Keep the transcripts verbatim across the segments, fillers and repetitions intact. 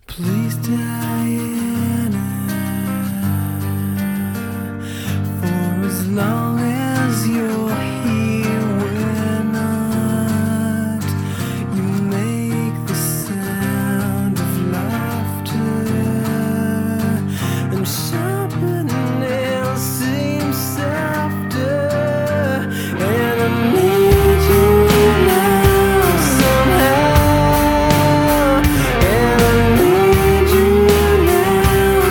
Please, Diana, for as long as you're here, we're not. You make the sound of laughter, and sharper nails seem softer, and I need you now somehow, and I need you now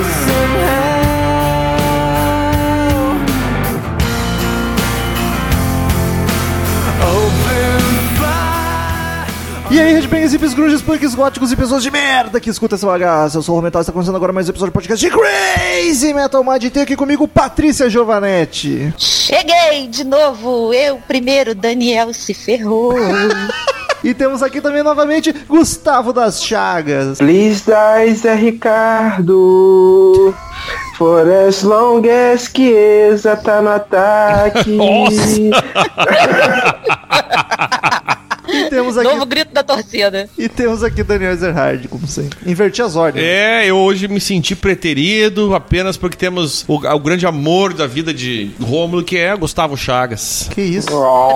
somehow. Open fire. E aí, headbangers, hippies, grunges, punks, góticos e pessoas de merda que escuta essa bagaça. Eu sou o Romental e está começando agora mais um episódio do podcast de Crazy Metal Mind. E tem aqui comigo Patrícia Giovanetti. Cheguei de novo, eu primeiro, Daniel se ferrou. E temos aqui também novamente Gustavo das Chagas. Please die, Zé Ricardo. For as long as Chiesa tá no ataque. E temos aqui, Novo grito da torcida. e temos aqui Daniel Ezerhard, como sempre. Inverti as ordens. É, eu hoje me senti preterido apenas porque temos o, o grande amor da vida de Rômulo, que é Gustavo Chagas. Que isso?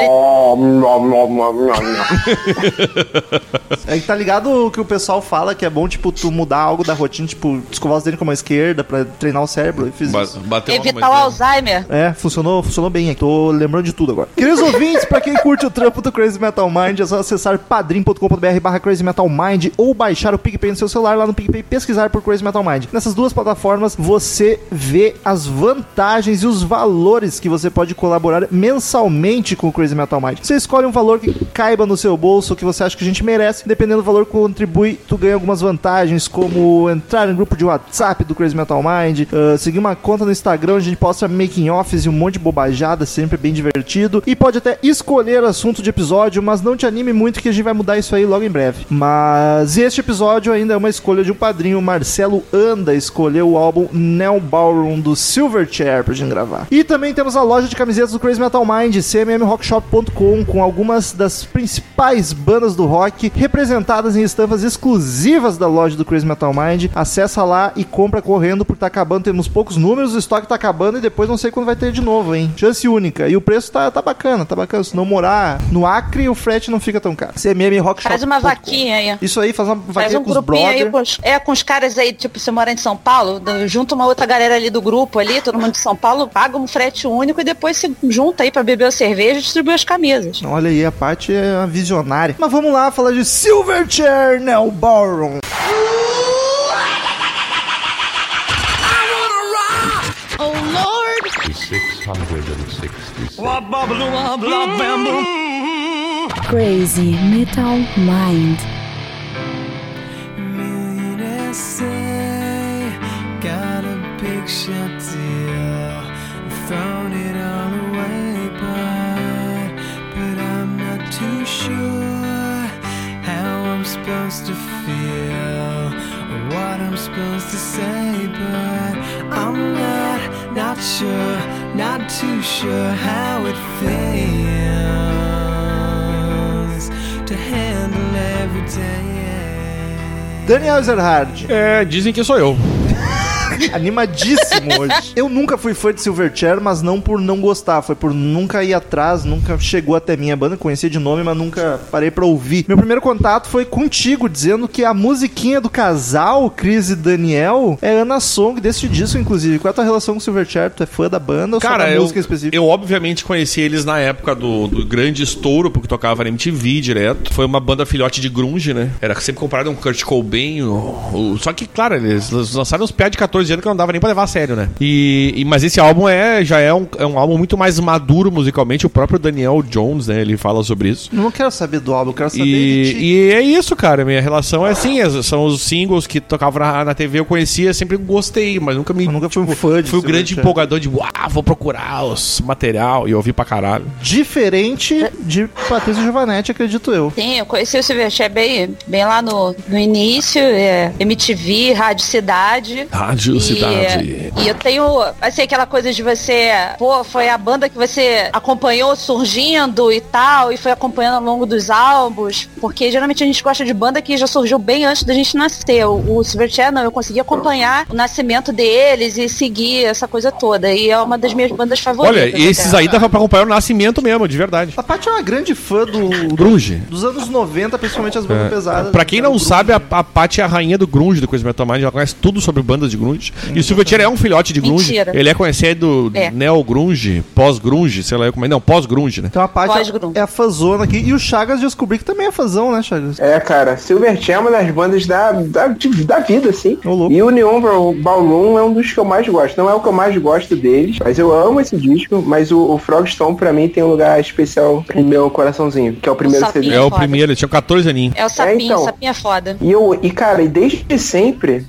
É que tá ligado o que o pessoal fala que é bom, tipo, tu mudar algo da rotina, tipo, escovar os dentes com a mão esquerda pra treinar o cérebro. Eu fiz Ba- isso. bateu uma Evitar o mãe- Alzheimer. É, funcionou, funcionou bem aqui. Tô lembrando de tudo agora. Queridos ouvintes, pra quem curte o trampo do Crazy Metal Mind, é só acessar padrim.com.br barra Crazy Metal Mind ou baixar o PicPay no seu celular lá no PicPay, pesquisar por Crazy Metal Mind. Nessas duas plataformas você vê as vantagens e os valores que você pode colaborar mensalmente com o Crazy Metal Mind. Você escolhe um valor que caiba no seu bolso, que você acha que a gente merece. Dependendo do valor que contribui, tu ganha algumas vantagens, como entrar em grupo de WhatsApp do Crazy Metal Mind, uh, seguir uma conta no Instagram onde a gente posta making offs e um monte de bobajada, sempre bem divertido. E pode até escolher assunto de episódio, mas não te anime muito que a gente vai mudar isso aí logo em breve. Mas este episódio ainda é uma escolha de um padrinho. Marcelo Anda escolheu o álbum Neo Ballroom do Silverchair pra gente gravar. E também temos a loja de camisetas do Crazy Metal Mind, c m m rock shop ponto com, com algumas das principais bandas do rock representadas em estampas exclusivas da loja do Crazy Metal Mind. Acessa lá e compra correndo, porque tá acabando, temos poucos números, o estoque tá acabando e depois não sei quando vai ter de novo, hein? Chance única. E o preço tá, tá bacana, tá bacana. Se não morar no Acre, o frete não fica tão caro. c m m rock shop Faz uma ponto com. vaquinha aí. Isso aí, faz uma Faz vaquinha um com os grupinho aí, brothers. com os, é, com os caras aí, tipo, você mora em São Paulo, do- junta uma outra galera ali do grupo ali, todo mundo de São Paulo, paga um frete único e depois se junta aí pra beber a cerveja e distribuir as camisas. Olha aí, a parte é uma visionária. Mas vamos lá falar de Silverchair Neo Ballroom. Crazy Metal Mind. Millionaires say, got a big shot deal, thrown it all away, but, but I'm not too sure how I'm supposed to feel, or what I'm supposed to say, but I'm not, not sure, not too sure how it feels to handle every day. Daniel Ezerhard, É, dizem que sou eu. animadíssimo hoje. Eu nunca fui fã de Silverchair, mas não por não gostar, foi por nunca ir atrás, nunca chegou até minha banda, conhecia de nome, mas nunca parei pra ouvir. Meu primeiro contato foi contigo, dizendo que a musiquinha do casal, Chris e Daniel, é Ana Song deste disco, inclusive. Qual é a tua relação com Silverchair? Tu é fã da banda ou Cara, só da eu, música específica? eu obviamente conheci eles na época do, do grande estouro, porque tocava na M T V direto. Foi uma banda filhote de grunge, né? Era sempre comparado um Kurt Cobain. O, o- só que, claro, eles lançaram uns pés de catorze anos que não dava nem pra levar a sério, né? E, e- mas esse álbum é, já é um, é um álbum muito mais maduro musicalmente. O próprio Daniel Jones, né? Ele fala sobre isso. Não quero saber do álbum, eu quero saber de ti. E, e é isso, cara. Minha relação é assim. é- São os singles que tocavam na, na T V, eu conhecia, sempre gostei, mas nunca me. Eu nunca fui um fã de Fui o grande Silverchair. empolgador de, uau, vou procurar os material. E eu ouvi pra caralho. Diferente de Patrícia Giovanetti, acredito eu. Sim, eu conheci o Silverchair bem, bem lá no, no início, é, M T V, Rádio Cidade. Rádio Grandiosidade. E, e eu tenho, assim, aquela coisa de você, pô, foi a banda que você acompanhou surgindo e tal, e foi acompanhando ao longo dos álbuns, porque geralmente a gente gosta de banda que já surgiu bem antes da gente nascer. O, o Silverchair, não, eu consegui acompanhar o nascimento deles e seguir essa coisa toda, e é uma das minhas bandas favoritas. Olha, esses aí dava pra acompanhar o nascimento mesmo, de verdade. A Paty é uma grande fã do grunge. Dos anos noventa, principalmente as bandas É. pesadas. Pra quem não sabe, a, a Paty é a rainha do grunge do Crazy Metal Mind, ela conhece tudo sobre bandas de grunge. E o Silverchair é um filhote de grunge. Mentira. Ele é conhecido É. neo-grunge, pós-grunge, sei lá como é. Não, pós-grunge, né? Então a Paty Pós-grunge. é a fãzona aqui. E o Chagas descobri que também é fãzão, né, Chagas? É, cara, Silverchair é uma das bandas da, da, de- da vida, assim. Ô, louco. E o Neon Ball- Ballroom é um dos que eu mais gosto. Não é o que eu mais gosto deles, mas eu amo esse disco. Mas o, o Frogstone, pra mim, tem um lugar especial no meu coraçãozinho, que é o primeiro O C D. sapinho. É o foda. primeiro, ele tinha catorze aninhos. É o sapinho, É, então. o sapinho é foda. E, eu, e cara, e desde sempre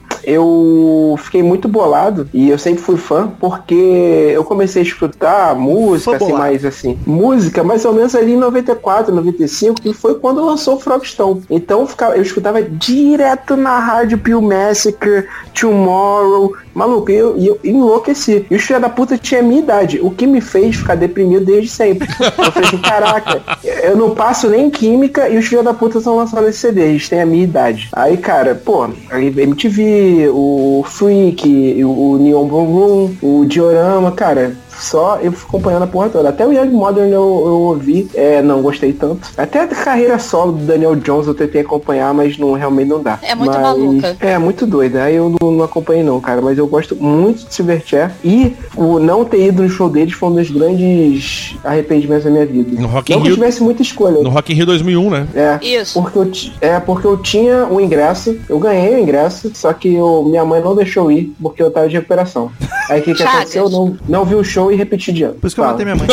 eu fiquei muito bolado e eu sempre fui fã porque eu comecei a escutar música, Fã assim, bolado. mais assim, música mais ou menos ali em noventa e quatro, noventa e cinco, que foi quando lançou o Frogstone. Então eu, ficava, eu escutava direto na rádio Peel Massacre, Tomorrow, maluco, e eu, e eu enlouqueci. E os filhos da puta tinha a minha idade, o que me fez ficar deprimido desde sempre. Eu falei assim, caraca, eu não passo nem química e os filhos da puta estão lançando esse C D, eles têm a minha idade. Aí, cara, pô, aí M T V, o Freak, o Neon Ballroom, o Diorama, cara, só eu fui acompanhando a porra toda. Até o Young Modern eu, eu ouvi, é, não gostei tanto. Até a carreira solo do Daniel Jones eu tentei acompanhar, mas não, realmente não dá. É muito Mas- maluca. É, muito doida. Aí eu não, não acompanhei não, cara. Mas eu gosto muito de Silverchair. E o não ter ido no show deles foi um dos grandes arrependimentos da minha vida. No Rock in não que Rio- eu tivesse muita escolha. No Rock in Rio dois mil e um, né? É, Isso. porque eu, ti- é, porque eu tinha o ingresso, eu ganhei o ingresso, só que eu, minha mãe não deixou ir, porque eu tava de recuperação. Aí o que, que Chagas. aconteceu? Eu não, não vi o show e repeti de ano. Por isso que eu Fala. matei minha mãe.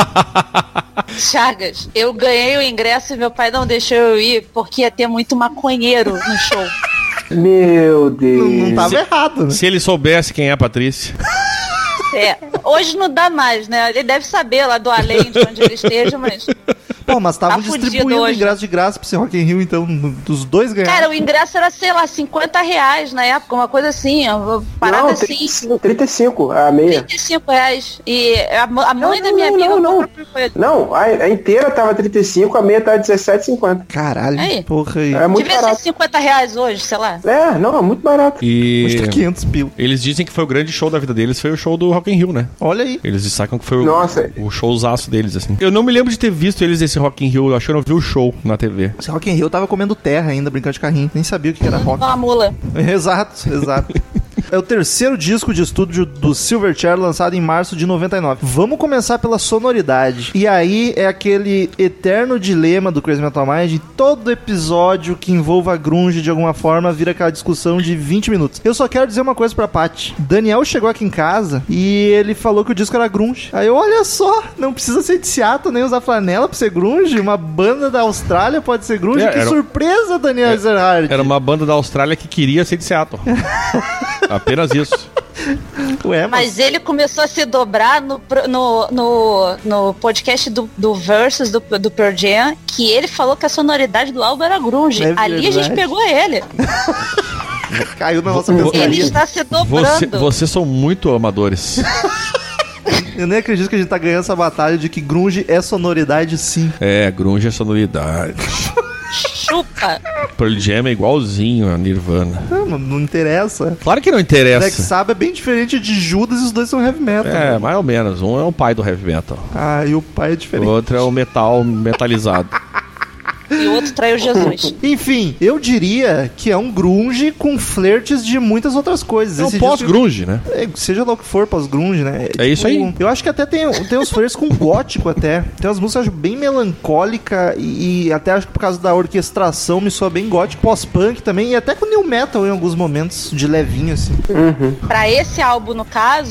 Chagas, eu ganhei o ingresso e meu pai não deixou eu ir porque ia ter muito maconheiro no show. Meu Deus. Não, não tava errado, né? Se ele soubesse quem é a Patrícia. É, hoje não dá mais, né? Ele deve saber lá do além de onde ele esteja, mas... Pô, mas estavam Tá fudido distribuindo hoje. ingresso de graça pra esse Rock in Rio, então dos dois ganharam. Cara, o ingresso era, sei lá, cinquenta reais na época, uma coisa assim, uma parada Não, assim, trinta e cinco, trinta e cinco, a meia. trinta e cinco reais. E a, a mãe Não, da minha não, amiga não, não. comprou pra ele. Não, a, a inteira tava trinta e cinco, a meia tava dezessete e cinquenta. Caralho, Aí. porra aí. É muito Devia ser barato. cinquenta reais hoje, sei lá. É, não, é muito barato. E Custa quinhentos pila. eles dizem que foi o grande show da vida deles, foi o show do Rock in Rio, né? Olha aí. Eles destacam que foi o, Nossa. o showzaço deles, assim. Eu não me lembro de ter visto eles nesse Rock in Rio, eu acho que eu não vi o show na T V. Esse Rock in Rio eu tava comendo terra ainda, brincando de carrinho. Nem sabia o que era rock. Uma mula. Exato, exato. É o terceiro disco de estúdio do Silverchair, lançado em março de noventa e nove. Vamos começar pela sonoridade. E aí é aquele eterno dilema do Crazy Metal Mind. Todo episódio que envolva grunge de alguma forma vira aquela discussão de vinte minutos. Eu só quero dizer uma coisa pra Paty. Daniel chegou aqui em casa e ele falou que o disco era grunge. Aí eu, olha só, não precisa ser de Seattle nem usar flanela pra ser grunge. Uma banda da Austrália pode ser grunge. É, que era- surpresa, Daniel Ezerhard. Era uma banda da Austrália que queria ser de Seattle. Apenas isso. Ué, mas... Mas ele começou a se dobrar no, pro- no, no, no podcast do, do Versus do, do Pearl Jam, que ele falou que a sonoridade do álbum era grunge. É Ali a gente verdade. pegou ele. Caiu na nossa Ele Ele pescaria. está se Você, dobrando. vocês são muito amadores. Eu nem acredito que a gente tá ganhando essa batalha de que grunge é sonoridade, sim. É, grunge é sonoridade. Chupa. Pearl Jam é igualzinho a Nirvana. Não, não- não interessa. Claro que não Black interessa. Sabbath é bem diferente de Judas e os dois são heavy metal. É, mais ou menos. Um é o pai do heavy metal. Ah, e o pai é O diferente. outro é o metal metalizado. E o outro traiu Jesus. Enfim, eu diria que é um grunge com flertes de muitas outras coisas. É um Esse pós-grunge, né? disco- é, seja lá o que for, pós-grunge, né? É isso aí. Eu acho que até tem, tem uns flertes com gótico até. Tem umas músicas eu acho, bem melancólica e, e até acho que por causa da orquestração me soa bem gótico. Pós-punk também e até com new metal em alguns momentos, de levinho assim. Pra esse álbum, no caso,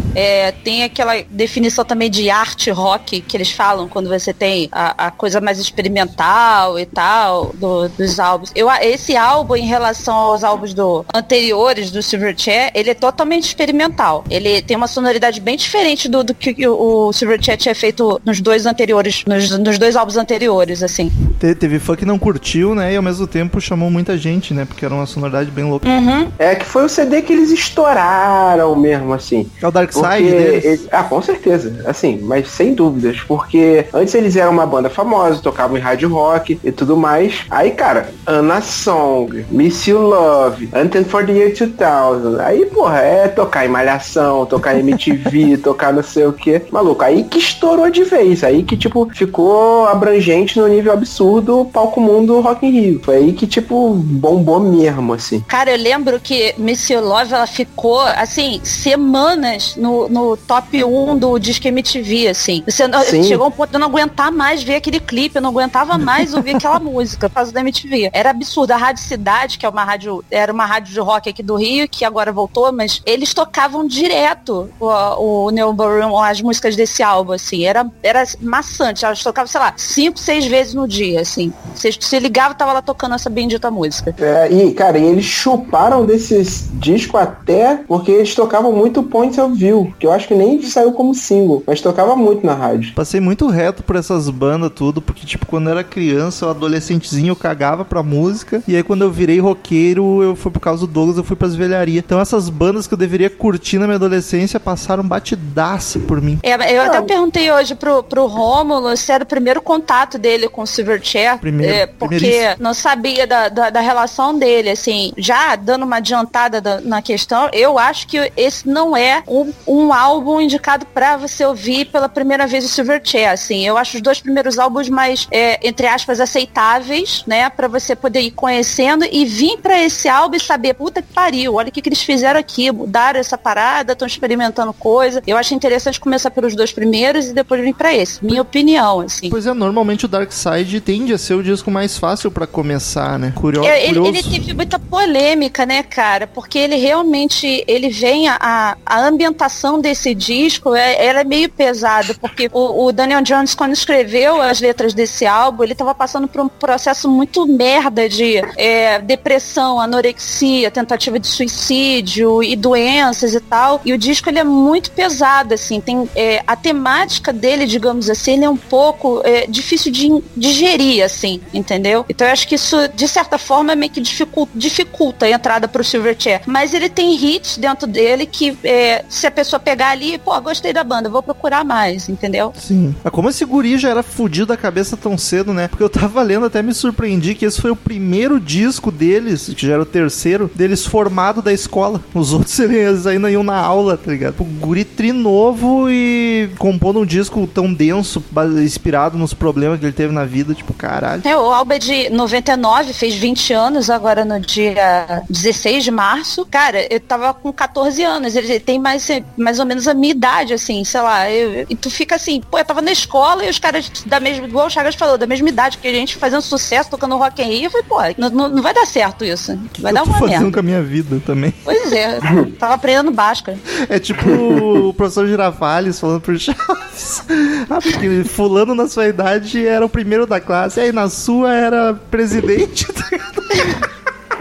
É, tem aquela definição também de art rock que eles falam quando você tem a, a coisa mais experimental e tal do, dos álbuns. Eu, esse álbum, em relação aos álbuns do, anteriores do Silverchair, ele é totalmente experimental. Ele tem uma sonoridade bem diferente do, do que o, o Silverchair tinha feito nos dois anteriores, nos, nos dois álbuns anteriores, assim. Te, teve fã que não curtiu, né? E ao mesmo tempo chamou muita gente, né? Porque era uma sonoridade bem louca. Uhum. É que foi o C D que eles estouraram mesmo, assim. É o Dark Side Porque deles? ele- ah, com certeza. Assim, mas sem dúvidas. Porque antes eles eram uma banda famosa, tocavam em rádio rock e tudo mais. Aí, cara, Anna Song, Miss You Love, Anthem for the Year dois mil. Aí, porra, é tocar em Malhação, tocar em M T V, tocar não sei o que. Maluco, aí que estourou de vez. Aí que, tipo, ficou abrangente no nível absurdo o palco mundo Rock in Rio. Foi aí que, tipo, bombou mesmo, assim. Cara, eu lembro que Miss You Love, ela ficou, assim, semanas no, no top um do Disque M T V, assim. Você não- Sim. chegou a um ponto de eu não aguentar mais ver aquele clipe, eu não aguentava mais ouvir aquela música por causa da M T V. Era absurdo. A Rádio Cidade, que é uma rádio, era uma rádio de rock aqui do Rio, que agora voltou, mas eles tocavam direto o, o Neo Ballroom, as músicas desse álbum, assim. Era, era maçante. Elas tocavam, sei lá, cinco, seis vezes no dia, assim. Você se ligava, tava lá tocando essa bendita música. É, e, cara, e eles chuparam desses discos até porque eles tocavam muito Points of View, que eu acho que nem saiu como single, mas tocava muito na rádio. Passei muito reto por essas bandas tudo, porque tipo, quando eu era criança, eu adolescentezinho, eu cagava pra música, e aí quando eu virei roqueiro, eu fui por causa do Douglas, eu fui pras velharias. Então essas bandas que eu deveria curtir na minha adolescência passaram batidaço por mim. É, eu até perguntei hoje pro, pro Rômulo se era o primeiro contato dele com o Silverchair, Primeiro, é, porque primeiríssimo. não sabia da, da, da relação dele, assim, já dando uma adiantada da- na questão, eu acho que esse não é um, um álbum indicado pra você ouvir pela primeira vez o Silverchair, assim, eu acho os dois primeiros álbuns mais, é, entre aspas, aceitáveis, né, pra você poder ir conhecendo e vir pra esse álbum e saber, puta que pariu, olha o que, que eles fizeram aqui, mudaram essa parada, estão experimentando coisa. Eu acho interessante começar pelos dois primeiros e depois vir pra esse. Minha opinião, assim. Pois é, normalmente o Dark Side tende a ser o disco mais fácil pra começar, né? Curio... É, ele, curioso. ele teve muita polêmica, né, cara? Porque ele realmente, ele vem, a, a ambientação desse disco, é, ela é meio pesada, porque o, o Daniel Jones, quando escreveu as letras desse álbum, ele tava passando por um processo muito merda de é, depressão, anorexia, tentativa de suicídio e doenças e tal, e o disco ele é muito pesado, assim, tem é, a temática dele, digamos assim, ele é um pouco é, difícil de digerir, assim, entendeu? Então eu acho que isso, de certa forma, meio que dificulta, dificulta a entrada pro Silverchair. Mas ele tem hits dentro dele que, é, se a pessoa pegar ali, pô, gostei da banda, vou procurar mais, entendeu? Sim. Mas como esse guri já era fudido da cabeça tão cedo, né? Porque eu tava lendo, até me surpreendi que esse foi o primeiro disco deles, que já era o terceiro, deles formado da escola. Os outros eles ainda iam na aula, tá ligado? O guri trinovo e compondo um disco tão denso, ba- inspirado nos problemas que ele teve na vida, tipo, caralho. É, o álbum é de noventa e nove, fez vinte anos agora no dia dezesseis de março. Cara, eu tava com catorze anos, ele tem mais, mais ou menos a minha idade, assim, sei lá. Eu, e tu fica assim, pô, eu tava na escola e os caras da mesma, igual o Chagas falou, da mesma idade que a gente fazendo sucesso, tocando Rock in Rio, eu falei, pô, não, não, não vai dar certo isso. Vai eu dar tô uma fazendo merda. com a minha vida também. Pois é, tava aprendendo Bhaskara. É tipo o professor Girafales falando pro Chaves. Ah, porque fulano na sua idade era o primeiro da classe, aí na sua era presidente. Tá ligado?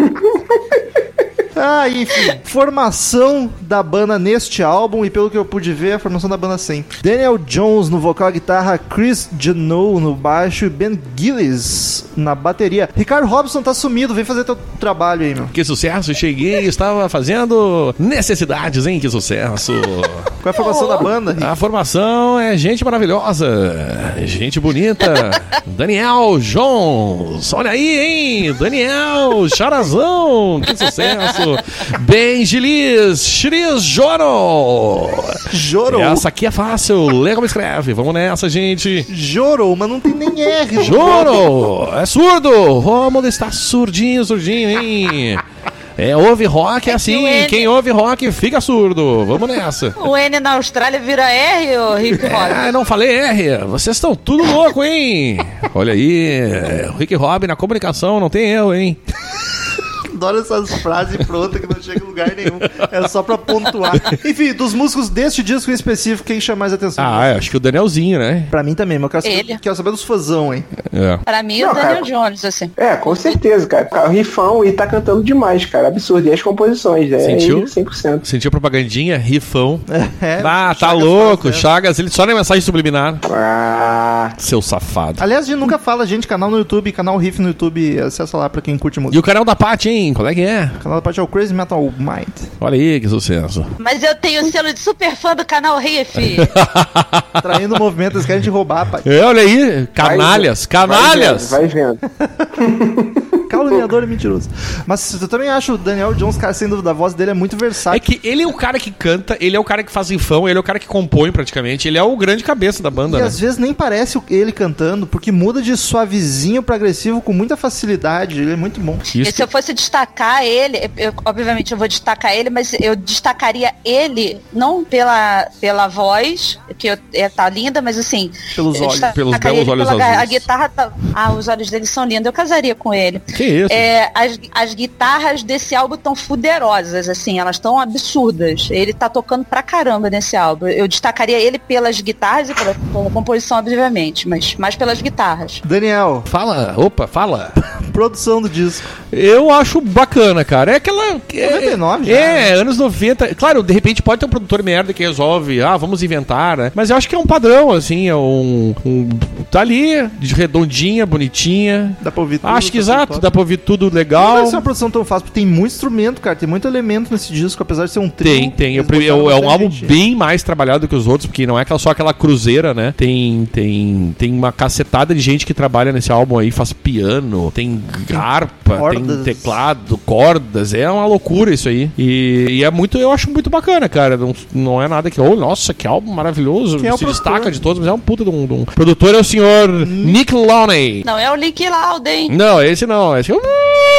Ah, enfim, formação da banda neste álbum, e pelo que eu pude ver, a formação da banda sempre. Daniel Jones no vocal e guitarra, Chris Genow no baixo e Ben Gillis na bateria. Ricardo Robson tá sumido, vem fazer teu trabalho aí, meu. Que sucesso, cheguei e estava fazendo necessidades, hein? Que sucesso. Qual é a formação da banda, Rick? A formação é gente maravilhosa, gente bonita. Daniel Jones, olha aí, hein? Daniel Charazão, que sucesso. Ben Gillis, Shris Joro. Joro. Essa aqui é fácil, lê como escreve. Vamos nessa, gente. Joro, mas não tem nem R. Joro, é surdo. Rômulo está surdinho, surdinho, hein? É, ouve rock é assim, o N- quem ouve rock fica surdo. Vamos nessa. O N na Austrália vira R, ô Rick Rock. Ah, não falei R. Vocês estão tudo louco, hein? Olha aí, o Rick Rob na comunicação, não tem erro, hein? Adoro essas frases prontas que não chegam em lugar nenhum. É só pra pontuar. Enfim, dos músicos deste disco em específico, quem chama mais atenção? Ah, eu acho que o Danielzinho, né? Pra mim também, mas eu quero saber, Ele. quero saber dos fãzão, hein? É. Pra mim, Não, o Daniel cara. Jones, assim. É, com certeza, cara. O rifão e tá cantando demais, cara. Absurdo. E as composições, é Sentiu? ele cem por cento. Sentiu a propagandinha? Rifão. É, Ah, tá Chagas louco. faz, né? Chagas, ele só na mensagem subliminar. Ah, Seu safado. Aliás, a gente nunca fala, gente, canal no YouTube, canal Riff no YouTube, acessa lá pra quem curte E música. o canal da Paty, hein? Qual é que é? O canal da parte é o Crazy Metal Mind. Olha aí que sucesso. Mas eu tenho o selo de super fã do canal Riff. Traindo o movimento, eles querem te roubar, pai. É, olha aí. Canalhas. vai Canalhas. vendo, vai vendo. Caluniador e mentiroso. Mas eu também acho o Daniel Jones, cara, sem dúvida, a voz dele é muito versátil. É que ele é o cara que canta, ele é o cara que faz rifão, ele é o cara que compõe praticamente, ele é o grande cabeça da banda, E né? às vezes nem parece o- ele cantando, porque muda de suavezinho pra agressivo com muita facilidade. Ele é muito bom. E Isso. se eu fosse destacar ele, eu- obviamente eu vou destacar ele, mas eu destacaria ele não pela, pela voz, que eu, é, tá linda, mas assim. Pelos eu olhos. destacaria Pelos belos ele olhos pela- azuis. A guitarra tá. Ah, os olhos dele são lindos. Eu casaria com ele. Que isso? É, as, as guitarras desse álbum estão fuderosas, assim, elas estão absurdas. Ele tá tocando pra caramba nesse álbum. Eu destacaria ele pelas guitarras e pela, pela composição, obviamente, mas mais pelas guitarras. Daniel, Fala, opa, fala. produção do disco. Eu acho bacana, cara. É aquela. noventa e nove é, já, É, anos noventa. Claro, de repente pode ter um produtor merda que resolve, ah, vamos inventar, né? Mas eu acho que é um padrão, assim, é um. um- tá ali, de redondinha, bonitinha. Dá pra ouvir tudo. Acho que tá exato, top. dá pra ouvir tudo Não legal. deve ser uma produção tão fácil, porque tem muito instrumento, cara. Tem muito elemento nesse disco, apesar de ser um trio. Tem, tem. Eu, eles eu- botaram é um bastante álbum gente. bem mais trabalhado que os outros, porque não é aquela- só aquela cruzeira, né? Tem, tem, tem uma cacetada de gente que trabalha nesse álbum aí, faz piano, tem harpa, cordas. tem teclado, cordas. É uma loucura isso aí. E, e é muito, eu acho muito bacana, cara. Não, não é nada que, oh, nossa, que álbum maravilhoso. Quem é o Se produtor? destaca de todos, mas é um puta de um. De um... O produtor é o senhor Nick Launay. Não é o Link Louden. Não, esse não. Esse é o...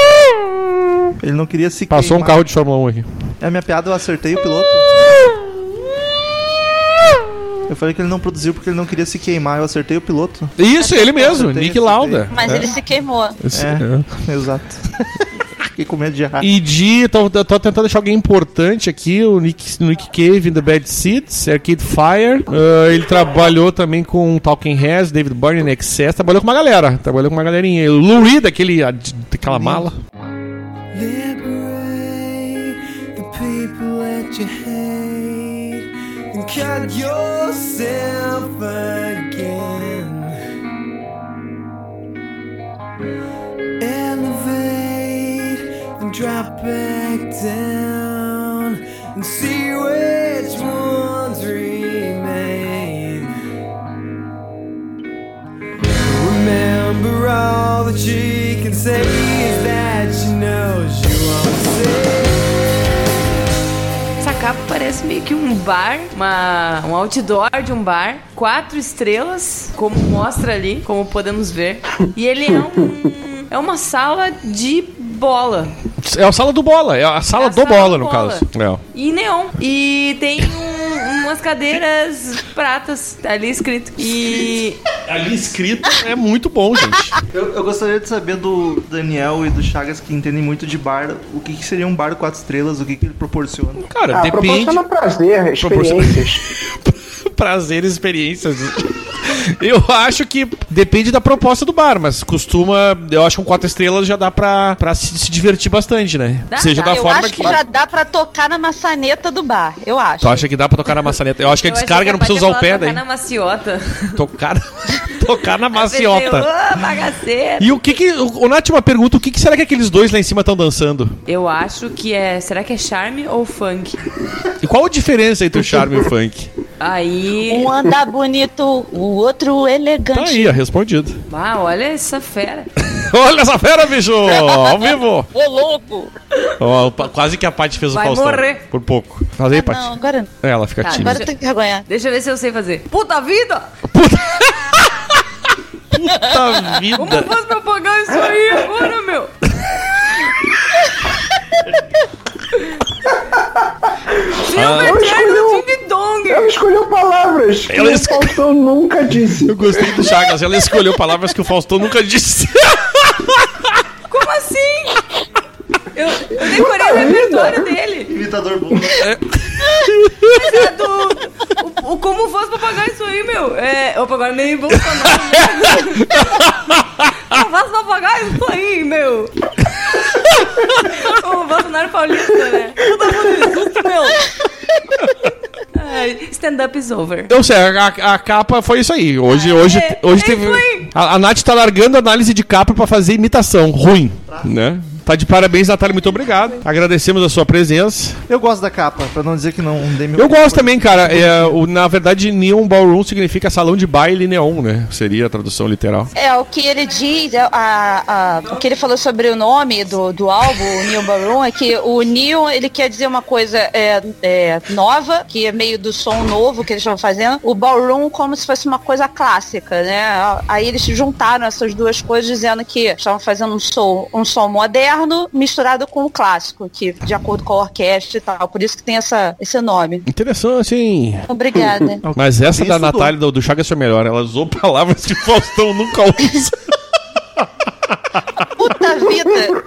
Ele não queria se Passou um queimar. carro de Fórmula um aqui. É a minha piada, eu acertei o piloto. Eu falei que ele não produziu porque ele não queria se queimar. Eu acertei o piloto. Isso, ele mesmo, Acertei, Nick acertei. Lauda. Mas É. ele se queimou. Esse- É, exato. Fiquei com medo de errar. E de. Tô, tô tentando deixar alguém importante aqui, o Nick, Nick Cave in the Bad Seeds, Arcade Fire. Ah, ele trabalhou também com Talking Heads, David Byrne, In Excess. Trabalhou com uma galera. Trabalhou com uma galerinha. O Lou Reed, aquele, a- aquela mala. Liberate the people that you hate and cut yourself again. Elevate and drop back down and see which ones remain. Remember all that she can say is that she knows you won't say. Essa capa parece meio que um bar, uma, um outdoor de um bar, quatro estrelas, como mostra ali, como podemos ver. E ele é um é uma sala de bola. É a sala do bola, é a sala É a do sala bola, do no bola. caso. É. E neon. E tem um- umas cadeiras pratas ali escrito. E Ali escrito é muito bom, gente. Eu, eu gostaria de saber do Daniel e do Chagas, que entendem muito de bar, o que, que seria um bar quatro estrelas, o que, que ele proporciona. Cara, Ah, depende. proporciona prazer, Proporciona- experiências. Prazeres, experiências. Eu acho que depende da proposta do bar, mas costuma. Eu acho que um quatro estrelas já dá pra, pra se, se divertir bastante, né? Dá, Seja dá. da Eu forma acho que. que já dá pra tocar na maçaneta do bar, eu acho. Tu acha que dá pra tocar na maçaneta? Eu acho que a eu achei descarga não capaz precisa de usar o pé falar daí. tocar na maciota. Tocar, tocar na Eu pensei, maciota. "Ô, bagaceira." E o que que. O Nath, uma pergunta: o que, que será que aqueles dois lá em cima estão dançando? Eu acho que é. Será que é charme ou funk? E qual a diferença entre o charme e o funk? Aí. Um anda bonito, o outro Tá elegante. aí, ó, respondido. Ah, olha essa fera. Olha essa fera, bicho! Ao vivo! Ô, louco! Ó, pa- quase que a Paty fez Vai o Faustão. morrer. Por pouco. Faz aí, Ah, Paty. não, agora, É, ela fica Tá, tímida. agora eu tenho que vergonhar. Deixa eu ver se eu sei fazer. Puta vida! Puta Como vida! faz pra pagar isso aí agora, meu? Ah, Eterno Ding Dong! Ela escolheu palavras que Ela o esco- Faustão nunca disse. eu gostei do Chagas. Ela escolheu palavras que o Faustão nunca disse. Como assim? Eu, história dele. Imitador bom. Mas é do... O, o, como faz pra pagar isso aí, meu? É... Opa, agora meio Bolsonaro. Como faz pra pagar isso aí, meu? O Bolsonaro paulista, né? Todo mundo susto, meu. Stand-up is over. Eu sei, a, a capa foi isso aí. Hoje, Ah, hoje, é, hoje é teve. ruim. A, a Nath tá largando a análise de capa pra fazer imitação. Ruim, né? Tá de parabéns, Natália, muito obrigado. Agradecemos a sua presença. Eu gosto da capa, pra não dizer que não dei meu... Eu gosto também, cara. É, o, na verdade, Neon Ballroom significa salão de baile neon, né? Seria a tradução literal. É, o que ele diz, a, a, o que ele falou sobre o nome do, do álbum, o Neon Ballroom, é que o Neon, ele quer dizer uma coisa é, é, nova, que é meio do som novo que eles estão fazendo. O Ballroom como se fosse uma coisa clássica, né? Aí eles juntaram essas duas coisas dizendo que estavam fazendo um som, um som moderno misturado com o clássico, que de acordo com a orquestra e tal. Por isso que tem essa, esse nome. Interessante, hein? Obrigada. Mas essa da estudou. Natália do, do Chagas foi melhor. Ela usou palavras que o Faustão nunca usa. Puta vida!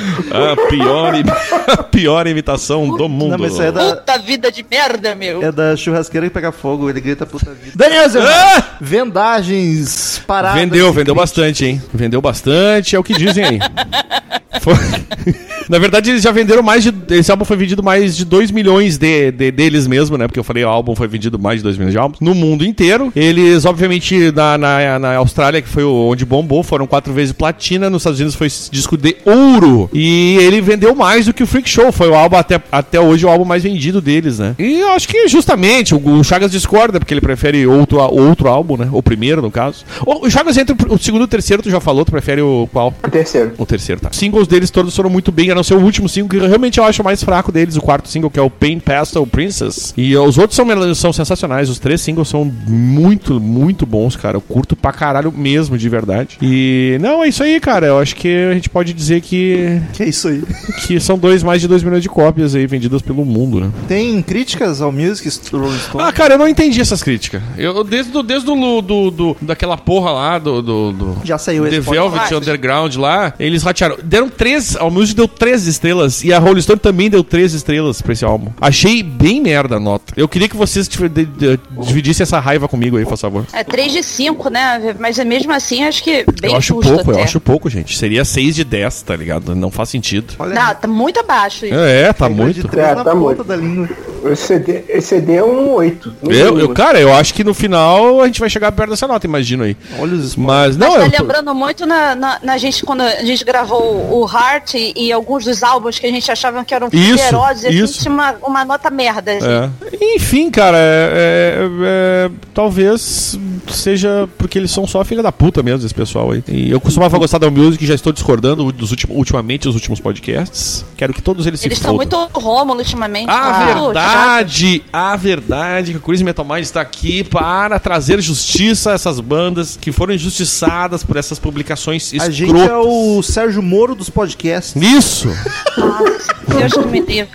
A pior, im- a pior imitação do mundo. Não, mas isso é da, Puta vida de merda, meu! é da churrasqueira que pega fogo, ele grita puta vida. Daniel Zé, Ah! vendagens, paradas... Vendeu, vendeu bastante, hein? Vendeu bastante, é o que dizem aí. Foi- Na verdade, eles já venderam mais de... Esse álbum foi vendido mais de dois milhões de, de- deles mesmo, né? Porque eu falei, o álbum foi vendido mais de dois milhões de álbuns. No mundo inteiro. Eles, obviamente, na, na, na Austrália, que foi onde bombou, foram quatro vezes platina. Nos Estados Unidos foi disco de ouro. E ele vendeu mais do que o Freak Show. Foi o álbum, até, até hoje, o álbum mais vendido deles, né? E eu acho que, justamente, o, o Chagas discorda, porque ele prefere outro, outro álbum, né? O primeiro, no caso. O, o Chagas, entre o segundo e o terceiro, tu já falou, tu prefere o qual? O terceiro. O terceiro, tá. Os singles deles todos foram muito bem, a não ser o último single, que realmente eu acho o mais fraco deles, o quarto single, que é o Paint Pastel Princess. E os outros são, são sensacionais, os três singles são muito, muito bons, cara. Eu curto pra caralho mesmo, de verdade. E, não, é isso aí, cara. Eu acho que a gente pode dizer que, Que é isso aí. que são dois, mais de dois milhões de cópias aí vendidas pelo mundo, né? Tem críticas ao Music Rolling Stone? Ah, cara, eu não entendi essas críticas. Eu, desde, do, desde do, do, do, daquela porra lá, do... do, do Já saiu The esse Velvet podcast. Underground lá, eles ratearam. Deram três, a Music deu três estrelas e a Rolling Stone também deu três estrelas pra esse álbum. Achei bem merda a nota. Eu queria que vocês tive- de- de- dividissem essa raiva comigo aí, por favor. É três de cinco, né? Mas mesmo assim, acho que bem eu acho justo pouco, até. eu acho pouco, gente. Seria seis de dez, tá ligado? Não faz sentido. Olha, Não, tá muito abaixo isso. É, tá regra de muito. três É, na tá ponta muito. da língua. Esse C D, esse C D é um oito. no Eu, eu, mínimo. cara, eu acho que no final a gente vai chegar perto dessa nota, imagino aí. Olha os spoilers. Mas não, Mas tá eu tô- lembrando muito na, na, na gente, quando a gente gravou o Heart e, e alguns dos álbuns que a gente achava que eram Isso, poderosos, e a isso. gente tinha uma, uma nota merda. Assim. É. Enfim, cara, é, é- é- talvez seja porque eles são só filha da puta mesmo, esse pessoal aí. E eu costumava gostar da Music, já estou discordando dos últimos, ultimamente, os últimos podcasts. Quero que todos eles, Eles se estão fodam. muito Rômulo ultimamente. A muito verdade, a verdade que o Crazy Metal Mind está aqui para trazer justiça a essas bandas que foram injustiçadas por essas publicações A escrotas. gente é o Sérgio Moro dos podcasts. Isso! Nossa, Deus que me livre.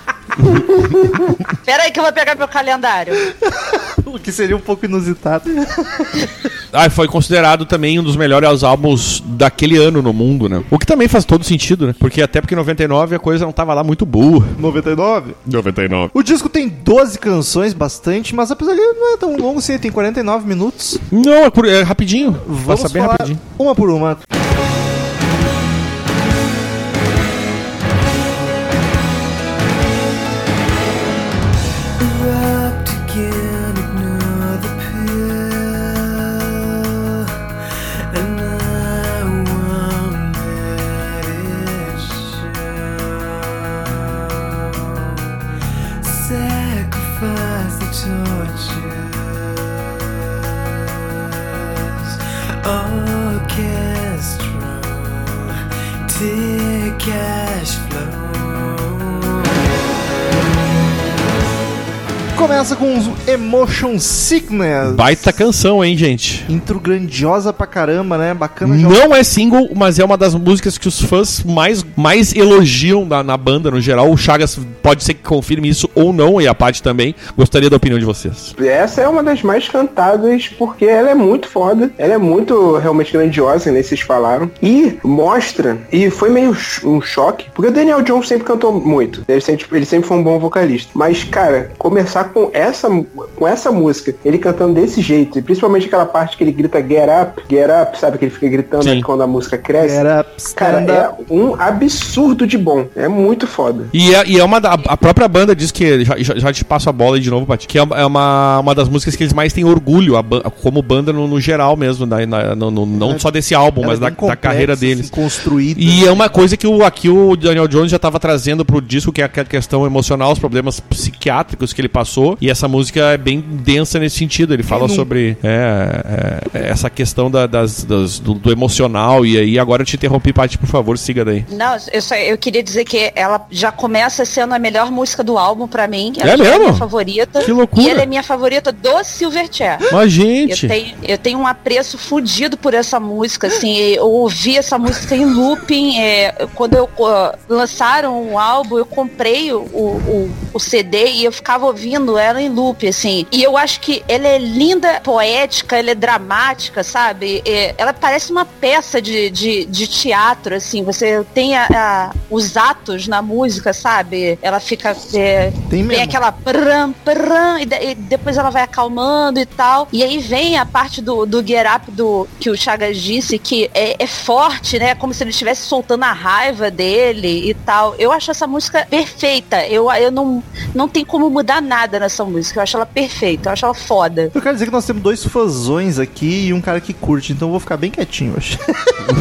Pera aí que eu vou pegar meu calendário. O que seria um pouco inusitado. Ah, foi considerado também um dos melhores álbuns daquele ano no mundo, né? O que também faz todo sentido, né? Porque até porque em noventa e nove a coisa não tava lá muito boa. noventa e nove? noventa e nove. O disco tem doze canções, bastante, mas apesar que não é tão longo assim, tem quarenta e nove minutos. Não, é, cur- é rapidinho. Vamos Passa bem falar rapidinho. uma por uma. Erupt again, ignore the pill, and I won't let it show. Sacrifice the tortures, orchestra, tear cash flow. começa com uns Emotion Sickness. Baita canção, hein, gente? Intro grandiosa pra caramba, né? Bacana. Não é single, mas é uma das músicas que os fãs mais, mais elogiam na, na banda no geral. O Chagas pode ser que confirme isso ou não, e a Paty também. Gostaria da opinião de vocês. Essa é uma das mais cantadas porque ela é muito foda. Ela é muito realmente grandiosa, né? Vocês falaram. E mostra, e foi meio um choque, porque o Daniel John sempre cantou muito. Ele sempre, ele sempre foi um bom vocalista. Mas, cara, começar com essa, com essa música, ele cantando desse jeito, e principalmente aquela parte que ele grita get up, get up, sabe? Que ele fica gritando aí quando a música cresce. Get up, cara, é um absurdo de bom. É muito foda. E é, e é uma da, a própria banda diz que, já, já te passo a bola aí de novo, Paty, que é uma, uma das músicas que eles mais têm orgulho, a, como banda no, no geral mesmo, na, na, no, no, não é, só desse álbum, mas da, complexa, da carreira deles. Assim, construída. E é uma coisa que o, aqui o Daniel Jones já estava trazendo pro disco, que é a questão emocional, os problemas psiquiátricos que ele passou, e essa música é bem densa nesse sentido. Ele fala não... sobre é, é, essa questão da, das, das, do, do emocional. E aí agora eu te interrompi, Paty, por favor, siga daí. Não, eu, só, eu queria dizer que ela já começa sendo a melhor música do álbum pra mim. Ela é mesmo? É minha favorita. Que loucura. E ela é minha favorita do Silverchair. Mas, gente... Eu tenho, eu tenho um apreço fudido por essa música, assim. Eu ouvi essa música em looping. É, quando eu uh, lançaram o álbum, eu comprei o, o, o C D e eu ficava ouvindo ela em loop, assim. E eu acho que ela é linda, poética, ela é dramática, sabe? É, ela parece uma peça de, de, de teatro, assim. Você tem a, a, os atos na música, sabe? Ela fica... É, tem mesmo. Tem aquela... Pram, pram, e, de, e depois ela vai acalmando e tal. E aí vem a parte do, do Get Up do, que o Chagas disse, que é, é forte, né? Como se ele estivesse soltando a raiva dele e tal. Eu acho essa música perfeita. Eu, eu não, não tem como mudar nada nessa música. Eu acho ela perfeita. Eu acho ela foda. Eu quero dizer que nós temos dois fãzões aqui e um cara que curte, então eu vou ficar bem quietinho, eu acho.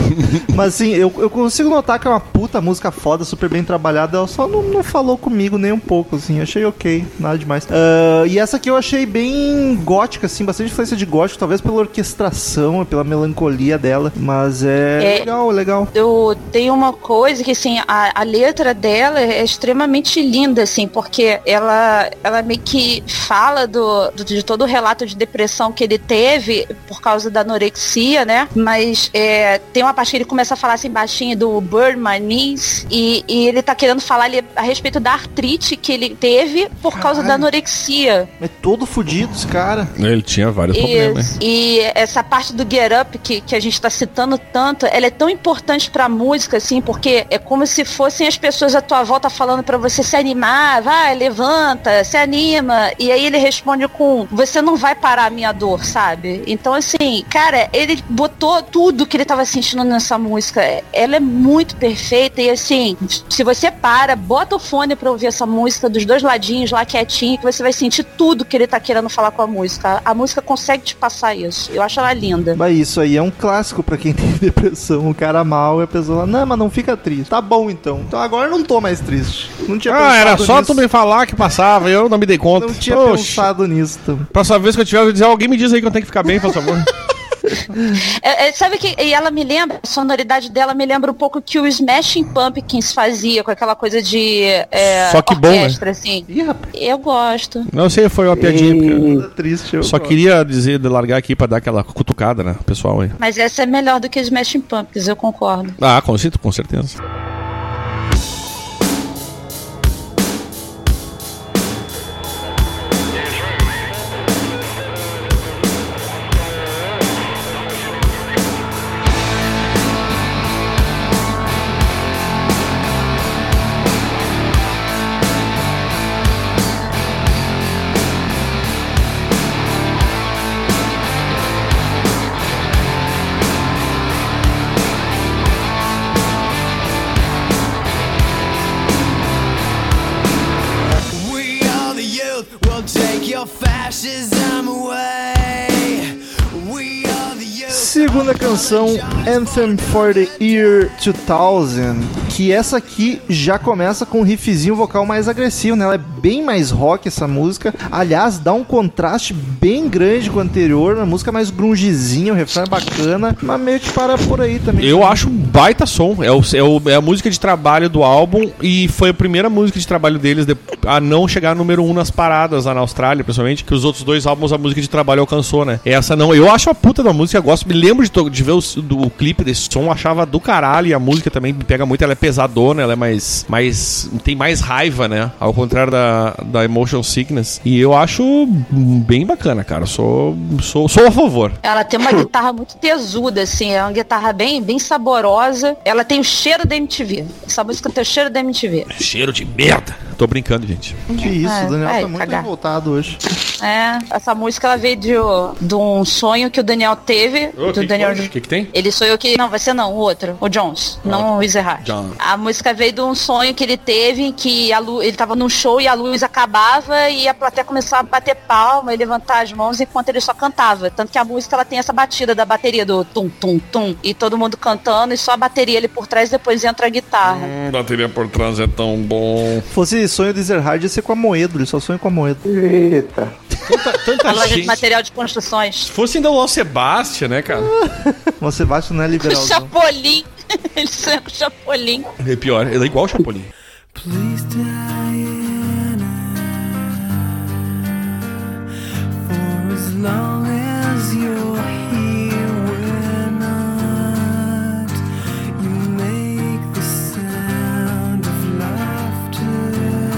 Mas assim, eu, eu consigo notar que é uma puta música foda, super bem trabalhada. Ela só não, não falou comigo nem um pouco, assim. Achei ok, nada demais. Uh, e essa aqui eu achei bem gótica, assim, bastante influência de gótico, talvez pela orquestração, pela melancolia dela. Mas é, é legal, legal. Eu tenho uma coisa que, assim, a, a letra dela é extremamente linda, assim, porque ela, ela meio que fala do, do, de todo o relato de depressão que ele teve por causa da anorexia, né? Mas é, tem uma parte que ele começa a falar assim baixinho do burn my knees e, e ele tá querendo falar ali a respeito da artrite que ele teve por Caralho. causa da anorexia. É todo fudido esse cara. Ele tinha vários e, problemas. E essa parte do Get Up que, que a gente tá citando tanto, ela é tão importante pra música, assim, porque é como se fossem as pessoas à tua volta falando pra você se animar, vai, levanta, se anima, e aí ele responde com, você não vai parar a minha dor, sabe? Então, assim, cara, ele botou tudo que ele tava sentindo nessa música. Ela é muito perfeita e, assim, se você para, bota o fone pra ouvir essa música dos dois ladinhos lá quietinho, que você vai sentir tudo que ele tá querendo falar com a música. A música consegue te passar isso. Eu acho ela linda. Mas isso aí é um clássico pra quem tem depressão. O cara mal e a pessoa fala, não, mas não fica triste. Tá bom, então. Então agora eu não tô mais triste. Não tinha ah, era só nisso. Tu me falar que passava, eu não me dei conta. Não tinha Oxe. pensado nisso. Então. Próxima vez que eu tiver, eu vou dizer, alguém me diz aí que eu tenho que ficar bem, por favor. É, é, sabe que e ela me lembra, a sonoridade dela me lembra um pouco que o Smashing Pumpkins fazia, com aquela coisa de é, só que orquestra, bom, né? Assim. Ih, eu gosto. Não sei, foi uma piadinha. E... triste, eu só gosto. Queria dizer, de largar aqui pra dar aquela cutucada, né, pessoal aí. Mas essa é melhor do que Smashing Pumpkins, eu concordo. Ah, com, com certeza. Segunda canção, Anthem for the Year dois mil, que essa aqui já começa com um riffzinho vocal mais agressivo, né? Ela é bem mais rock, essa música. Aliás, dá um contraste bem grande com o anterior, uma música mais grungezinha, o refrão é bacana, mas meio que para por aí também. Eu acho um baita som, é, o, é, o, é a música de trabalho do álbum e foi a primeira música de trabalho deles, de, a não chegar no número um nas paradas lá na Austrália, principalmente, que os outros dois álbuns a música de trabalho alcançou, né? Essa não, eu acho a puta da música, eu gosto, me lembro de, to- de ver o, do, o clipe desse som, achava do caralho, e a música também me pega muito, ela é pesadona, ela é mais, mais tem mais raiva, né? Ao contrário da, da Emotion Sickness, e eu acho bem bacana, cara, sou, sou, sou a favor. Ela tem uma guitarra muito tesuda, assim, é uma guitarra bem, bem saborosa. Ela tem o cheiro da M T V. Essa música tem o cheiro da M T V. Cheiro de merda. Tô brincando, gente. Que isso, É, o Daniel vai tá muito cagar. revoltado hoje. É, essa música ela veio de, de um sonho que o Daniel teve. Ô, do que Daniel. que foi? Que que tem? Ele sonhou que. Não, vai ser não, o outro. O Jones. Não o Ezerhard. John. A música veio de um sonho que ele teve, que a luz, ele tava num show e a luz acabava e a plateia começava a bater palma e levantar as mãos enquanto ele só cantava. Tanto que a música ela tem essa batida da bateria do tum, tum, tum. E todo mundo cantando e só a bateria ali por trás, depois entra a guitarra. Hum, bateria por trás é tão bom. Se fosse sonho do Ezerhard, ia ser com a Moedo, ele só sonha com a Moedo. Eita. Tanta, tanta A loja de gente. material de construções. Se fosse ainda o Luan Sebastian, né, cara? Mas Sebastião não é O liberalzão. Chapolin. Ele sonha com o Chapolin. É pior, ele é igual o Chapolin. Please, Diana, for as long as you're here, we're not. You make the sound of laughter,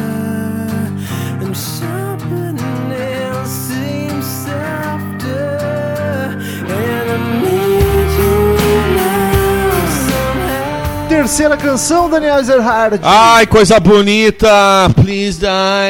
and sharper nails seem softer, and I need you now somehow. Terceira canção, Daniel Ezerhard. Ai, coisa bonita! Please,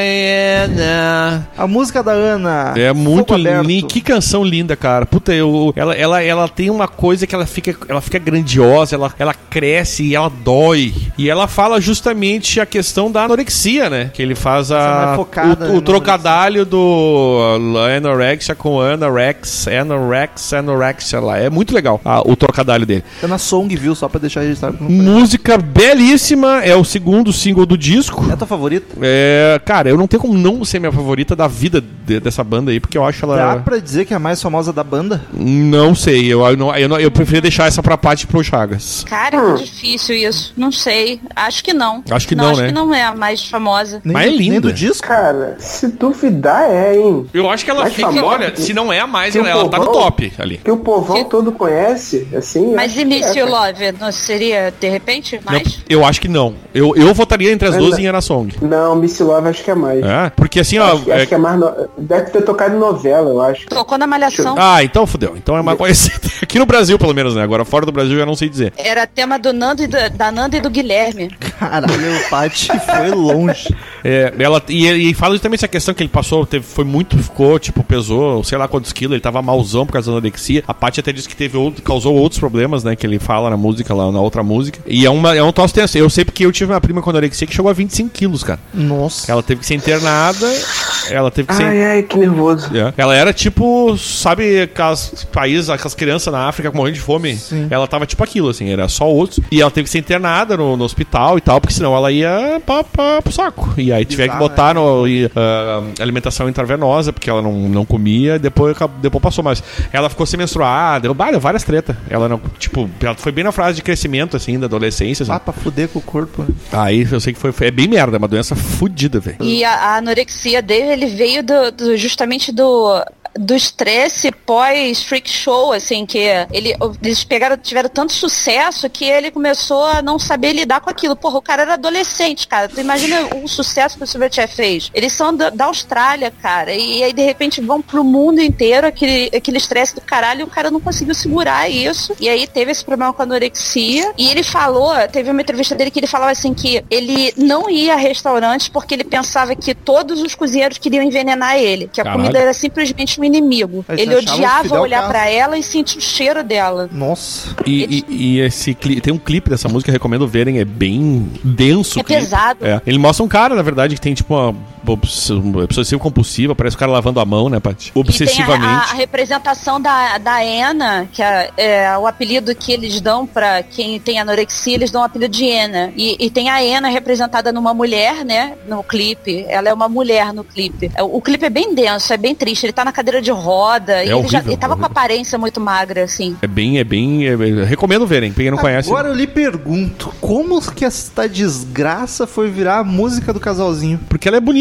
Diana. A música da Ana. É muito Fogo Aberto. linda. Que canção linda, cara. Puta, eu, ela, ela, ela tem uma coisa que ela fica, ela fica grandiosa, ela, ela cresce e ela dói. E ela fala justamente a questão da anorexia, né? Que ele faz Essa a, mais focada, o, né, o trocadilho do anorexia com anorex, anorex, anorexia lá. É muito legal ah, o trocadilho dele. Tá na Song, viu? Só pra deixar registrado. que eu não falei. Música belíssima, é o segundo single do disco. É a tua favorita? É, cara, eu não tenho como não ser minha favorita da vida de- dessa banda aí, porque eu acho ela... Dá pra dizer que é a mais famosa da banda? Não sei, eu, eu, não, eu, não- eu prefiro deixar essa pra Paty e pro Chagas. Cara, que difícil isso. Não sei. Acho que não. Acho que não, acho né? que não é a mais famosa. Nem Mas é do- Nem linda. do disco? Cara, se duvidar é, hein? Eu acho que ela Mais fica, famosa olha, que- se não é a mais, que ela, o ela tá no povão- top ali. Que o povão todo conhece, assim. Mas acho e que Miss é, You cara. Love? Não seria, de repente, Não, mais? eu acho que não. Eu, eu votaria entre as Mas duas não. em Ana Song. Não, Missy Love acho que é mais. É? Porque assim, ó. acho, que- é- acho que é mais. No... Deve ter tocado em novela, eu acho. Tocou na Malhação. Ah, então fudeu. Então é mais conhecida. Aqui no Brasil, pelo menos, né? Agora fora do Brasil eu já não sei dizer. Era tema do Nando e da, da Nanda e do Guilherme. Caralho, o Paty foi longe. É, ela, e, e fala também essa questão que ele passou, teve, foi muito, ficou, tipo, pesou, sei lá quantos quilos, ele tava malzão por causa da anorexia. A Paty até disse que teve outro, causou outros problemas, né, que ele fala na música, lá na outra música. E é, uma, é um troço tenso. Eu sei porque eu tive uma prima com anorexia que chegou a vinte e cinco quilos, cara. Nossa. Ela teve que ser internada, ela teve que ser... Ai, ai, que nervoso. É. Ela era tipo, sabe, aquelas países, aquelas crianças na África morrendo de fome. Sim. Ela tava tipo aquilo, assim, era só osso. E ela teve que ser internada no, no hospital e tal, porque senão ela ia pra, pra, pro saco. E aí tiver que Bizarro, botar no, e, ah, alimentação intravenosa, porque ela não, não comia, depois, depois passou. Mas ela ficou sem menstruar, deu, deu várias tretas. Ela não, tipo, ela foi bem na fase de crescimento, assim, da adolescência. Assim. Ah, pra fuder com o corpo. né? Aí eu sei que foi, foi é bem merda, é uma doença fodida, velho. E a, a anorexia dele, ele veio do, do- justamente do do estresse pós freak show, assim, que ele, eles pegaram, tiveram tanto sucesso que ele começou a não saber lidar com aquilo. Porra, o cara era adolescente, cara. Tu imagina o sucesso que o Silverchair fez. Eles são da, da Austrália, cara, e aí de repente vão pro mundo inteiro, aquele aquele estresse do caralho, e o cara não conseguiu segurar isso. E aí teve esse problema com a anorexia. E ele falou, teve uma entrevista dele que ele falava assim que ele não ia a restaurantes porque ele pensava que todos os cozinheiros queriam envenenar ele, que a Caralho. comida era simplesmente um inimigo. Aí Ele você achava o odiava Fidel olhar Castro. pra ela e sentir o cheiro dela. Nossa. E, e- e esse cli- tem um clipe dessa música, recomendo verem, é bem denso. o É clipe. pesado. É. Ele mostra um cara, na verdade, que tem tipo uma obs- uma obsessiva compulsiva, parece o cara lavando a mão, né, Paty? E tem a, a- Obsessivamente. a representação da, da Ana, que é, é o apelido que eles dão pra quem tem anorexia, eles dão o apelido de Ana. E, e tem a Ana representada numa mulher, né, no clipe. Ela é uma mulher no clipe. O, o clipe é bem denso, é bem triste. Ele tá na cadeira de roda. É e ele, horrível, já, ele tava com horrível. a aparência muito magra, assim. É bem, é bem. é- é- recomendo verem, pra quem não conhece. Agora eu lhe pergunto, como que esta desgraça foi virar a música do casalzinho? Porque ela é bonita,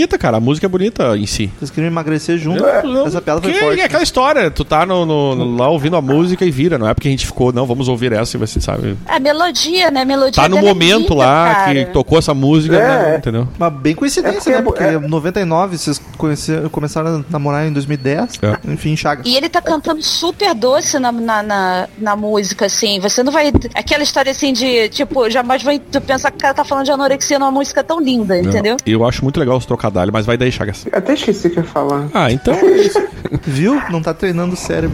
bonita, cara. A música é bonita em si. Vocês queriam emagrecer junto? É, não, Essa piada foi que forte. é aquela história. Tu tá no, no- no- lá ouvindo a música e vira. Não é porque a gente ficou, não, vamos ouvir essa e você sabe. A melodia, né? A melodia Tá no dela é momento linda, lá cara. que tocou essa música, É. né, entendeu? Mas bem coincidência, É né? porque- Porque é- em noventa e nove vocês conheceram, começaram a namorar em dois mil e dez. É. Enfim, Chaga. E ele tá cantando super doce na, na, na, na música, assim. Você não vai... Aquela história, assim, de, tipo, jamais vai tu pensar que o cara tá falando de anorexia numa música tão linda, entendeu? Eu acho muito legal os trocadilhos, mas vai daí, Chagas. Até esqueci o que eu ia falar. Ah, então é isso. Viu? Não tá treinando o cérebro.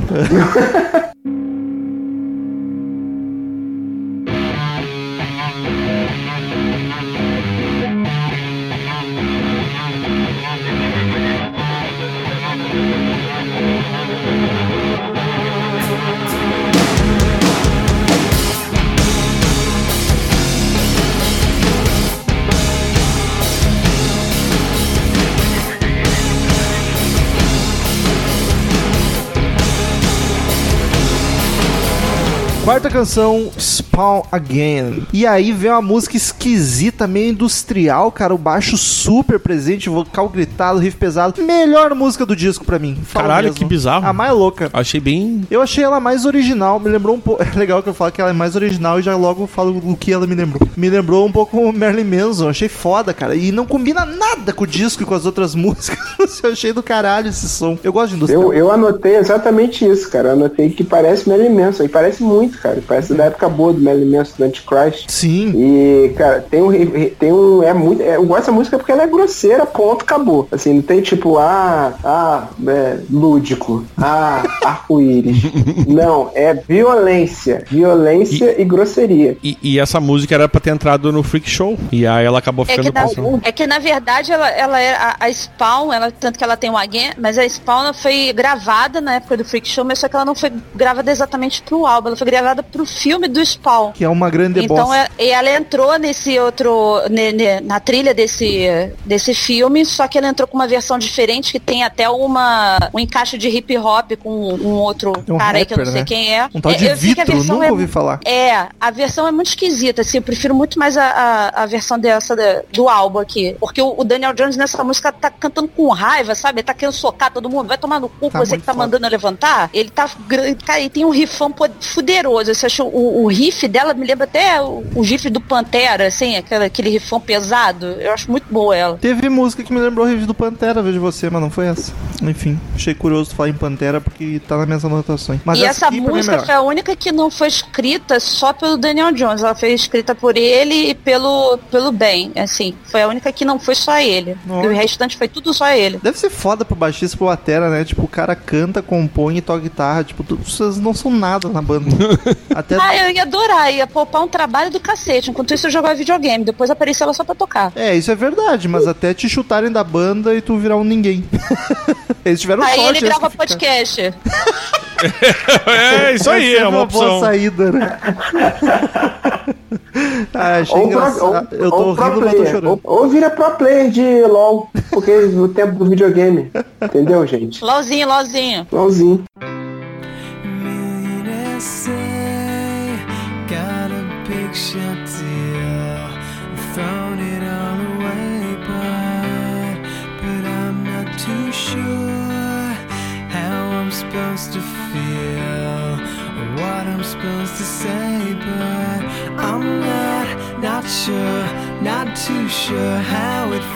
Quarta canção, Spawn Again. E aí vem uma música esquisita, meio industrial, cara. O baixo super presente, vocal gritado, riff pesado. Melhor música do disco pra mim. Falo Caralho, mesmo. que bizarro. A mais louca. Achei bem... Eu achei ela mais original, me lembrou um pouco... É legal que eu falo que ela é mais original e já logo falo o que ela me lembrou. Me lembrou um pouco o Marilyn Manson, achei foda, cara. E não combina nada com o disco e com as outras músicas. Eu achei do caralho esse som. Eu gosto de industrial. Eu, eu anotei exatamente isso, cara. Eu anotei que parece Marilyn Manson. E parece muito, cara. Parece da época boa do Marilyn Manson, do Antichrist. Sim. E, cara, tem um... Tem um é muito, é, eu gosto dessa música porque ela é grosseira, ponto, acabou. Assim, não tem tipo, ah, ah, é, lúdico. Ah, arco-íris. Não, é violência. Violência e, e grosseria. E, e essa música era pra ter entrado no Freak Show. E aí ela acabou É ficando que, na, com... é que na verdade ela, ela é a, a Spawn, ela, tanto que ela tem um Again, mas a Spawn ela foi gravada na época do Freak Show, mas só que ela não foi gravada exatamente pro álbum, ela foi gravada pro filme do Spawn. Que é uma grande Então bosta. é, e ela entrou nesse outro ne, ne, na trilha desse, desse filme, só que ela entrou com uma versão diferente que tem até uma um encaixe de hip hop com um outro É um cara aí que eu não rapper, sei né? quem é. Um tal É, de eu sei que a Vitro, versão nunca é- ouvi falar. É, a versão é muito esquisita, assim, eu prefiro muito mais a, a, a versão dessa da- do álbum aqui. Porque o, o Daniel Jones nessa música tá cantando com raiva, sabe? Ele tá querendo socar todo mundo, vai tomar no cu, Tá você muito que tá foda. mandando eu levantar. Ele tá. gra- Cara, ele tem um riffão po- fuderoso. Você achou, o, o riff dela me lembra até o, o riff do Pantera, assim, aquela, aquele riffão pesado. Eu acho muito boa ela. Teve música que me lembrou o review do Pantera, vejo você, mas não foi essa. Enfim, achei curioso falar em Pantera porque tá nas minhas anotações. Mas e essa aqui, pra mim, é música melhor. foi a única que não foi escrita só pelo Daniel Jones. Ela foi escrita por ele e pelo, pelo Ben, assim. Foi a única que não foi só ele. Nossa. E o restante foi tudo só ele. Deve ser foda pro baixista e pro batera, né? Tipo, o cara canta, compõe e toca guitarra. Tipo, tu- vocês não são nada na banda. Até... Ah, eu ia adorar, ia poupar um trabalho do cacete. Enquanto isso eu jogava videogame, depois aparecia ela só pra tocar. É, isso é verdade, mas até te chutarem da banda e tu virar um ninguém. Eles tiveram Aí sorte. ele esses grava que ficaram. podcast. É, isso aí, Essa é uma uma boa opção. saída, né? Ah, achei Ou, pro, ou, engraçado. Eu tô ou pro rindo, mas tô player. chorando. Ou, ou vira pro player de LOL. Porque no tempo do videogame. Entendeu, gente? Lozinho, Lozinho. LOLzinho. Millionaires say, got a big shot deal, thrown it all away, but, but I'm not too sure how I'm supposed to feel, or what I'm supposed to say, but I'm not, not sure, not too sure how it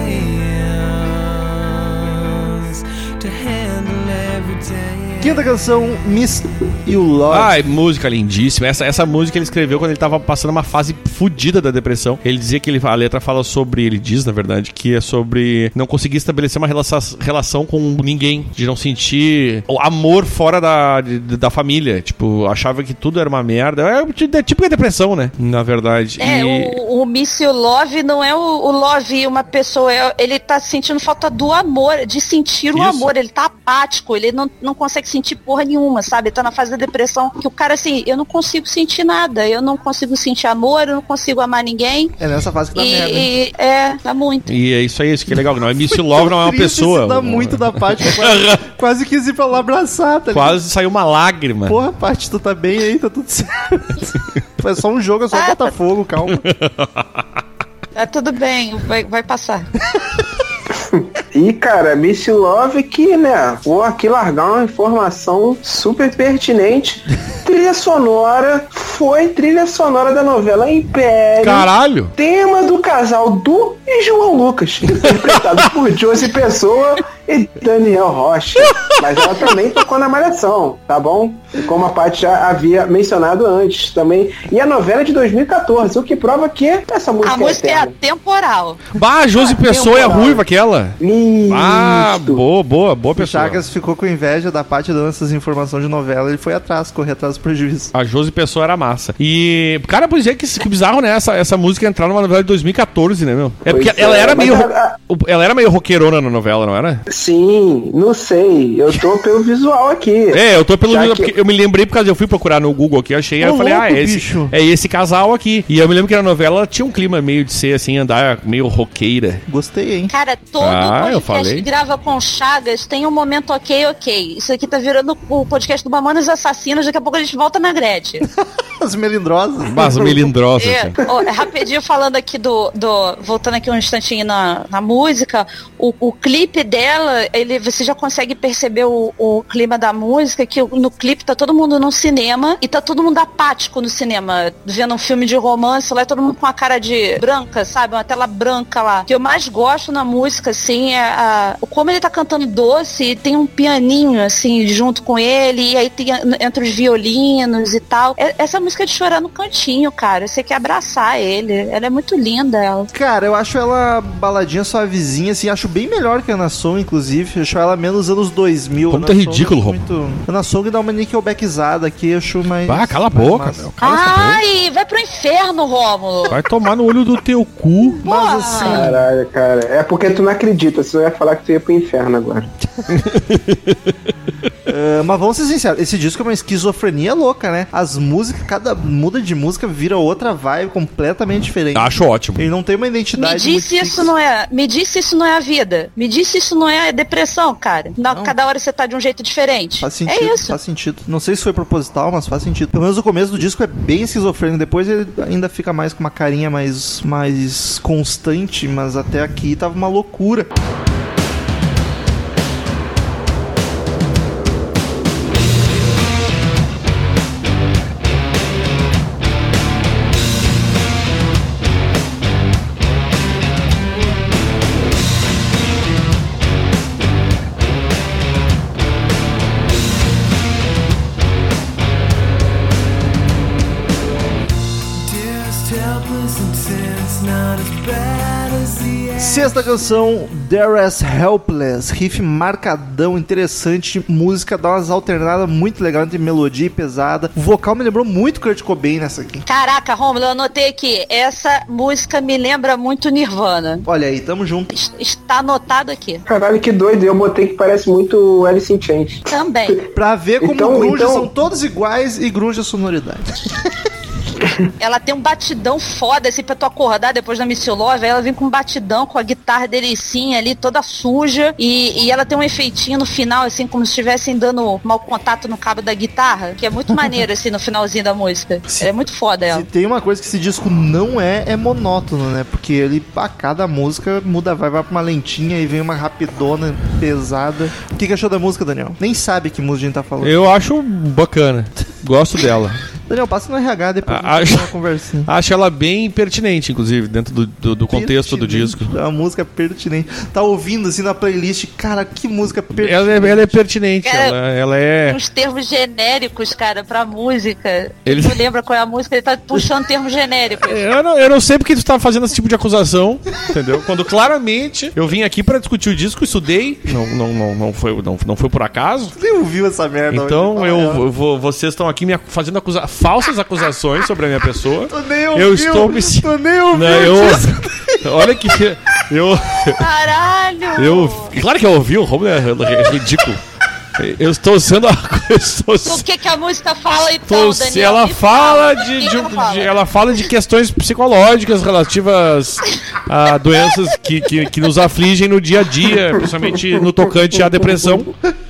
feels to handle every day. Quinta canção, Miss You Love. Ai, música lindíssima. Essa, essa música ele escreveu quando ele tava passando uma fase fodida da depressão. Ele dizia que ele, a letra fala sobre, ele diz, na verdade, que é sobre não conseguir estabelecer uma relação, relação com ninguém, de não sentir o amor fora da, de- da família. Tipo, achava que tudo era uma merda. É, é tipo a depressão, né? Na verdade. É, E- o, o Miss You Love não é o, o love uma pessoa, é- ele tá sentindo falta do amor, de sentir o Isso. amor, ele tá apático, ele não, não consegue sentir porra nenhuma, sabe? Ele tá na fase da depressão, que o cara assim, eu não consigo sentir nada, eu não consigo sentir amor, eu não consigo amar ninguém, É nessa fase que dá e, merda. hein? e é, dá muito. E é isso aí, isso que é legal. Não é Miss You Love, não é uma Triste, pessoa. Isso dá muito da Paty. Quase, quase quis ir pra lá abraçar, tá ligado? Quase saiu uma lágrima. Porra, Paty, tu tá bem aí, tá tudo certo. Foi só um jogo, é só Ah, tá- Botafogo, calma. Tá tudo bem, vai, vai passar. E, cara, Miss Love que, né, vou aqui largar uma informação super pertinente. Trilha sonora foi trilha sonora da novela Império. Caralho! Tema do casal Du e João Lucas, interpretado por Josi Pessoa e Daniel Rocha. Mas ela também tocou na Malhação, tá bom? Como a Paty já havia mencionado antes também. E a novela é de dois mil e catorze, o que prova que essa música A música é é eterna. atemporal. Bah, a Josi Pessoa é a temporal. ruiva aquela. Isso. Ah, boa, boa, boa O pessoa. Chagas ficou com inveja da Paty dando essas informações de novela. Ele foi atrás, correr atrás do prejuízo. A Josi Pessoa era massa. E, cara, pois é que, que bizarro, né? Essa, essa música entrar numa novela de dois mil e catorze, né, meu? É Pois porque é, ela era mas meio. a- a- ro- Ela era meio roqueirona na novela, não era? Sim, não sei. Eu tô pelo visual aqui. É, eu tô pelo. Já porque que- eu me lembrei por causa eu fui procurar no Google aqui, achei, aí eu Ô, falei, ah, louco, é esse, bicho. é esse casal aqui. E eu me lembro que na novela ela tinha um clima meio de ser assim, andar meio roqueira. Gostei, hein? Cara, todo Ah, eu podcast falei. que grava com Chagas tem um momento ok, ok. Isso aqui tá virando o podcast do Mamonas Assassinos, daqui a pouco a gente volta na Gretchen. As melindrosas. Mas melindrosa, É, assim. ó, rapidinho falando aqui do, do. Voltando aqui um instantinho na, na música, o, o clipe dela, ele, você já consegue perceber o, o clima da música, que no clipe tá todo mundo no cinema e tá todo mundo apático no cinema, vendo um filme de romance lá, e todo mundo com a cara de branca, sabe? Uma tela branca lá. O que eu mais gosto na música, assim, é a, como ele tá cantando doce e tem um pianinho, assim, junto com ele, e aí tem entre os violinos e tal. É- essa música é de chorar no cantinho, cara. Você quer abraçar ele. Ela é muito linda, ela. Cara, eu acho ela baladinha suavezinha, assim, acho bem melhor que a Ana Song, inclusive. Acho ela menos anos dois mil. Como Ana tá Song ridículo, acho Romulo. muito... Ana Song dá uma nickelbackizada aqui, acho mais... Ah, cala a mais boca, massa. meu. Cala essa boca. Ai, vai pro inferno, Rômulo. Vai tomar no olho do teu cu. Mas Porra. assim, Caralho, cara. É porque tu não acredita, senão eu ia falar que tu ia pro inferno agora. Uh, mas vamos ser sinceros, esse disco é uma esquizofrenia louca, né? As músicas, cada muda de música vira outra vibe completamente diferente. Acho ótimo. Ele não tem uma Me identidade diz muito se isso fixa. não é. Me diz se isso não é a vida. Me diz se isso não é a depressão, cara. Na- Não. cada hora você tá de um jeito diferente. Faz sentido, é isso. faz sentido. Não sei se foi proposital, mas faz sentido. Pelo menos o começo do disco é bem esquizofrênico. Depois ele ainda fica mais com uma carinha mais, mais constante, mas até aqui tava uma loucura. Just helpless and tense, not as bad as the Sexta canção, There As Helpless. Riff marcadão, interessante. Música dá umas alternadas muito legal entre melodia e pesada. O vocal me lembrou muito Kurt Cobain nessa aqui. Caraca, Rômulo, eu anotei aqui. Essa música me lembra muito Nirvana. Olha aí, tamo junto. Es- Está anotado aqui. Caralho, que doido. Eu botei que parece muito Alice in Chains. Também. Pra ver como Então- grunge então- são todos iguais e grunge a sonoridade. Ela tem um batidão foda, assim, pra tu acordar depois da Miss Love. Aí ela vem com um batidão, com a guitarra delicinha ali, toda suja. E, e ela tem um efeitinho no final, assim, como se estivessem dando mau contato no cabo da guitarra. Que é muito maneiro, assim, no finalzinho da música. É muito foda ela. Se tem uma coisa que esse disco não é, é monótono, né? Porque ele, a cada música, muda, vai, vai pra uma lentinha e vem uma rapidona pesada. O que, que achou da música, Daniel? Nem sabe que música a gente tá falando. Eu acho bacana. Gosto dela. Daniel, passa no R H depois Ah, a gente acho- tem uma conversinha. Acho ela bem pertinente, inclusive, dentro do, do, do contexto do disco. É uma música pertinente. Tá ouvindo assim na playlist, cara, que música pertinente. Ela é, ela é pertinente, É. ela, ela é. Uns termos genéricos, cara, pra música. Ele- Ele não lembra qual é a música, ele tá puxando termos genéricos. Eu não, eu não sei porque tu tá fazendo esse tipo de acusação, entendeu? Quando claramente eu vim aqui pra discutir o disco, estudei, não, não, não, não, foi, não, não foi por acaso. Nem ouviu essa merda. Então hoje. eu, Ah, eu vou, vocês estão aqui me acu- fazendo acusa falsas acusações sobre a minha pessoa. Tu nem ouviu, Eu estou me tu nem ouviu Não, eu, disso. olha que eu, Caralho! eu, claro que eu ouvi, o Romulo é, é ridículo. Eu estou sendo a, eu estou, O que que a música fala então, estou- Daniel? ela Me fala O de, que de- que ela fala? de- ela fala de questões psicológicas relativas a doenças que, que, que nos afligem no dia a dia, principalmente no tocante à depressão.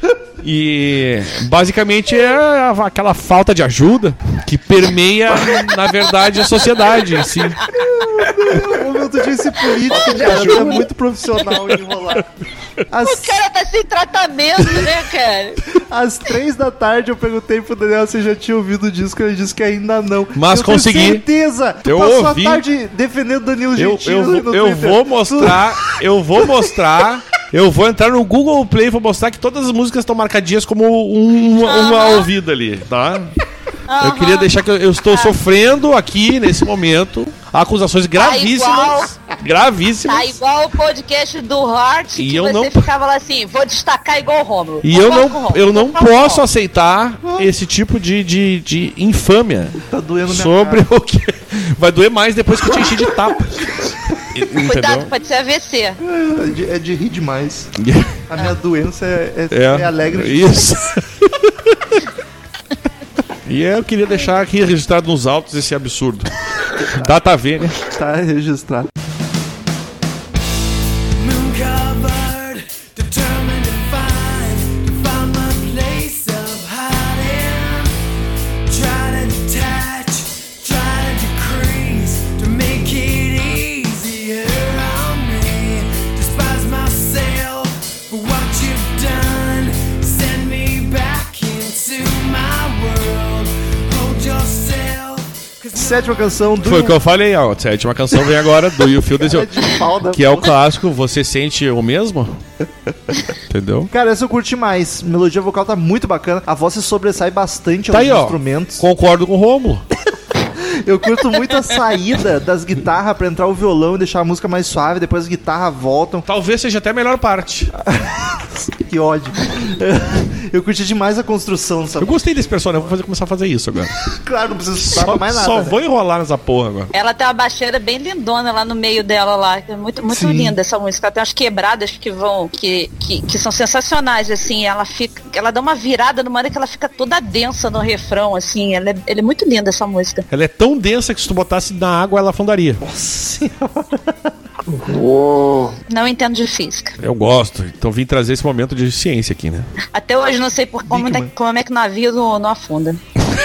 E basicamente é aquela falta de ajuda que permeia, na verdade, a sociedade em si. O momento de esse político, cara, é muito profissional em enrolar. As, O cara tá sem tratamento, né, cara? às três da tarde eu perguntei pro Daniel se já tinha ouvido o disco, ele disse que ainda não. Mas eu consegui. Tenho certeza. Tu Eu passou ouvi. a tarde defendendo Danilo Eu, Gentili eu, no vou- eu Twitter. vou mostrar, eu vou mostrar, eu vou entrar no Google Play e vou mostrar que todas as músicas estão marcadinhas como um- uma, uma Aham. ouvida ali, tá? Eu Aham. queria deixar que eu, eu estou sofrendo aqui, nesse momento, acusações gravíssimas. Gravíssimas. Tá igual o podcast do Heart, E que eu você não- ficava lá assim, vou destacar igual o Romulo. E eu Concordo não, com o Romulo, eu não concordo com o posso Romulo. aceitar esse tipo de, de, de infâmia Tá doendo minha sobre o que. Vai doer mais depois que eu te enchi de tapa. Cuidado, Entendeu? pode ser A V C. cara. É de, é de rir demais. A minha doença é, é, É, é alegre. isso. E eu queria deixar aqui registrado nos autos esse absurdo. Data V, né? Tá registrado. Moon covered, determined to find, to find my place of hiding. Try to detach, try to decrease, to make it easier on me. Despise myself for what you've done. Send me back into my world. Hold yourself. 'Cause Sétima canção do Foi o que eu falei, ó. A sétima canção vem agora do You Feel This Way, de pau da que é o clássico Você Sente o Mesmo? Entendeu? Cara, essa eu curti mais. Melodia vocal tá muito bacana. A voz se sobressai bastante Tá aos aí, ó. instrumentos. Concordo com o Rômulo. Eu curto muito a saída das guitarras pra entrar o violão e deixar a música mais suave. Depois as guitarras voltam. Talvez seja até a melhor parte. Que ódio. Eu curti demais a construção dessa Eu gostei desse personagem, vou fazer, começar a fazer isso agora. Claro, não precisa estudar Só, pra mais nada. só né? vou enrolar nessa porra agora. Ela tem uma baixeira bem lindona lá no meio dela lá. que é Muito, muito Sim. linda essa música. Ela tem umas quebradas que vão. Que, que, que são sensacionais, assim. Ela fica. Ela dá uma virada numa hora que ela fica toda densa no refrão, assim. Ela é, ela é muito linda essa música. Ela é tão densa que se tu botasse na água, ela afundaria. Uou. Não entendo de física. Eu gosto. Então vim trazer esse momento de ciência aqui, né? Até hoje não sei por como, é, como é que o navio não, não afunda.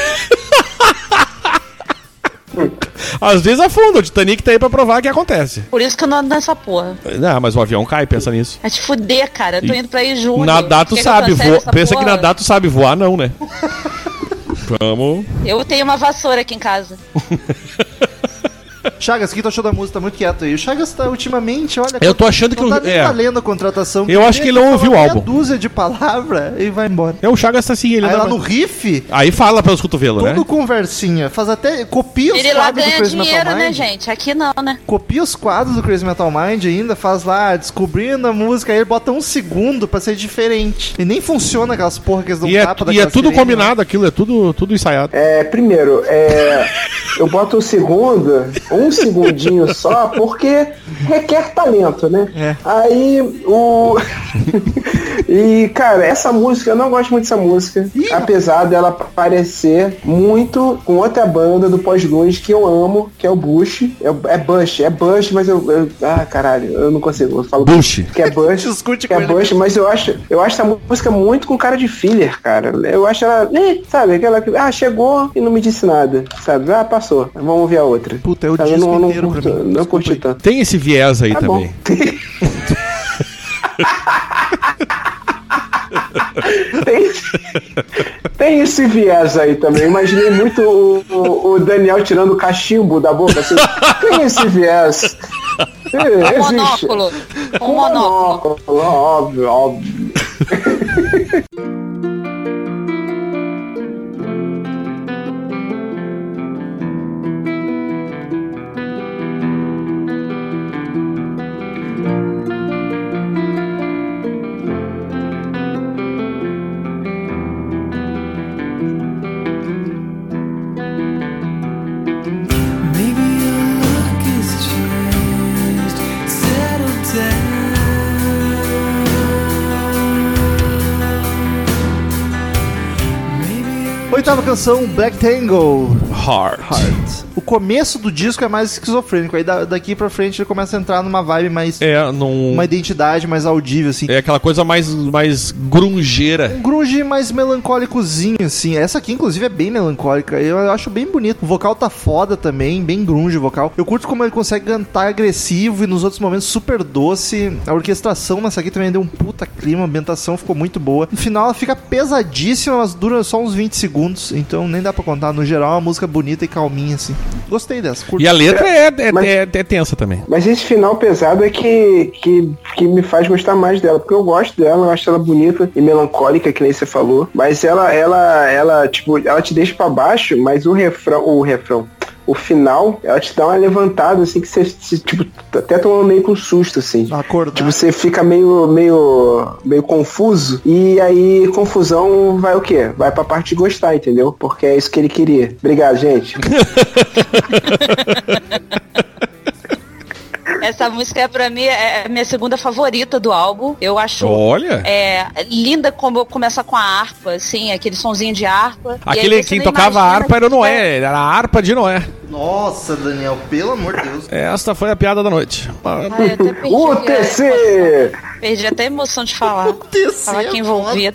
Às vezes afunda, o Titanic tá aí pra provar que acontece. Por isso que eu não ando nessa porra. Ah, mas o avião cai, pensa nisso. Vai te fuder, cara. Eu tô E- indo pra ir junto. Nadar tu Quer que eu sabe, cancele voa- essa pensa porra? que nadar tu sabe, voar não, né? Vamos. Eu tenho uma vassoura aqui em casa. Chagas, o que tu achou da música? Tá muito quieto aí. O Chagas tá ultimamente, olha... Eu tô achando que não não- tá nem é. valendo a contratação. Eu acho que ele não ouviu o Meia álbum. dúzia de palavra e vai embora. É o Chagas tá assim, ele Aí não lá vai- no riff, Aí fala pelos cotovelos, né? todo conversinha. Faz até... Copia os Ele lá quadros do ganha Crazy dinheiro, Metal né, Mind. gente? Aqui não, né? Copia os quadros do Crazy Metal Mind ainda, faz lá, descobrindo a música, aí ele bota um segundo pra ser diferente. E nem funciona aquelas porra que eles dão E é, tapa e é daquelas tudo sirenes, combinado aquilo, é tudo, tudo ensaiado. É, primeiro, é, eu boto o segundo, um segundinho só, porque requer talento, né? É. Aí, o... e, cara, essa música, eu não gosto muito dessa música, apesar dela parecer muito com outra banda do pós-grunge que eu amo, que é o Bush. É, é Bush, é Bush, mas eu, eu... Ah, caralho, eu não consigo. Eu falo Bush. que é Bush, Discute que com é ele. Bush, mas eu acho, eu acho essa música muito com cara de filler, cara. Eu acho ela, eh, sabe, aquela que, ah, chegou e não me disse nada, sabe? Ah, passou, vamos ouvir a outra. Puta, é o Sabe, disco não, não inteiro pra curto, mim. não Desculpa curti aí. tanto. Tem esse viés aí Tá também. bom. tem, tem esse viés aí também. Eu imaginei muito o, o- o Daniel tirando o cachimbo da boca. Assim. Tem esse viés. É, Um existe. monóculo. Um Com monóculo. monóculo, óbvio, óbvio. Maybe your luck has changed. Settle down. Maybe I'm Oitava canção, Black Tango. Heart. Heart. O começo do disco é mais esquizofrênico, aí da, daqui pra frente ele começa a entrar numa vibe mais... É, num... uma identidade mais audível, assim. É aquela coisa mais, mais grungeira. Um grunge mais melancólicozinho, assim. Essa aqui, inclusive, é bem melancólica. Eu acho bem bonito. O vocal tá foda também, bem grunge o vocal. Eu curto como ele consegue cantar agressivo e nos outros momentos super doce. A orquestração nessa aqui também deu um puta clima, a ambientação ficou muito boa. No final ela fica pesadíssima, mas dura só uns vinte segundos, então nem dá pra contar. No geral é uma música bonita e calminha, assim. Gostei dessa. Curto. E a letra é, é, Mas- é, é tensa também. Mas esse final pesado é que, que, que me faz gostar mais dela, porque eu gosto dela, eu acho ela bonita e melancólica, que nem você falou. Mas ela, ela, ela, tipo, ela te deixa pra baixo, mas o refrão, o refrão, o final, ela te dá uma levantada, assim, que você, você, tipo, até toma meio com susto, assim. Acordar. Tipo, você fica meio, meio, meio confuso, e aí confusão vai o quê? Vai pra parte de gostar, entendeu? Porque é isso que ele queria. Obrigado, gente. Essa música é pra mim é a minha segunda favorita do álbum. Eu acho Olha! é, linda como começa com a harpa, assim, aquele sonzinho de harpa. E aí Aquele você quem não tocava a imagina harpa era o que Noé, era a harpa de Noé. Nossa, Daniel, pelo amor de Deus. Esta foi a piada da noite. Ai, eu até perdi U a T C! emoção. Perdi até a emoção de falar. T C Tava é aqui envolvido.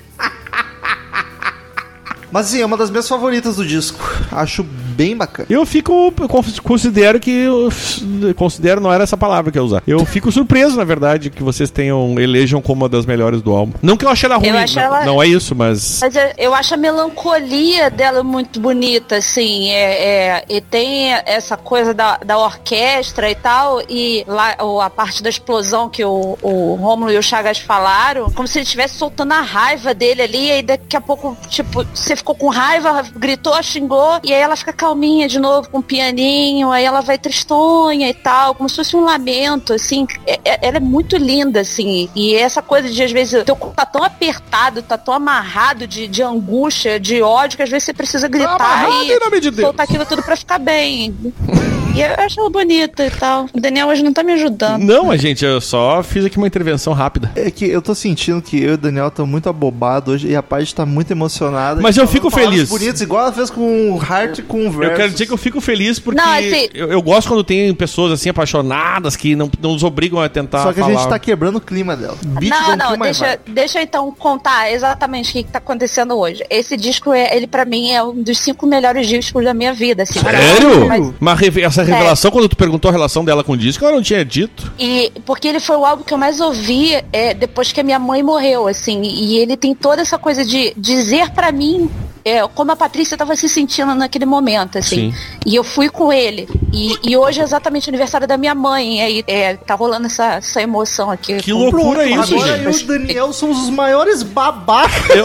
Mas sim, é uma das minhas favoritas do disco. Acho bem bacana. Eu fico, eu con- considero que, eu considero, não era essa palavra que eu ia usar. Eu fico surpreso, na verdade, que vocês tenham, elejam como uma das melhores do álbum. Não que eu achei ela ruim, Eu acho não, ela- não é isso, mas... Mas eu, eu acho a melancolia dela muito bonita, assim, é, é, e tem essa coisa da, da orquestra e tal, e lá o- a parte da explosão que o, o Rômulo e o Chagas falaram, como se ele estivesse soltando a raiva dele ali, e aí daqui a pouco, tipo, você ficou com raiva, gritou, xingou, e aí ela fica calminha de novo com o pianinho, aí ela vai tristonha e tal, como se fosse um lamento, assim. É- é- ela é muito linda, assim, e essa coisa de, às vezes, o teu corpo tá tão apertado, tá tão amarrado de, de angústia, de ódio, que às vezes você precisa gritar amarrado e em nome de Deus. soltar aquilo tudo pra ficar bem. E eu acho ela bonita e tal. O Daniel hoje não tá me ajudando. Não, mas gente, eu só fiz aqui uma intervenção rápida. É que eu tô sentindo que eu e o Daniel estamos muito abobados hoje e a Paty tá muito emocionada. Mas eu fico Falando feliz. bonitos, igual ela fez com o Heart e com o Versus. Eu quero dizer que eu fico feliz porque Não, assim- eu, eu gosto quando tem pessoas assim apaixonadas que não, não nos obrigam a tentar Só que a falar. gente tá quebrando o clima dela. Beat Não, dá um não, clima mais deixa, deixa eu então contar exatamente o que, que tá acontecendo hoje. Esse disco, é, ele pra mim é um dos cinco melhores discos da minha vida. Assim, Sério? Mas- Uma reve- essa revelação, quando tu perguntou a relação dela com o disco, ela não tinha dito. E porque ele foi o álbum que eu mais ouvi é, depois que a minha mãe morreu, assim, e ele tem toda essa coisa de dizer pra mim é, como a Patrícia tava se sentindo naquele momento, assim. Sim. E eu fui com ele. E, e hoje é exatamente o aniversário da minha mãe. E aí é, tá rolando essa, essa emoção aqui. Que loucura isso, Agora gente. eu e o Daniel somos os maiores babacas. Eu,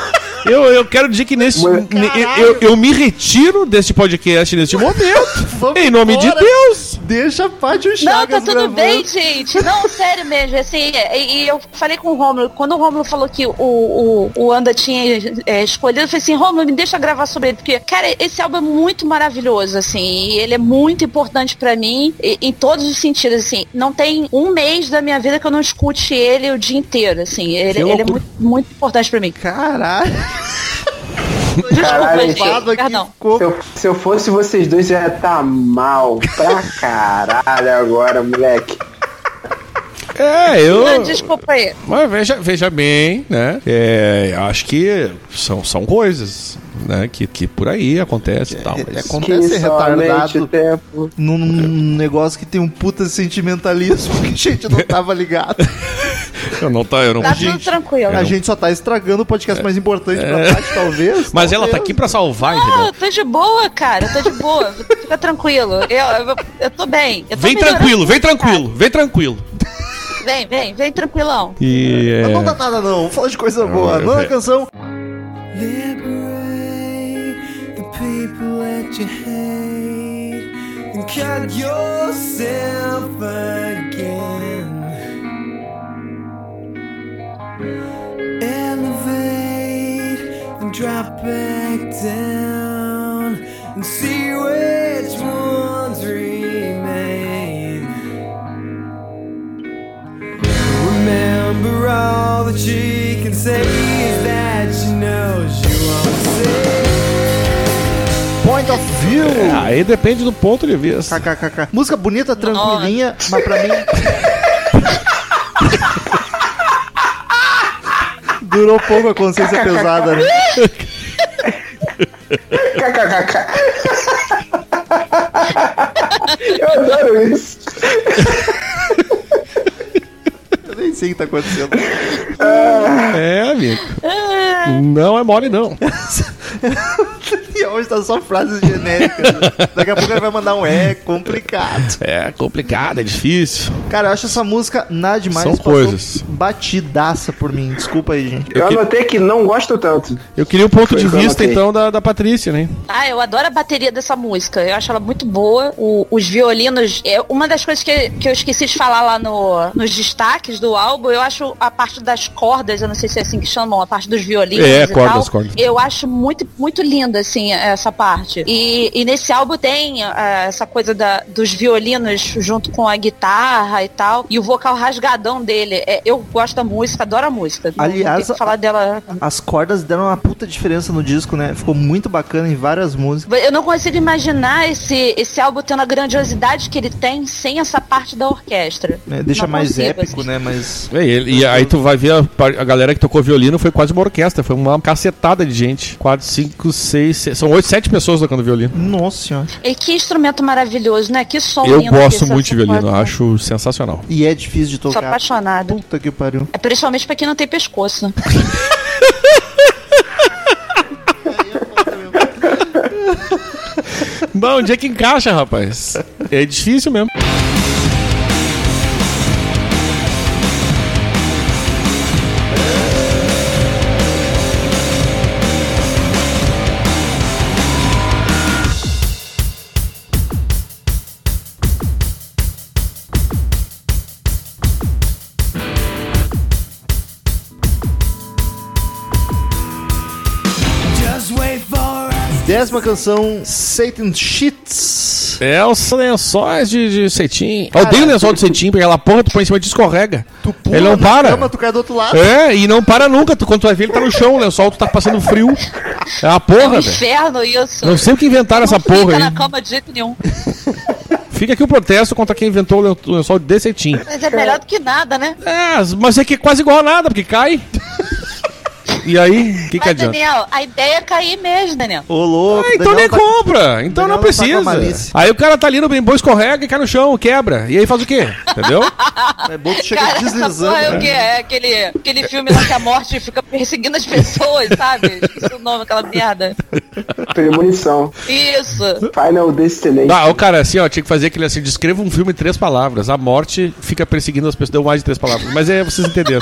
eu, eu quero dizer que nesse. Mas- ne- eu, eu me retiro deste podcast neste momento. Vamos em nome de embora. Deus. Deixa a Paty e o Não, Chagas tá tudo gravando. bem, gente. Não, sério mesmo. Assim, e, e eu falei com o Rômulo, quando o Rômulo falou que o, o, o Anda tinha é, escolhido, eu falei assim, Rômulo, me deixa gravar sobre ele, porque, cara, esse álbum é muito maravilhoso, assim, e ele é muito importante pra mim, e, em todos os sentidos, assim. Não tem um mês da minha vida que eu não escute ele o dia inteiro, assim. Ele, ele é muito, muito importante pra mim. Caralho. Caralho, Desculpa, Babado gente. aqui Perdão. ficou. Se eu, se eu fosse vocês dois, já ia tá mal pra caralho agora, moleque. É, eu. Não, desculpa aí. Mas veja, veja bem, né? É, acho que são, são coisas, né? Que, que por aí acontece e tal. É, Mas... acontece Que somente retardado o tempo. num, num negócio que tem um puta sentimentalismo que a gente não tava ligado. Eu não tá, eu não Tá tudo tranquilo. A gente só tá estragando o podcast mais importante pra Paty, talvez. Mas ela tá talvez. aqui pra salvar, Não, entendeu? eu tô de boa, cara. Eu tô de boa. Fica tranquilo. Eu, eu, eu tô bem. Eu tô Vem melhorando, tranquilo, vem cara. tranquilo, vem tranquilo. Vem, vem, vem tranquilão. E Mas não dá é... nada não, vamos falar de coisa boa. eu- Nona canção. Liberate the people that you hate and cut yourself again. Elevate and drop back down and see which ones remain. Remember all that she can say is that she knows you won't say. Point Point of View. É, aí depende do ponto de vista. KKKK. Música bonita, tranquilinha, mas pra mim... Durou pouco a consciência pesada, né? Eu adoro isso. Eu nem sei o que tá acontecendo. É, amigo. Não é mole, não. E hoje tá só frases genéricas. Né? Daqui a pouco ele vai mandar um é complicado. É complicado, é difícil. Cara, eu acho essa música nada demais. São coisas. Batidaça por mim. Desculpa aí, gente. Eu, eu anotei que não gosto tanto. Eu queria o ponto Foi de que eu vista, anotei. então, da, da Patrícia, né? Ah, eu adoro a bateria dessa música. Eu acho ela muito boa. O- os violinos. É uma das coisas que, que eu esqueci de falar lá no, nos destaques do álbum. Eu acho a parte das cordas, eu não sei se é assim que chamam, a parte dos violinos. É, e cordas, tal, cordas. Eu acho muito, muito linda, assim, essa parte. E, e nesse álbum tem ah, essa coisa da, dos violinos junto com a guitarra e tal. E o vocal rasgadão dele. É, eu gosto da música, adoro a música. Não- Aliás, não tem que falar dela. As cordas deram uma puta diferença no disco, né? Ficou muito bacana em várias músicas. Eu não consigo imaginar esse, esse álbum tendo a grandiosidade que ele tem sem essa parte da orquestra. Né? Deixa Não mais consigo, épico, assim. né? Mas... É, e, e aí tu vai ver a, par- a galera que tocou violino foi quase uma orquestra, foi uma cacetada de gente. Quatro, cinco, seis, seis são oito, sete pessoas tocando violino. Nossa senhora. E que instrumento maravilhoso, né? Que som Eu lindo gosto que muito de essa violino, eu corda- acho sensacional. E é difícil de Sou tocar. apaixonada. Puta que pariu. É principalmente pra quem não tem pescoço. Bom, onde é que encaixa, rapaz? É difícil mesmo. Just wait for us. Décima canção, Satan Sheets. É os lençóis de, de cetim. Eu odeio lençol de cetim, porque aquela porra tu põe em cima e te escorrega. Tu pula Ele não na para. cama, tu cai do outro lado. É, e não para nunca. Tu, quando tu vai ver, ele tá no chão, o lençol, tu tá passando frio. É uma É um porra, velho. inferno isso. Não sei o que inventaram essa Não fica porra aí. na cama de jeito nenhum. Fica aqui o protesto contra quem inventou o len- o lençol de cetim. Mas é melhor do que nada, né? É, mas é que é quase igual a nada, porque cai. E aí, o que, que Mas, adianta? Daniel, a ideia é cair mesmo, Daniel. Ô, louco. Ah, então nem Daniel tá- compra. Então Daniel não não tá com a precisa. malícia. Aí o cara tá ali no bem bom, escorrega e cai no chão, quebra. E aí faz o quê? Entendeu? É bom que chega Cara, essa deslizando. porra é o né? quê? É aquele, aquele filme lá que a morte fica perseguindo as pessoas, sabe? Esqueci o nome, aquela merda. Premonição. Isso. Final Destination. Ah, o cara, assim, ó, tinha que fazer aquele assim, descreva um filme em três palavras. A morte fica perseguindo as pessoas. Deu mais de três palavras. Mas é, vocês entenderam.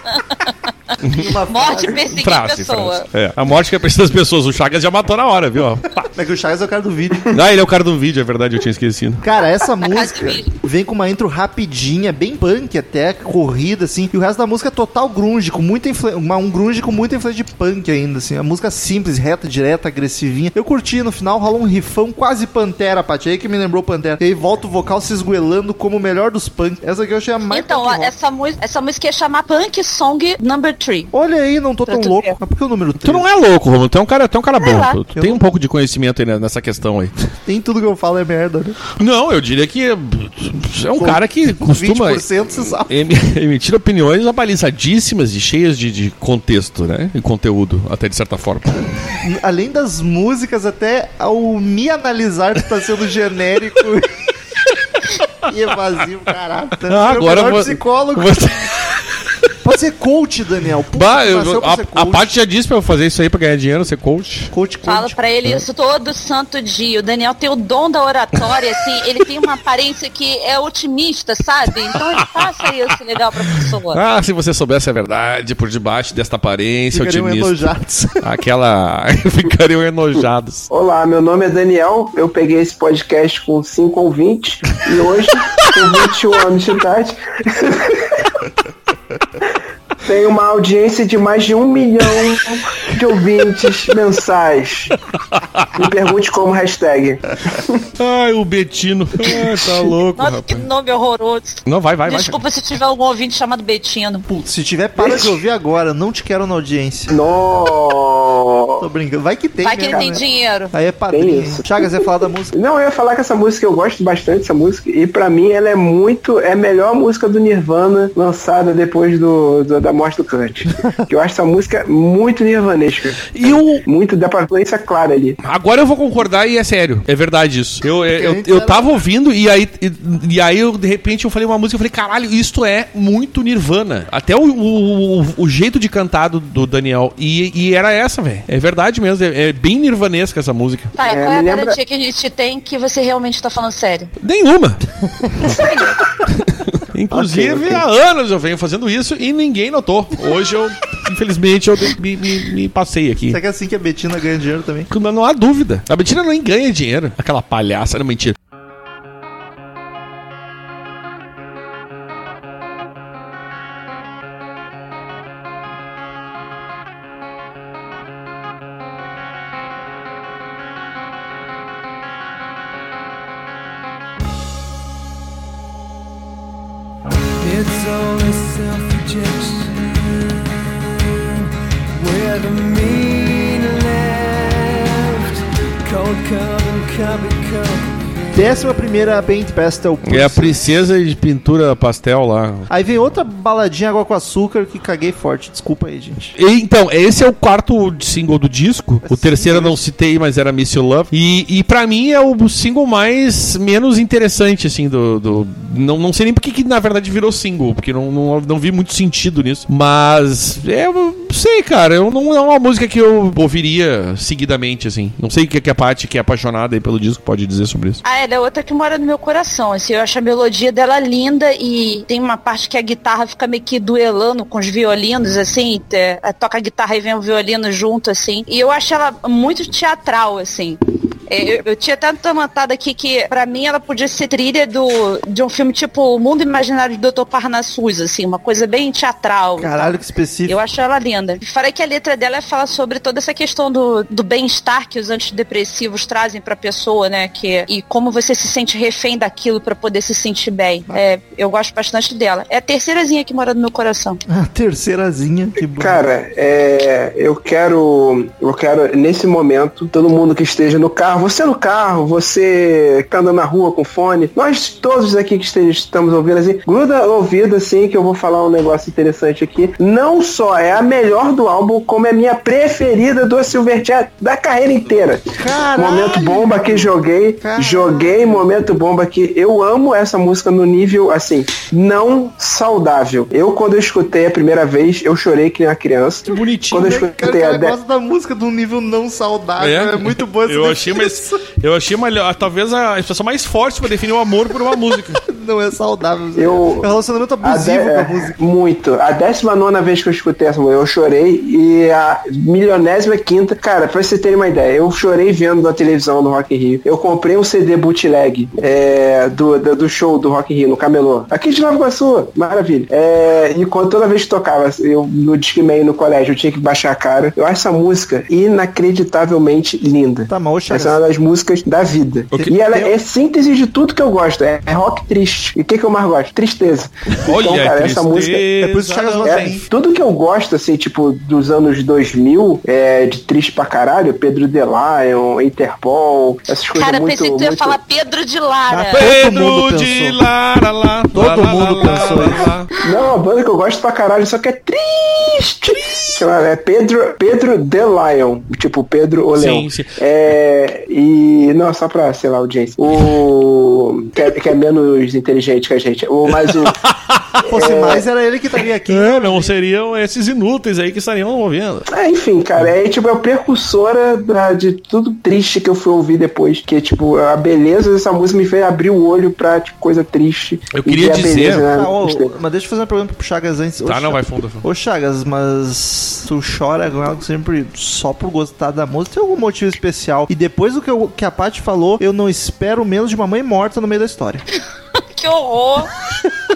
Uma Morte frase. perseguindo Frase, pessoa. frase. É, a morte fica perseguindo as pessoas. O Chagas já matou na hora, viu? ó. Pá. É que o Chagas é o cara do vídeo. Ah, ele é o cara do vídeo, é verdade, eu tinha esquecido. Cara, essa casa música de vídeo. vem com uma intro rapidinha, bem punk até, corrida, assim. E o resto da música é total grunge, com muita influ... uma, um grunge com muita influência de punk ainda, assim. A música simples, reta, direta, agressivinha. Eu curti, no final rola um rifão quase Pantera, Paty, aí que me lembrou Pantera. E aí volta o vocal se esguelando como o melhor dos punk. Essa aqui eu achei a mais Então, punk rock. essa, mu- essa música ia chamar Punk Song Number three. Olha aí, não tô Pra tão tu louco. ver. Mas por que o número Tu três? não é louco, Romulo. Tu é um cara, tu é um cara bom. lá. Tu, tu Eu tem não- um pouco de conhecimento aí né, nessa questão aí. Nem tudo que eu falo é merda, né? Não, eu diria que é um cara que costuma vinte por cento se sabe. em- emitir opiniões abalizadíssimas e cheias de, de contexto, né? E conteúdo, até de certa forma. Além das músicas, até ao me analisar tu tá sendo genérico e evasivo, caralho. Tá sendo Ah, o agora melhor vou- psicólogo. Você- Pode ser coach, Daniel. Puta, Bah, tu eu- nasceu pra a, ser a coach. Paty já disse pra eu fazer isso aí pra ganhar dinheiro, ser coach. Coach, coach. Fala pra ele isso todo santo dia. O Daniel tem o dom da oratória, assim, ele tem uma aparência que é otimista, sabe? Então ele passa isso legal pra pessoa. Ah, se você soubesse a verdade por debaixo desta aparência Ficariam otimista. enojados. Aquela. Ficariam enojados. Olá, meu nome é Daniel. Eu peguei esse podcast com cinco ouvintes e hoje, com vinte e um anos de idade, tem uma audiência de mais de um milhão de ouvintes mensais. Me pergunte como hashtag. Ai, o Betino. Ai, tá louco, Nossa, que rapaz. nome horroroso. Não, vai, vai, vai. Desculpa se tiver algum ouvinte chamado Betino. Putz, se tiver, para de ouvir agora. Não te quero na audiência. Nossa. Tô brincando. Vai que tem, Vai que ele mesmo, tem né? dinheiro. Aí é Tem padrinho. isso. Chagas, ia falar da música. Não, eu ia falar que essa música, eu gosto bastante dessa música, e pra mim ela é muito, é a melhor música do Nirvana lançada depois do, do- da morte do Kurt. Que eu acho essa música muito nirvanesca. E o, Muito, dá pra influência clara ali. Agora eu vou concordar e é sério. É verdade isso. Eu, eu, eu, gente eu era- tava ouvindo e aí, e, e aí eu, de repente, eu falei uma música e falei, caralho, isto é muito Nirvana. Até o, o, o, o jeito de cantar do, do Daniel. E, e era essa, velho. É verdade mesmo. É, é bem nirvanesca essa música. Tá, É, qual é a me lembra- garantia que a gente tem que você realmente tá falando sério? Nenhuma. Inclusive, Ok, ok. há anos eu venho fazendo isso e ninguém notou. Hoje eu, infelizmente, eu me, me, me passei aqui. Será que é assim que a Betina ganha dinheiro também? Não, não há dúvida. A Betina nem ganha dinheiro. Aquela palhaça, não, mentira. It's only self-rejection where the mean left. Cold cup and copy cup. Décima primeira Paint Pastel. É a princesa de pintura pastel lá. Aí vem outra baladinha água com açúcar que caguei forte. Desculpa aí, gente. E, então, esse é o quarto single do disco. O terceiro eu não citei, mas era Miss You Love. E, e pra mim é o single mais menos interessante, assim, do... do não, não sei nem porque que na verdade virou single, porque não, não, não vi muito sentido nisso. Mas, é, eu não sei, cara. Eu, não é uma música que eu ouviria seguidamente, assim. Não sei o que, que a Paty, que é apaixonada aí pelo disco, pode dizer sobre isso. Ah, ela é outra que mora no meu coração, assim, eu acho a melodia dela linda e tem uma parte que a guitarra fica meio que duelando com os violinos, assim, é, toca a guitarra e vem o violino junto, assim, e eu acho ela muito teatral, assim. Eu, eu tinha até anotado aqui que, pra mim, ela podia ser trilha do, de um filme tipo O Mundo Imaginário do doutor Parnassus, assim, uma coisa bem teatral. Caralho, que específico. Eu acho ela linda. Falei que a letra dela é falar sobre toda essa questão do, do bem-estar que os antidepressivos trazem pra pessoa, né? Que, e como você se sente refém daquilo pra poder se sentir bem. É, eu gosto bastante dela. É a terceirazinha que mora no meu coração. A terceirazinha, que bom. Cara, é, eu quero, eu quero, nesse momento, todo mundo que esteja no carro, você no carro, você que tá andando na rua com fone, nós todos aqui que esteja, estamos ouvindo, assim, gruda o ouvido, assim, que eu vou falar um negócio interessante aqui. Não só é a melhor do álbum, como é a minha preferida do Silverchair da carreira inteira. Caralho! Momento bomba que joguei, Caralho! joguei momento bomba que eu amo essa música no nível, assim, não saudável. Eu, quando eu escutei a primeira vez, eu chorei que nem uma criança. Que bonitinho. Quando eu Cara, escutei o a cara de... gosta da música de um nível não saudável. É, muito boa essa eu achei, definição. mas eu achei melhor, talvez a expressão mais forte pra definir o amor por uma música. Não é saudável. Eu- É um relacionamento A abusivo de- com a é, música. Muito. A décima nona vez que eu escutei essa música, eu chorei. E a milionésima quinta, cara, pra você terem uma ideia, eu chorei vendo na televisão no Rock in Rio. Eu comprei um C D bootleg é, do, do, do show do Rock in Rio, no Camelô. Aqui de Nova Iguaçu, maravilha. É, e quando, toda vez que tocava, eu no Discman no colégio, eu tinha que baixar a cara. Eu acho essa música inacreditavelmente linda. Tá, mas ô, Chagas, Essa é uma das músicas da vida. Ok. E ela é síntese de tudo que eu gosto. É, é rock triste. E o que, que eu mais gosto? Tristeza. Olha, então, cara, essa música. É por isso que o Chagas gosta É, Sim. tudo que eu gosto, assim, tipo, dos anos dois mil, é, de triste pra caralho, Pedro DeLion, Interpol, essas coisas Cara, muito... pensei que tu ia muito... falar Pedro de Lara. Ah, Todo mundo Pedro de pensou. Lara lá. Todo lá, lá, mundo lá, pensou lá, isso. lá. Não, a banda que eu gosto pra caralho, só que é triste. Chama- É Pedro, Pedro DeLion, tipo, Pedro o Leão. Sim, sim. É, e, não, só pra, sei lá, audiência. O... Que é, que é menos inteligente que a gente. O, mas o... fosse mais, era ele que estaria aqui. É, não seriam esses inúteis aí que estariam ouvindo. É, enfim, cara, é tipo, é a precursora da- de tudo triste que eu fui ouvir depois. Que, tipo, a beleza dessa música me fez abrir o olho pra, tipo, coisa triste. Eu E queria ver a dizer- beleza, né? Ah, ô, Gostei. mas deixa eu fazer uma pergunta pro Chagas antes. Ô, Tá, não, Chagas- vai fundo. vai fundo. Ô Chagas, mas tu chora com ela sempre só por gostar da música? Tem algum motivo especial? E depois do que, eu- que a Paty falou, eu não espero menos de uma mãe morta no meio da história. Que horror.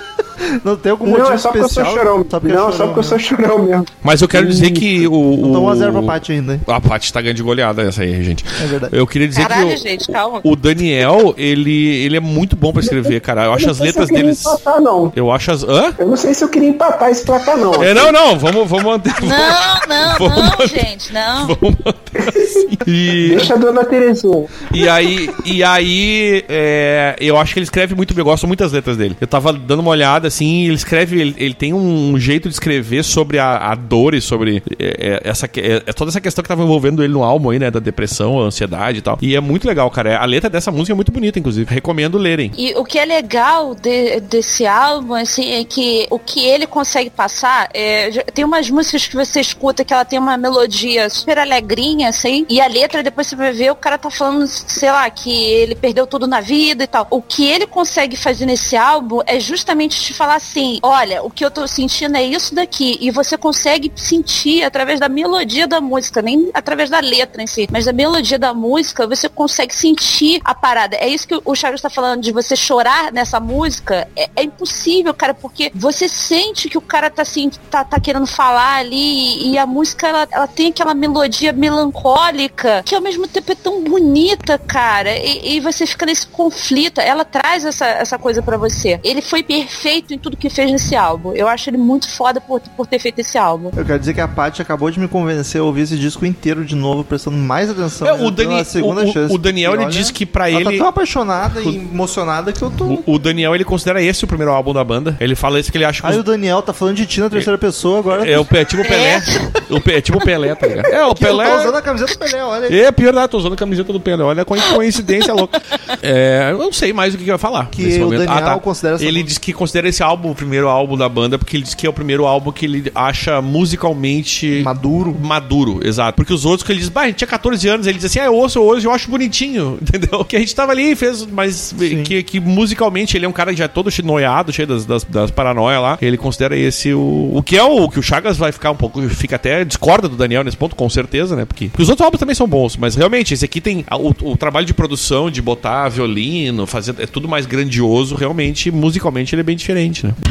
Não tem algum motivo Não, é só porque eu especial? sou chorão. Só porque é Não, chorão só porque eu sou mesmo. chorão mesmo. Mas eu quero dizer que o... Não dá o... um a zero pra Paty ainda, hein? A Paty tá ganhando de goleada essa aí, gente. É verdade. Eu queria dizer Caralho, que o, gente, calma. o Daniel, ele, ele é muito bom pra escrever, cara. Eu acho Eu as não sei se letras eu queria deles... empatar, não. Eu acho as... Hã? Eu não sei se eu queria empatar esse placar, não. É, não, não, vamos, vamos manter... Não, não, Vamos não, manter- gente, não. Vamos manter assim. E... Deixa a dona Terezinha. E aí, e aí é, eu acho que ele escreve muito bem, eu gosto muito das letras dele. Eu tava dando uma olhada, assim, ele escreve, ele, ele tem um jeito de escrever sobre a, a dor e sobre é, é, essa, é, é toda essa questão que tava envolvendo ele no álbum aí, né, da depressão, a ansiedade e tal. E é muito legal, cara. A letra dessa música é muito bonita, inclusive. Recomendo lerem. E o que é legal de- desse álbum, assim, é que o que ele consegue passar, é, já- tem umas músicas que você escuta que ela tem uma melodia super alegrinha, assim, e a letra depois você vai ver, o cara tá falando, sei lá, que ele perdeu tudo na vida e tal. O que ele consegue fazer nesse álbum é justamente te falar assim, olha, o que eu tô sentindo é isso daqui, e você consegue sentir através da melodia da música, nem através da letra em si, mas da melodia da música, você consegue sentir a parada. É isso que o Chagas tá falando, de você chorar nessa música, é, é impossível, cara, porque você sente que o cara tá assim, tá, tá querendo falar ali, e a música, ela, ela tem aquela melodia melancólica, que ao mesmo tempo é tão bonita, cara, e, e você fica nesse conflito, ela traz essa, essa coisa pra você. Ele foi perfeito em tudo que fez nesse álbum. Eu acho ele muito foda por, por ter feito esse álbum. Eu quero dizer que a Paty acabou de me convencer a ouvir esse disco inteiro de novo, prestando mais atenção. É, né, o, dando Dani, uma segunda o, chance. o Daniel, E ele olha, disse que pra ela ele... tá tão apaixonada e emocionada que eu tô... O, o Daniel, ele considera esse o primeiro álbum da banda. Ele fala isso que ele acha que... Aí os- o Daniel tá falando de ti na terceira pessoa agora. É, o, é tipo o Pelé. O, Pe- é tipo o Pelé, tá ligado? É, o Que eu tô Pelé... usando a camiseta do Pelé, olha aí. É pior, né? Tô usando a camiseta do Pelé. Olha a co- coincidência louca. É, eu não sei mais o que, que vai falar. Que nesse o momento. Daniel considera essa Ele música. diz que considera esse álbum o primeiro álbum da banda, porque ele diz que é o primeiro álbum que ele acha musicalmente Maduro. maduro, exato. Porque os outros que ele diz, bah, a gente tinha catorze anos, ele diz assim, ah, eu ouço hoje, eu acho bonitinho, entendeu? Que a gente tava ali e fez, mas que, que musicalmente ele é um cara que já é todo cheio noiado, cheio das, das, das paranoias lá. Ele considera esse o. O que é o que o Chagas vai ficar um pouco. Fica até discorda do Daniel nesse ponto, com certeza, né? Porque, porque os outros álbuns também são bons, mas realmente, esse aqui tem a- o, o trabalho de produção, de botar violino, fazer. É tudo mais grandioso, realmente, musicalmente ele é bem diferente, né?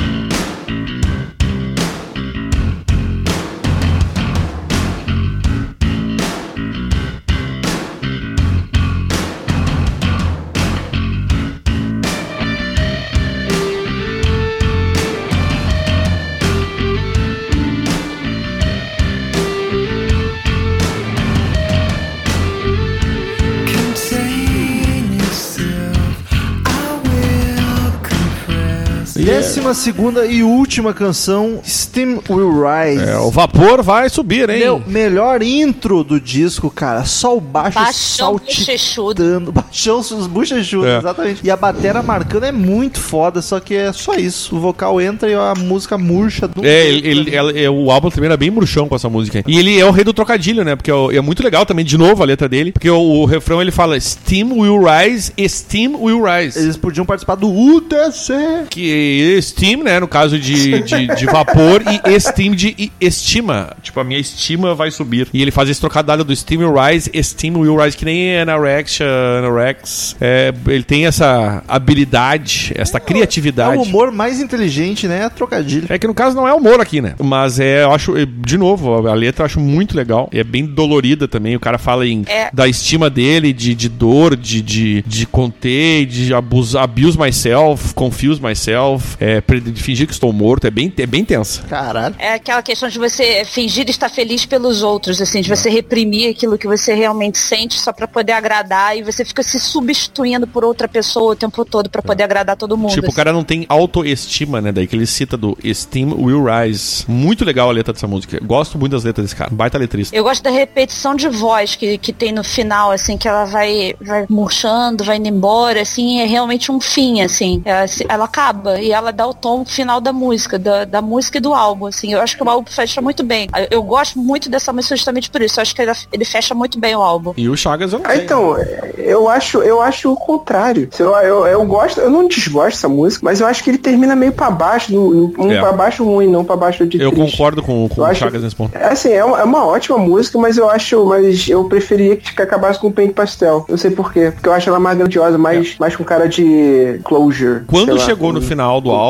Contain yourself, I will compress. Décima segunda e última canção, Steam Will Rise. É, o vapor vai subir, hein? Meu, melhor intro do disco, cara. Só o baixo Baixão bochechudo. saltitando. Baixão os bochechudos, É. exatamente. E a batera marcando é muito foda, só que é só isso. O vocal entra e a música murcha. Do É, ele, ele- ela- é, o álbum também era bem bruxão com essa música. E ele é o rei do trocadilho, né? Porque é, o- é muito legal também, de novo, a letra dele. Porque o, o refrão ele fala Steam will rise, Steam will rise. Eles podiam participar do U T C. Que Steam, né? No caso de, de, de vapor, e Steam de e- estima. Tipo, a minha estima vai subir. E ele faz esse trocadilho do Steam will rise, Steam will rise, que nem Anorexia, Anorex. É, ele tem essa habilidade, essa É criatividade. o humor mais inteligente, né? É trocadilho. É que no caso não é humor aqui, né? Mas é, eu acho, é, de novo, a letra eu acho muito legal. É bem dolorida também. O cara fala em, É. da estima dele, de, de dor, de, de, de conter, de abuse, abuse myself, confuse myself, é, pre- de fingir que estou morto. É bem, é bem tensa. Caralho. É aquela questão de você fingir estar feliz pelos outros, assim, de você reprimir aquilo que você realmente sente só pra poder agradar, e você fica se substituindo por outra pessoa o tempo todo pra poder agradar todo mundo. Tipo, o assim. cara não tem autoestima, né? Daí que ele cita do Steam Will Rise. Muito legal a letra dessa música. Gosto muito das letras desse cara. Baita letrista. Eu gosto da repetição de voz que, que tem no final, assim, que ela vai, vai murchando, vai indo embora, assim, é realmente um fim, assim. Ela, se- ela acaba e ela dá o tom final da música, da, da música e do álbum, assim. Eu acho que o álbum fecha muito bem. Eu, eu gosto muito dessa música justamente por isso. Eu acho que ele, ele fecha muito bem o álbum. E o Chagas eu não Ah, sei. então, eu acho, eu acho o contrário. Eu, eu, eu gosto, eu não desgosto dessa música, mas eu acho que ele termina meio pra baixo, no- um É. pra baixo ruim, não pra baixo de Eu triste. concordo com, com Eu o acho- Chagas nesse ponto. É assim, é uma, é uma ótima música, mas eu acho, mas eu preferia que acabasse com o Paint Pastel. Eu sei por quê. Porque eu acho ela mais grandiosa, mais, mais com cara de closure. Quando sei lá. chegou no final do álbum,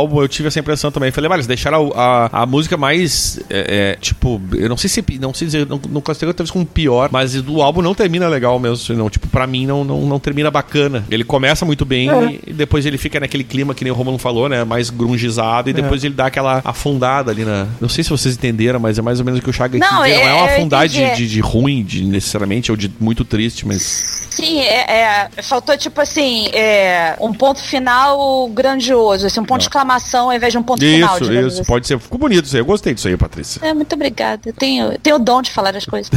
álbum eu tive essa impressão também. Falei, mas eles deixaram a, a, a música mais, é, é, tipo, eu não sei se, não sei dizer, não, não classifico talvez como pior, mas do álbum não termina legal mesmo, não, tipo, pra mim não, não, não termina bacana. Ele começa muito bem é. e depois ele fica naquele clima que nem o Romulo falou, né, mais grungizado, e depois é. ele dá aquela afundada ali na... Não sei se vocês entenderam, mas é mais ou menos o que o Chaga não, quis dizer. É, não é uma afundada de, é. de, de ruim, de, necessariamente, ou de muito triste, mas... Sim, é, é, faltou tipo assim, é, um ponto final grandioso, assim, um ponto não. de exclamação ao invés de um ponto isso, final. Isso, isso, assim. pode ser. Ficou bonito isso aí, eu gostei disso aí, Patrícia. É, muito obrigada. Eu tenho, eu tenho o dom de falar as coisas.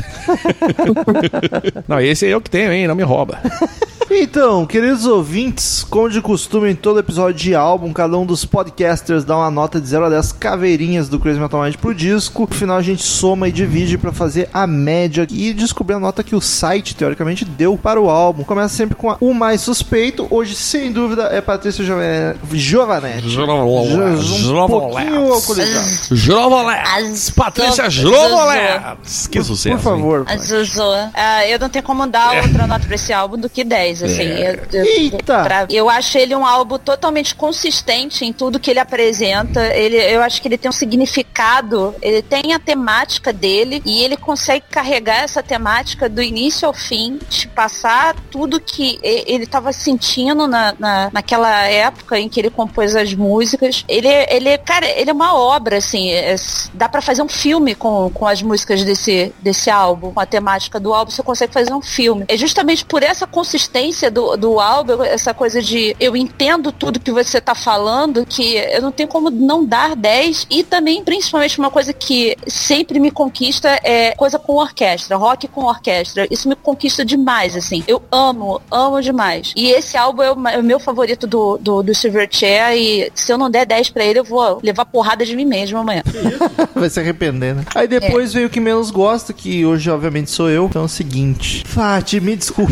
Não, esse aí é o que tenho, hein? Não me rouba. Então, queridos ouvintes, como de costume em todo episódio de álbum, cada um dos podcasters dá uma nota de zero a dez caveirinhas do Crazy Metal Mind pro disco. No final a gente soma e divide pra fazer a média e descobrir a nota que o site, teoricamente, deu para o álbum. Começa sempre com a, o mais suspeito. Hoje, sem dúvida, é Patrícia Giovanetti. Um pouquinho alcoolizado. Giovanetti. Patrícia Giovanetti. Que sucesso. Por favor. Uh, eu não tenho como dar é. outra nota pra esse álbum do que dez. Assim, é. eu, eu, Eita! Pra, eu acho ele um álbum totalmente consistente em tudo que ele apresenta. Ele, eu acho que ele tem um significado, ele tem a temática dele e ele consegue carregar essa temática do início ao fim, te passar tudo que ele estava sentindo na, na, naquela época em que ele compôs as músicas. Ele, ele, cara, ele é uma obra, assim, é, dá pra fazer um filme com, com as músicas desse, desse álbum, com a temática do álbum, você consegue fazer um filme. É justamente por essa consistência do, do álbum, essa coisa de eu entendo tudo que você tá falando, que eu não tenho como não dar dez, e também, principalmente, uma coisa que sempre me conquista é coisa com orquestra, rock com orquestra. Isso me conquista demais, assim. Eu amo, amo demais. E esse álbum é o, é o meu favorito do, do, do Silverchair, e se eu não der dez pra ele, eu vou levar porrada de mim mesmo amanhã. Vai se arrepender, né? Aí depois é. veio o que menos gosta, que hoje, obviamente, sou eu. Então é o seguinte. Fati, me desculpe.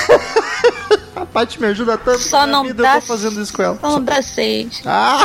A Paty me ajuda tanto. Só não vida, dá. Eu tô fazendo isso com ela. Só não dá seis. Ah!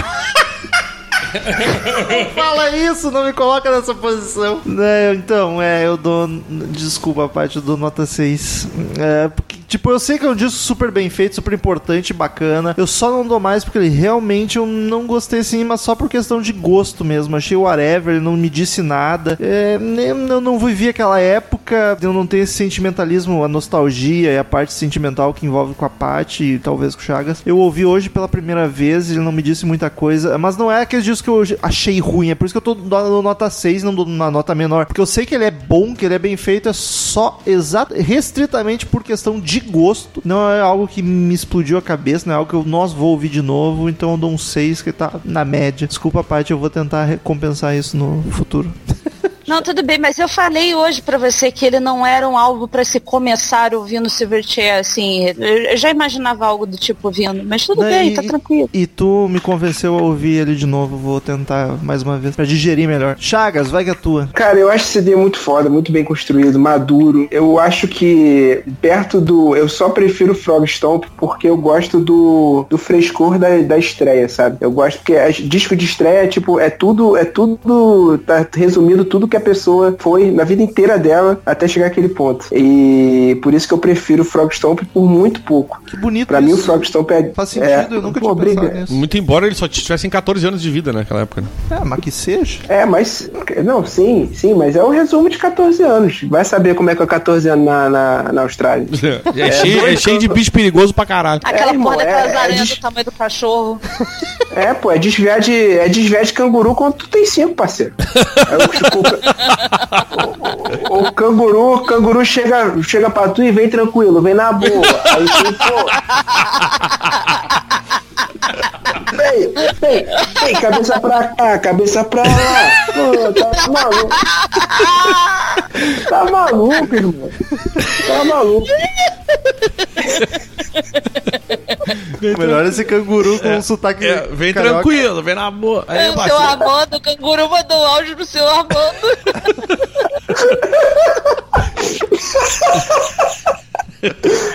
Não fala isso, não me coloca nessa posição. É, então, é, eu dou. Desculpa, Paty, eu dou nota seis. É, porque, tipo, eu sei que é um disco super bem feito, super importante, bacana. Eu só não dou mais porque ele realmente eu não gostei, sim, mas só por questão de gosto mesmo. Achei whatever, ele não me disse nada. É, eu não vivi aquela época, eu não tenho esse sentimentalismo, a nostalgia e a parte sentimental que envolve com a Paty e talvez com o Chagas. Eu ouvi hoje pela primeira vez, ele não me disse muita coisa, mas não é aquele disco que eu achei ruim, é por isso que eu tô dando nota seis, não dou uma nota menor, porque eu sei que ele é bom, que ele é bem feito, é só exato, restritamente por questão de gosto, não é algo que me explodiu a cabeça, não é algo que eu, nós vou ouvir de novo, então eu dou um seis, que tá na média. Desculpa, Paty, eu vou tentar recompensar isso no futuro. Não, tudo bem, mas eu falei hoje pra você que ele não era um álbum pra se começar ouvindo Silverchair, assim, eu já imaginava algo do tipo ouvindo, mas tudo Daí, bem, tá tranquilo. E tu me convenceu a ouvir ele de novo, vou tentar mais uma vez pra digerir melhor. Chagas, vai que é tua. Cara, eu acho esse C D muito foda, muito bem construído, maduro. Eu acho que perto do... Eu só prefiro Frog Stomp porque eu gosto do, do frescor da, da estreia, sabe? Eu gosto porque é, disco de estreia, tipo, é tudo, é tudo, tá resumido tudo que a pessoa foi na vida inteira dela até chegar àquele ponto. E por isso que eu prefiro o Frog Stomp por muito pouco. Que bonito. Pra isso. mim o Frog Stomp é... Faz sentido, é, eu nunca pô, tinha pensado briga. nisso. Muito embora ele só tivesse catorze anos de vida naquela época, né? É, mas que seja. É, mas... Não, sim, sim, mas é um resumo de catorze anos. Vai saber como é que é catorze anos na, na, na Austrália. É, é, cheio, é cheio de bicho perigoso pra caralho. Aquela é, porra irmão, daquelas é, aranhas é des... do tamanho do cachorro. É, pô, é desviar de, é desviar de canguru quando tu tem cinco, parceiro. É o, tipo, o, o, o canguru, o canguru chega, chega pra tu e vem tranquilo, vem na boa. Aí tu, pô... Vem, vem, vem, cabeça pra cá, cabeça pra lá. Pô, tá maluco. Tá maluco, irmão. Tá maluco. O melhor é esse canguru com é, um sotaque. É, vem carioca. Tranquilo, vem na boa. Aí, é, o seu Armando, o canguru mandou um áudio pro seu Armando.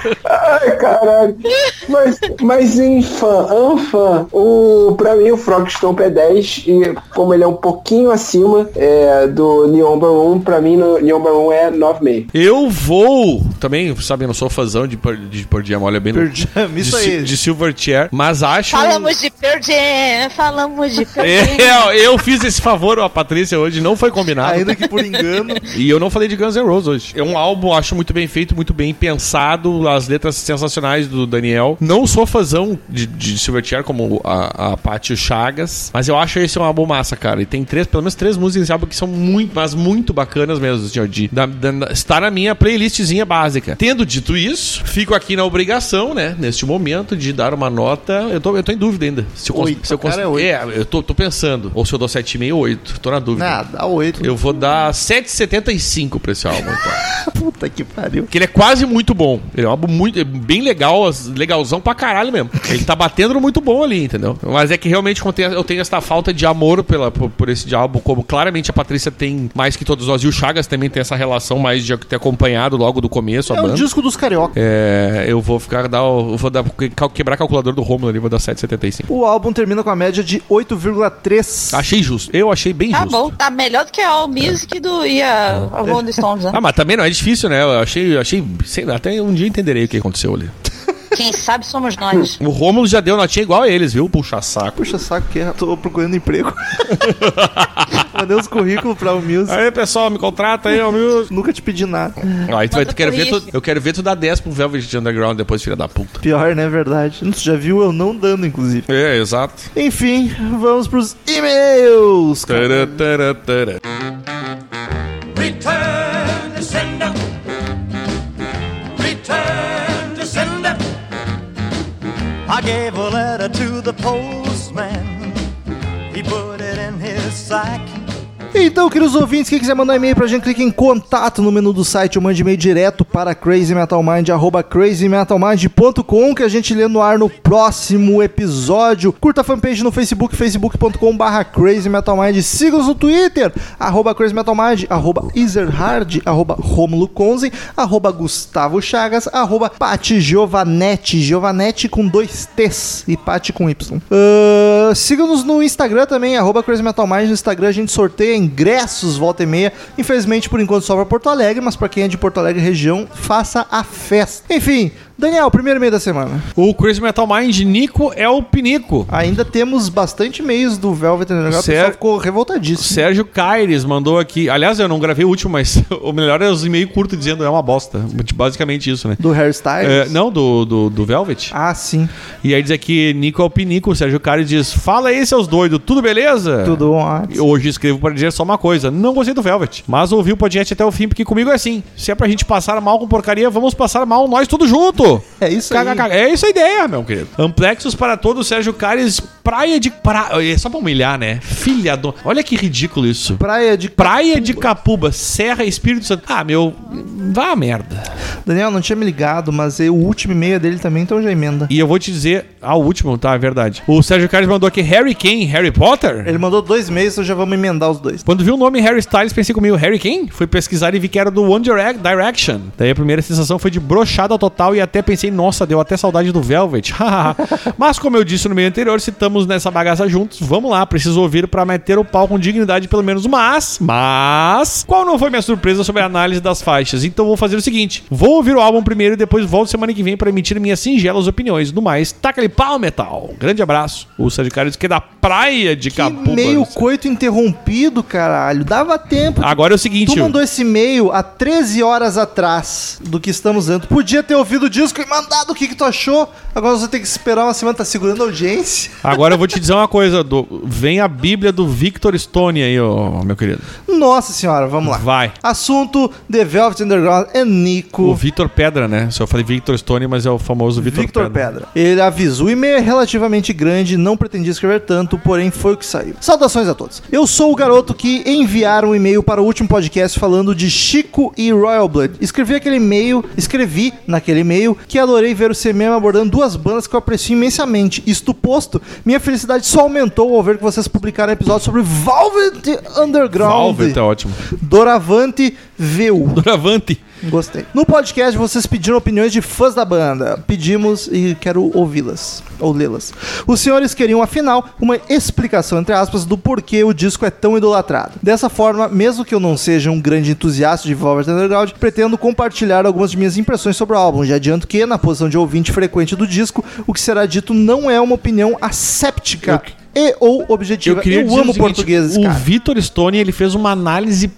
Ai, caralho. Mas, mas em fã, anfã, o, pra mim o Frogstomp é dez e como ele é um pouquinho acima é, do Neon Baron, pra mim no Neon Baron é nove vírgula cinco. Eu vou, também, sabe, eu não sou fãzão de, de Pearl Jam, olha bem. Pearl Jam, isso de, aí. De Silverchair, mas acho... Falamos de Pearl Jam, falamos de Pearl Jam. É, eu fiz esse favor a Patrícia hoje, não foi combinado. Ainda que por engano. E eu não falei de Guns N' Roses hoje. É um álbum, acho muito bem feito, muito bem pensado, as letras sensacionais do Daniel. Não sou fãzão de, de Silverchair como a, a Paty e o Chagas, mas eu acho esse um álbum massa, cara. E tem três, pelo menos três músicas nesse álbum que são muito, mas muito bacanas mesmo, assim, de, da, da, está na minha playlistzinha básica. Tendo dito isso, fico aqui na obrigação, né, neste momento, de dar uma nota. Eu tô, eu tô em dúvida ainda. Se eu, cons- oito, se eu cons- cara, é oito. É, eu tô, tô pensando. Ou se eu dou sete vírgula cinco ou oito. Tô na dúvida. Ah, dá oito. Eu vou dar sete vírgula setenta e cinco pra esse álbum, então. Puta que pariu. Porque ele é quase muito bom. Ele é um álbum muito, é bem legal, legalzão pra caralho mesmo. Ele tá batendo no muito bom ali, entendeu? Mas é que realmente eu tenho essa falta de amor pela, por, por esse álbum, como claramente a Patrícia tem mais que todos nós. E o Chagas também tem essa relação mais de ter acompanhado logo do começo a É banda. o disco dos carioca. É, eu vou ficar, dar, eu vou dar, quebrar a calculadora do Romulo ali, vou dar sete vírgula setenta e cinco. O álbum termina com a média de oito vírgula três. Achei justo. Eu achei bem Tá justo. bom, tá melhor do que a All Music do e a, a Rolling Stones, né? Ah, mas também não é difícil, né? Eu achei, eu achei, sei lá, até um dia entenderei o que aconteceu ali. Quem sabe somos nós. O Rômulo já deu notinha igual a eles, viu? Puxa saco. Puxa saco que é. Tô procurando emprego. Mandei os currículos pra o Music. Aí, pessoal, me contrata aí, ó, meu. Nunca te pedi nada. Aí tu vai, Manda tu quero ver tu, currículo. eu quero ver tu dar dez pro Velvet Underground depois, filha da puta. Pior, né? Verdade. Tu já viu eu não dando, inclusive. É, exato. Enfim, vamos pros e-mails. Tara, tara, tara. Return to sender. Return to sender. I gave a letter to the postman. He put it in his sack. Então, queridos ouvintes, quem quiser mandar e-mail pra gente, clique em contato no menu do site ou mande e-mail direto para crazymetalmind, arroba crazymetalmind ponto com, que a gente lê no ar no próximo episódio. Curta a fanpage no Facebook, facebook ponto com barra crazymetalmind. Siga-nos no Twitter, arroba crazymetalmind, arroba ezerhard, arroba romulo conze, arroba gustavo chagas, arroba Pati Giovanetti, Giovanetti com dois T's e Pati com Y. Uh, Siga-nos no Instagram também, arroba crazymetalmind. No Instagram a gente sorteia ingressos volta e meia. Infelizmente, por enquanto, só para Porto Alegre, mas para quem é de Porto Alegre região, faça a festa. Enfim, Daniel, primeiro e-mail da semana. O Crazy Metal Mind, Nico é o Pinico. Ainda temos bastante e-mails do Velvet Underground, o Sério? pessoal ficou revoltadíssimo. Sérgio Caires mandou aqui. Aliás, eu não gravei o último, mas o melhor é os e-mails curtos dizendo é uma bosta. Basicamente isso, né? Do Hairstyles? É, não, do, do, do Velvet. Ah, sim. E aí diz aqui, Nico é o Pinico. O Sérgio Caires diz: fala aí, seus doidos, tudo beleza? Tudo ótimo. Hoje escrevo para dizer só uma coisa: não gostei do Velvet, mas ouvi o podcast até o fim, porque comigo é assim. Se é pra gente passar mal com porcaria, vamos passar mal nós tudo junto. É isso aí. É isso a ideia, meu querido. Amplexos para todos, Sérgio Caires, praia de... Pra... É só pra humilhar, né? Filha do... Olha que ridículo isso. Praia de Praia Capuba. de Capuba, Serra Espírito Santo. Ah, meu... Vá a merda. Daniel, não tinha me ligado, mas o último e-mail é dele também, então já emenda. E eu vou te dizer... Ah, o último, tá, é verdade. O Sérgio Caires mandou aqui Harry Kane, Harry Potter? Ele mandou dois e-mails, então já vamos emendar os dois. Quando vi o nome Harry Styles, pensei comigo, Harry Kane? Fui pesquisar e vi que era do One Direc- Direction. Daí a primeira sensação foi de brochada total e até pensei, nossa, deu até saudade do Velvet. Mas como eu disse no meio anterior, se estamos nessa bagaça juntos, vamos lá, preciso ouvir pra meter o pau com dignidade pelo menos. Mas, mas, qual não foi minha surpresa sobre a análise das faixas? Então vou fazer o seguinte, vou ouvir o álbum primeiro e depois volto semana que vem pra emitir minhas singelas opiniões. No mais, taca-lhe pau, metal. Grande abraço. O Sérgio Caires, que é da praia de Que Capuba. meio coito interrompido, caralho. Dava tempo. Agora é o seguinte... Tu mandou esse e-mail há treze horas atrás do que estamos dando. Podia ter ouvido o disco e mandado o que, que tu achou. Agora você tem que esperar uma semana, tá segurando a audiência. Agora eu vou te dizer uma coisa, do... vem a Bíblia do Victor Stone aí, ó, meu querido. Nossa senhora, vamos lá. Vai. Assunto The Velvet Underground é Nico. O Victor Pedra, né? Se eu falei Victor Stone, mas é o famoso Victor, Victor Pedra. Pedra. Ele avisou, o e-mail é relativamente grande, não pretendia escrever tanto, porém foi o que saiu. Saudações a todos. Eu sou o garoto que enviaram um e-mail para o último podcast falando de Chico e Royal Blood. Escrevi aquele e-mail, escrevi naquele e-mail que adorei ver o C M M abordando duas bandas que eu aprecio imensamente. Isto posto, minha felicidade só aumentou ao ver que vocês publicaram um episódio sobre Velvet Underground. Velvet é ótimo. Doravante V U. Doravante. Gostei. No podcast, vocês pediram opiniões de fãs da banda. Pedimos e quero ouvi-las. Ou lê-las. Os senhores queriam, afinal, uma explicação, entre aspas, do porquê o disco é tão idolatrado. Dessa forma, mesmo que eu não seja um grande entusiasta de Velvet Underground, pretendo compartilhar algumas de minhas impressões sobre o álbum. Já adianto que, na posição de ouvinte frequente do disco, o que será dito não é uma opinião asséptica eu, e ou objetiva. Eu, eu amo portugueses, o cara. O Vitor Stone, ele fez uma análise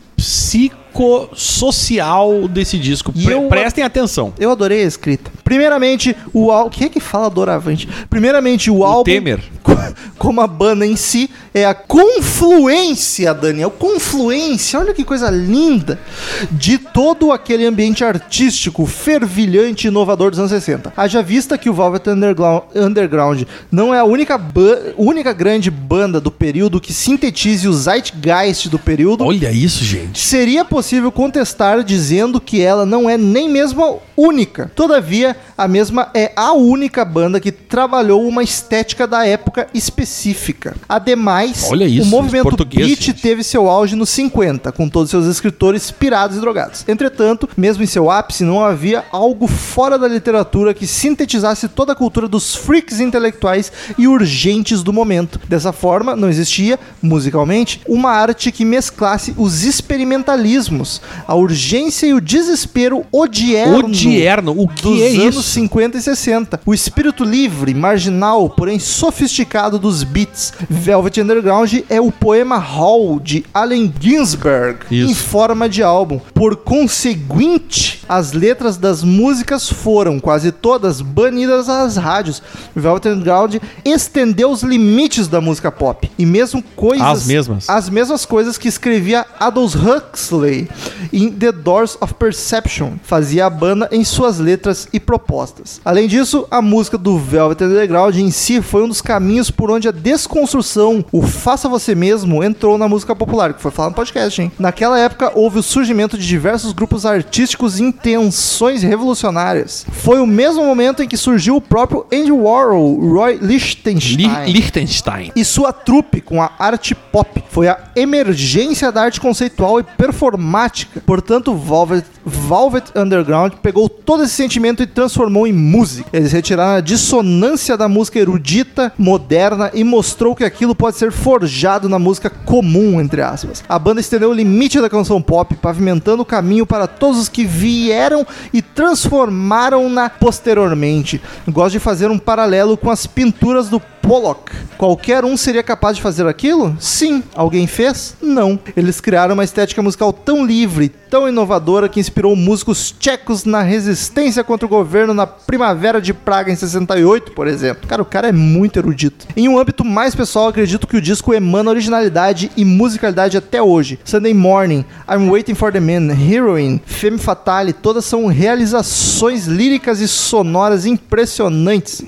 psicossocial desse disco. Pre- eu, prestem atenção. Eu adorei a escrita. Primeiramente, o álbum... Quem é que fala adoravante? Primeiramente, o, o álbum... Temer. Como a banda em si, é a confluência, Daniel. Confluência, olha que coisa linda. De todo aquele ambiente artístico, fervilhante e inovador dos anos sessenta. Haja vista que o Velvet Underground não é a única, ba- única grande banda do período que sintetize o zeitgeist do período. Olha isso, gente. Seria possível contestar dizendo que ela não é nem mesmo única. Todavia, a mesma é a única banda que trabalhou uma estética da época específica. Ademais, Olha isso, o movimento beat gente. teve seu auge nos cinquenta, com todos seus escritores pirados e drogados. Entretanto, mesmo em seu ápice, não havia algo fora da literatura que sintetizasse toda a cultura dos freaks intelectuais e urgentes do momento. Dessa forma, não existia, musicalmente, uma arte que mesclasse os experimentalismos, a urgência e o desespero odierno, odierno. O que dos é anos isso? cinquenta e sessenta. O espírito livre, marginal, porém sofisticado dos beats. Velvet Underground é o poema Hall de Allen Ginsberg isso. em forma de álbum. Por conseguinte, as letras das músicas foram quase todas banidas às rádios. Velvet Underground estendeu os limites da música pop e mesmo coisas as mesmas as mesmas coisas que escrevia Aldous Huxley em The Doors of Perception, fazia a banda em suas letras e propostas. Além disso, a música do Velvet Underground em si foi um dos caminhos por onde a desconstrução, o faça você mesmo, entrou na música popular, que foi falado no podcast, hein? Naquela época, houve o surgimento de diversos grupos artísticos em intenções revolucionárias. Foi o mesmo momento em que surgiu o próprio Andy Warhol, Roy Lichtenstein, Lichtenstein. e sua trupe com a arte pop. Foi a emergência da arte conceitual e performática. Portanto, Velvet, Velvet Underground pegou todo esse sentimento e transformou em música. Eles retiraram a dissonância da música erudita, moderna, e mostrou que aquilo pode ser forjado na música comum, entre aspas. A banda estendeu o limite da canção pop, pavimentando o caminho para todos os que vieram e transformaram-na posteriormente. Gosto de fazer um paralelo com as pinturas do Pollock. Qualquer um seria capaz de fazer aquilo? Sim. Alguém fez? Não. Eles criaram uma estética musical tão livre, tão inovadora, que inspirou músicos tchecos na resistência contra o governo na Primavera de Praga em sessenta e oito, por exemplo. Cara, o cara é muito erudito. Em um âmbito mais pessoal, acredito que o disco emana originalidade e musicalidade até hoje. Sunday Morning, I'm Waiting for the Man, Heroine, Femme Fatale, todas são realizações líricas e sonoras impressionantes.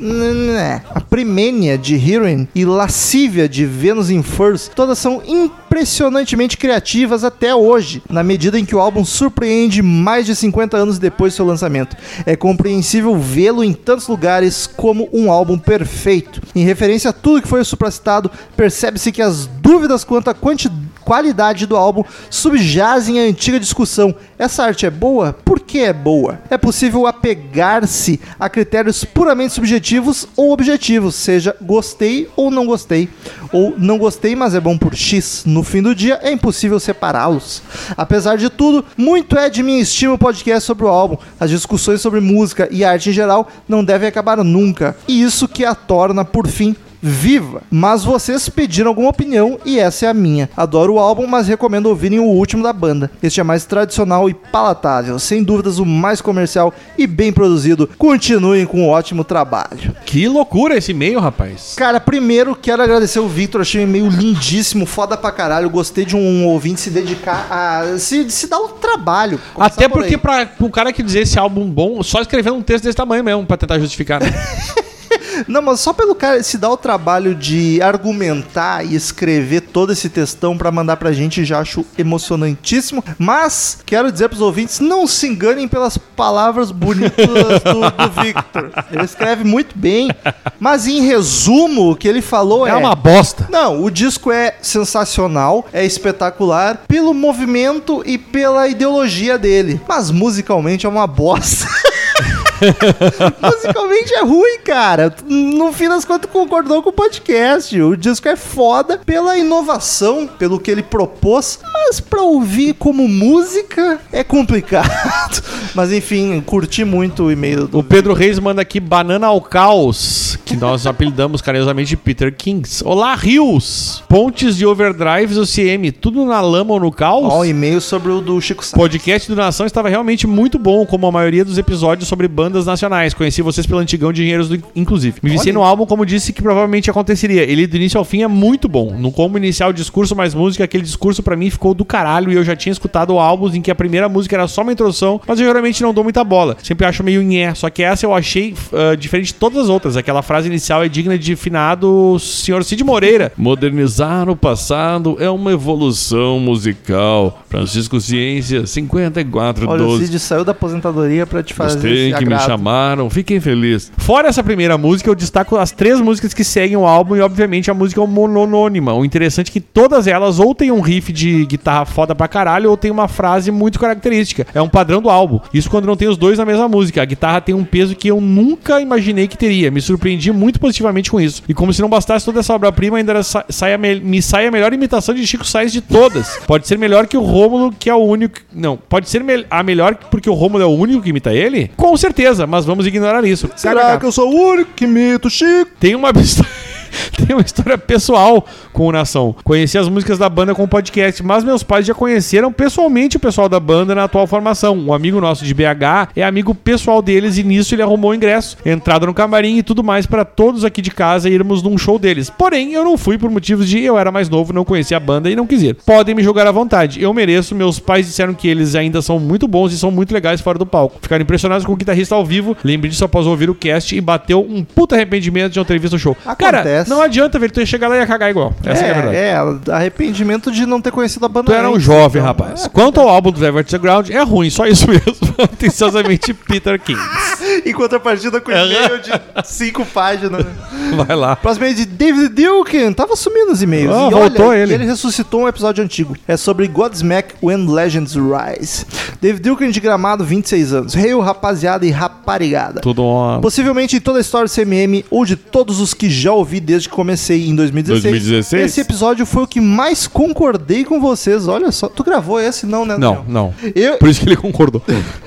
A Primênia de Heroine e Lascívia de Venus in Furs, todas são impressionantemente criativas até hoje, na medida em que o álbum surpreende mais de cinquenta anos depois do seu lançamento. É compreensível vê-lo em tantos lugares como um álbum perfeito. Em referência a tudo que foi supracitado, percebe-se que as dúvidas quanto à quantidade qualidade do álbum subjazem a antiga discussão. Essa arte é boa? Por que é boa? É possível apegar-se a critérios puramente subjetivos ou objetivos, seja gostei ou não gostei, ou não gostei, mas é bom por X. No fim do dia, é impossível separá-los. Apesar de tudo, muito é de minha estima o podcast sobre o álbum. As discussões sobre música e arte em geral não devem acabar nunca, e isso que a torna, por fim, viva. Mas vocês pediram alguma opinião e essa é a minha. Adoro o álbum, mas recomendo ouvirem o último da banda. Este é mais tradicional e palatável, sem dúvidas o mais comercial e bem produzido. Continuem com um ótimo trabalho. Que loucura esse e-mail, rapaz. Cara, primeiro quero agradecer o Victor, achei um e-mail lindíssimo, foda pra caralho. Gostei de um ouvinte se dedicar a se, se dar o trabalho. Até porque pra o cara que dizer esse álbum bom, só escrevendo um texto desse tamanho mesmo, pra tentar justificar, né? Não, mas só pelo cara se dar o trabalho de argumentar e escrever todo esse textão pra mandar pra gente, já acho emocionantíssimo. Mas quero dizer pros ouvintes, não se enganem pelas palavras bonitas do, do Victor. Ele escreve muito bem, mas em resumo, o que ele falou é... É uma bosta. Não, o disco é sensacional, é espetacular pelo movimento e pela ideologia dele, mas musicalmente é uma bosta. Musicalmente é ruim, cara. No fim das contas, concordou com o podcast. O disco é foda pela inovação, pelo que ele propôs, mas pra ouvir como música é complicado. Mas enfim, curti muito o e-mail do... O Pedro Reis manda aqui Banana ao Caos, que nós apelidamos carinhosamente de Peter Kings. Olá, Rios! Pontes de overdrives o C M, tudo na lama ou no caos? Ó, o e-mail sobre o do Chico Sá. O podcast do Nação estava realmente muito bom, como a maioria dos episódios sobre bandas nacionais. Conheci vocês pelo antigão de Engenheiros do inclusive. Me viciei no álbum como disse que provavelmente aconteceria. Ele do início ao fim é muito bom. No como iniciar o discurso mais música, aquele discurso pra mim ficou do caralho e eu já tinha escutado álbuns em que a primeira música era só uma introdução, mas eu geralmente não dou muita bola. Sempre acho meio nhé. Só que essa eu achei uh, diferente de todas as outras. Aquela frase inicial é digna de finado senhor Cid Moreira. Modernizar o passado é uma evolução musical. Francisco Ciência, cinquenta e quatro doze. Olha, o Cid saiu da aposentadoria pra te fazer Gostei esse que agrado. me chamaram, fiquem felizes. Fora essa primeira música, eu destaco as três músicas que seguem o álbum e, obviamente, a música mononônima. O interessante é que todas elas ou tem um riff de guitarra foda pra caralho ou tem uma frase muito característica. É um padrão do álbum. Isso quando não tem os dois na mesma música. A guitarra tem um peso que eu nunca imaginei que teria. Me surpreendi muito positivamente com isso. E como se não bastasse toda essa obra-prima, ainda sa- sai a me- me sai a melhor imitação de Chico Sainz de todas. Pode ser melhor que o Rômulo, que é o único... Não, pode ser me- a melhor porque o Rômulo é o único que imita ele? Com certeza, mas vamos ignorar isso. Será que eu sou o único que imita o Chico? Tem uma Tem uma história pessoal com o Nação. Conheci as músicas da banda com o podcast, mas meus pais já conheceram pessoalmente o pessoal da banda na atual formação. Um amigo nosso de B H é amigo pessoal deles e nisso ele arrumou o ingresso, entrada no camarim e tudo mais para todos aqui de casa irmos num show deles. Porém, eu não fui por motivos de eu era mais novo, não conhecia a banda e não quis ir. Podem me jogar à vontade. Eu mereço. Meus pais disseram que eles ainda são muito bons e são muito legais fora do palco. Ficaram impressionados com o guitarrista ao vivo. Lembre disso após ouvir o cast e bateu um puta arrependimento de não ter visto o show. Acontece. Cara, não adianta, velho. Tu ia chegar lá e ia cagar igual. Essa é, é a verdade. É, arrependimento de não ter conhecido a banda. Tu era um antes, jovem, então. rapaz. Quanto ao álbum do Velvet Underground, é ruim, só isso mesmo. Atenciosamente, Peter Kings. Em contrapartida com e-mail de cinco páginas. Né? Vai lá. Próximo e-mail de David Dilkin. Tava sumindo os e-mails. Ah, e voltou olha, ele. E ele ressuscitou um episódio antigo. É sobre Godsmack When Legends Rise. David Dilkin de Gramado, vinte e seis anos. Hail, rapaziada e raparigada. Tudo on. Possivelmente em toda a história do C M M ou de todos os que já ouvi desde que comecei em dois mil e dezesseis. dois mil e dezesseis? Esse episódio foi o que mais concordei com vocês. Olha só. Tu gravou esse? Não, né? Não, não. Eu... Por isso que ele concordou.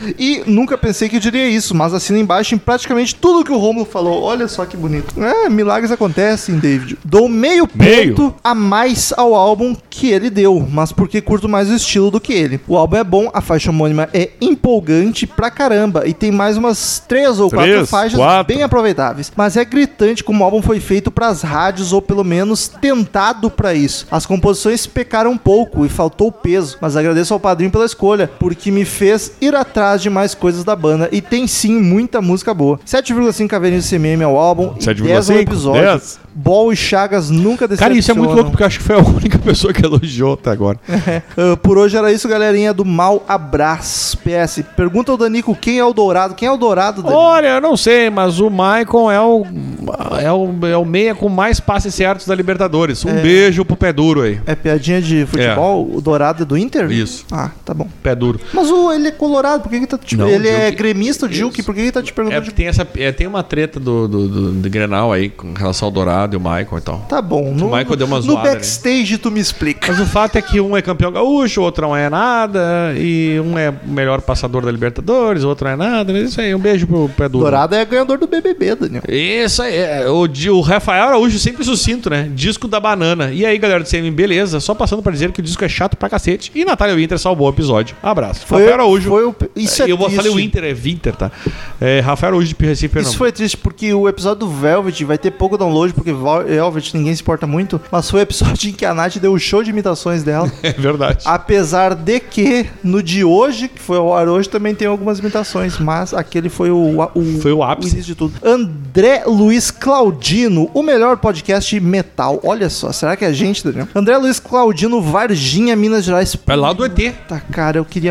E nunca pensei que eu diria isso, mas assino embaixo em praticamente tudo que o Rômulo falou. Olha só que bonito. É, milagres acontecem, David. Dou meio ponto Meio. a mais ao álbum que ele deu, mas porque curto mais o estilo do que ele. O álbum é bom, a faixa homônima é empolgante pra caramba e tem mais umas três ou quatro Três, faixas quatro. bem aproveitáveis. Mas é gritante como o álbum foi feito pras rádios ou pelo menos tentado pra isso. As composições pecaram um pouco e faltou peso, mas agradeço ao padrinho pela escolha, porque me fez ir atrás de mais coisas da banda e tem sim muita música boa. sete vírgula cinco caveirinhas de C M M ao álbum e sete vírgula dez ao cinco, episódio. dez. Ball e Chagas nunca decepcionam. Cara, isso é muito louco, porque eu acho que foi a única pessoa que elogiou até agora. Uh, por hoje era isso, galerinha do Mal Abraço. P S, pergunta ao Danico quem é o Dourado. Quem é o Dourado, Danico? Olha, eu não sei, mas o Maicon é o, é o, é o meia com mais passes certos da Libertadores. Um É. beijo pro pé duro aí. É piadinha de futebol? O Dourado é do Inter? Isso. Ah, tá bom. Pé duro. Mas o, ele é colorado, por que que tá te... Não, Ele o é Dilke- gremista, o Dilke, por que que tá te É perguntando porque de... tem, essa, é, tem uma treta do, do, do, do Grenal aí com relação ao Dourado e o Maicon e tal. Tá bom. No, Michael deu uma no zoada, backstage tu me explica. Mas o fato é que um é campeão gaúcho, o outro não é nada, e um é o melhor passador da Libertadores, o outro não é nada. Mas isso aí, um beijo pro pé duro. Dourado é ganhador do B B B, Daniel. Isso aí, é, o, di- o Rafael Araújo sempre sucinto, né? Disco da banana. E aí, galera do C M, beleza? Só passando pra dizer que o disco é chato pra cacete. E Natália Winter salvou o episódio. Abraço. Rafael Araújo. Foi o... Isso é Eu triste. falei o Winter, é Winter, tá? É, Rafael Araújo de Recife, Pernambuco. Isso foi triste porque o episódio do Velvet vai ter pouco download porque Velvet, ninguém se importa muito, mas foi o episódio em que a Nath deu o show de imitações dela. É verdade. Apesar de que, no de hoje, que foi ao ar hoje, também tem algumas imitações, mas aquele foi o, o, foi o ápice. o início de tudo. André Luiz Claudino, o melhor podcast metal. Olha só, será que é a gente, Daniel? André Luiz Claudino, Varginha, Minas Gerais. Vai lá do E T. Tá, cara, eu queria...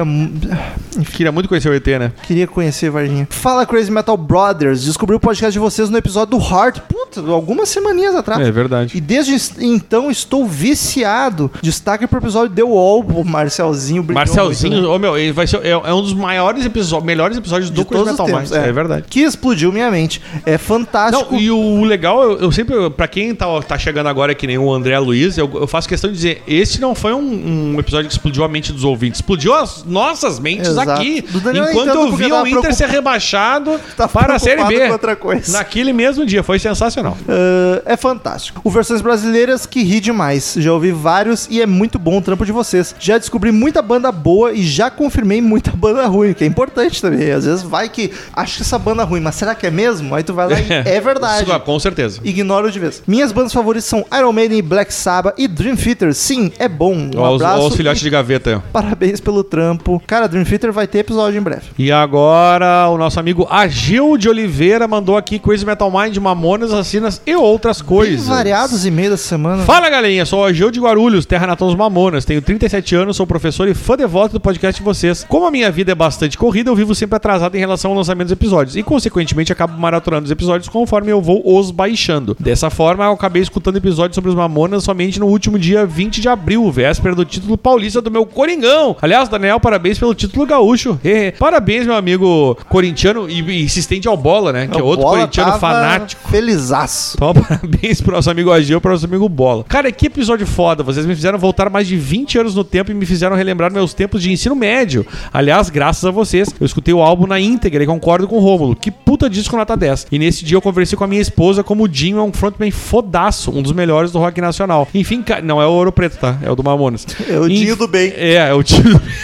Queria muito conhecer o E T, né? Queria conhecer, Varginha. Fala, Crazy Metal Brothers. Descobri o podcast de vocês no episódio do Heart. Puta, algumas semaninhas atrás. É verdade. E desde então estou viciado. Destaque pro episódio The Wall. O Marcelzinho brilhou. Marcelzinho, muito, né? ô meu, ele vai ser, é, é um dos maiores episódios, melhores episódios do de Crazy todos Metal os Mind. tempos, É. é verdade. Que explodiu minha mente. É fantástico. Não, e o legal, eu, eu sempre, pra quem tá, tá chegando agora, que nem o André Luiz, eu, eu faço questão de dizer, esse não foi um, um episódio que explodiu a mente dos ouvintes, explodiu as nossas mentes. Exato. Aqui. Do Daniel, Enquanto então, eu vi o Inter ser rebaixado tá para a Série B. Com outra coisa. Naquele mesmo dia. Foi sensacional. Uh, é fantástico. O Versões Brasileiras que ri demais. Já ouvi vários e é muito bom o trampo de vocês. Já descobri muita banda boa e já confirmei muita banda ruim, que é importante também. Às vezes vai que acho que essa banda é ruim, mas será que é mesmo? Aí tu vai lá e é verdade. Isso, com certeza. Ignoro de vez. Minhas bandas favoritas são Iron Maiden, Black Sabbath e Dream Theater. Sim, é bom. Um Olha os, abraço. olha os filhotes de gaveta aí. Parabéns pelo trampo. Cara, Dream Theater vai ter episódio em breve. E agora o nosso amigo Agil de Oliveira mandou aqui Crazy Metal Mind, Mamonas Assassinas e outras coisas. Bem variados e-mails dessa semana. Fala, galerinha, sou o Agil de Guarulhos, terra natal dos Mamonas. Tenho trinta e sete anos, sou professor e fã devoto do podcast de vocês. Como a minha vida é bastante corrida, eu vivo sempre atrasado em relação ao lançamento dos episódios e, consequentemente, acabo maratonando os episódios conforme eu vou os baixando. Dessa forma, eu acabei escutando episódios sobre os Mamonas somente no último dia vinte de abril, véspera do título paulista do meu Coringão. Aliás, Daniel, parabéns pelo título gaúcho. Parabéns, meu amigo corintiano e, e insistente ao Bola, né? Que é outro Bola corintiano tava fanático. Felizaço. Então, parabéns pro nosso amigo Agil e pro nosso amigo Bola. Cara, que episódio foda. Vocês me fizeram voltar mais de vinte anos no tempo e me fizeram relembrar meus tempos de ensino médio. Aliás, graças a vocês, eu escutei o álbum na íntegra e concordo com o Rômulo. Que puta disco nota dez. E nesse dia eu conversei com a minha esposa como o Dinho é um frontman fodaço, um dos melhores do rock nacional. Enfim, ca... não é o Ouro Preto, tá? É o do Mamonas. É o Inf... Dinho do bem. É, é o Dinho do bem.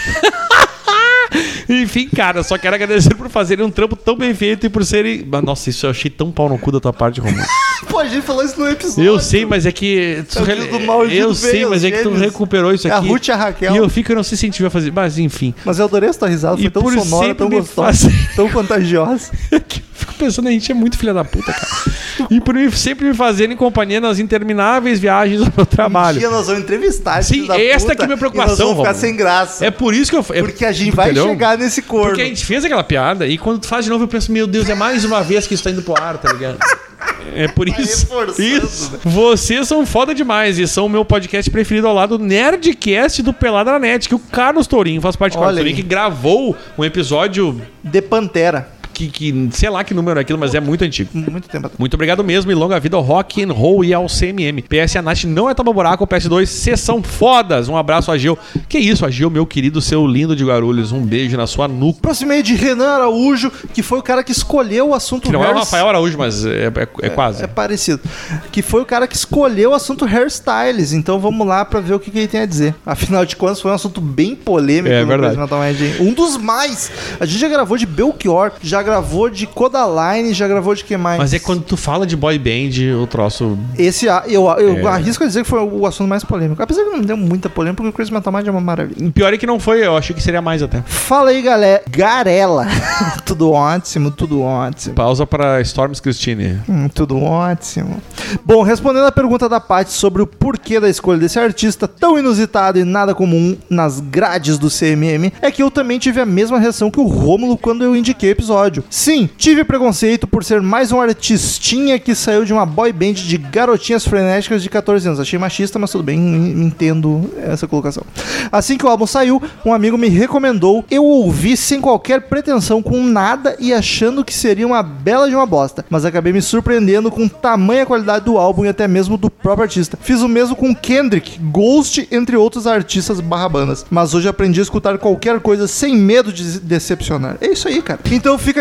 Enfim, cara, só quero agradecer por fazerem um trampo tão bem feito e por serem... Nossa, isso eu achei tão pau no cu da tua parte, Romulo. Pô, a gente falou isso no episódio. Eu sei, mas é que... Tu É o re... dia do mal, o dia Eu do sei, bem, mas os é que tu gêmeos. recuperou isso É a aqui. Ruth e a Raquel. E eu fico, eu não sei se a gente vai fazer... Mas enfim. Mas eu adorei essa risada, foi E tão por sonora, sempre tão me gostosa, faz- tão contagiosa. Eu fico pensando, a gente é muito filha da puta, cara. E por me- sempre me fazerem companhia nas intermináveis viagens do meu Um trabalho. dia nós vamos entrevistar esse Sim, filho da esta puta que é a minha e preocupação, nós vamos ficar Romulo. sem graça. É por isso que eu... é- Porque a gente vai entendeu? chegar nesse corno. Porque a gente fez aquela piada e quando tu faz de novo eu penso, meu Deus, é mais uma vez que isso tá indo pro ar, tá ligado? É por isso. reforçando, Isso. né? Vocês são foda demais e são o meu podcast preferido ao lado do Nerdcast do Pelada na Net, que o Carlos Tourinho faz parte do Olha Carlos Tourinho, aí. que gravou um episódio De Pantera. que, que sei lá que número é aquilo, mas é muito antigo. Muito tempo atrás. Muito obrigado mesmo e longa vida ao rock and roll e ao C M M. P S a Nath não é tapa buraco, P S dois, vocês são fodas. Um abraço, Agil. Que isso, Agil, meu querido, seu lindo de Guarulhos. Um beijo na sua nuca. Próximo e-mail de Renan Araújo, que foi o cara que escolheu o assunto Que não é o hair- Rafael Araújo, mas é, é, é quase. É parecido. Que foi o cara que escolheu o assunto hairstyles. Então vamos lá pra ver o que, que ele tem a dizer. Afinal de contas, foi um assunto bem polêmico. É no verdade. Crazy Metal Mind. Um dos mais. A gente já gravou de Belchior, já gravou de Codaline, já gravou de que mais? Mas é quando tu fala de boy band, o troço... Esse, ah, eu, eu É. arrisco a dizer que foi o assunto mais polêmico. Apesar que não deu muita polêmica, porque o Crazy Metal Mind é uma maravilha. O pior é que não foi, eu achei que seria mais até. Fala aí, galera. Garela. Tudo ótimo, tudo ótimo. Pausa para Storms Christine. Hum, tudo ótimo. Bom, respondendo a pergunta da Paty sobre o porquê da escolha desse artista tão inusitado e nada comum nas grades do C M M, é que eu também tive a mesma reação que o Rômulo quando eu indiquei o episódio. Sim, tive preconceito por ser mais um artistinha que saiu de uma boy band de garotinhas frenéticas de catorze anos. Achei machista, mas tudo bem, entendo essa colocação. Assim que o álbum saiu, um amigo me recomendou, eu ouvi sem qualquer pretensão com nada e achando que seria uma bela de uma bosta, mas acabei me surpreendendo com tamanha qualidade do álbum e até mesmo do próprio artista. Fiz o mesmo com Kendrick, Ghost, entre outros artistas barra bandas, mas hoje aprendi a escutar qualquer coisa sem medo de decepcionar. É isso aí, cara. Então fica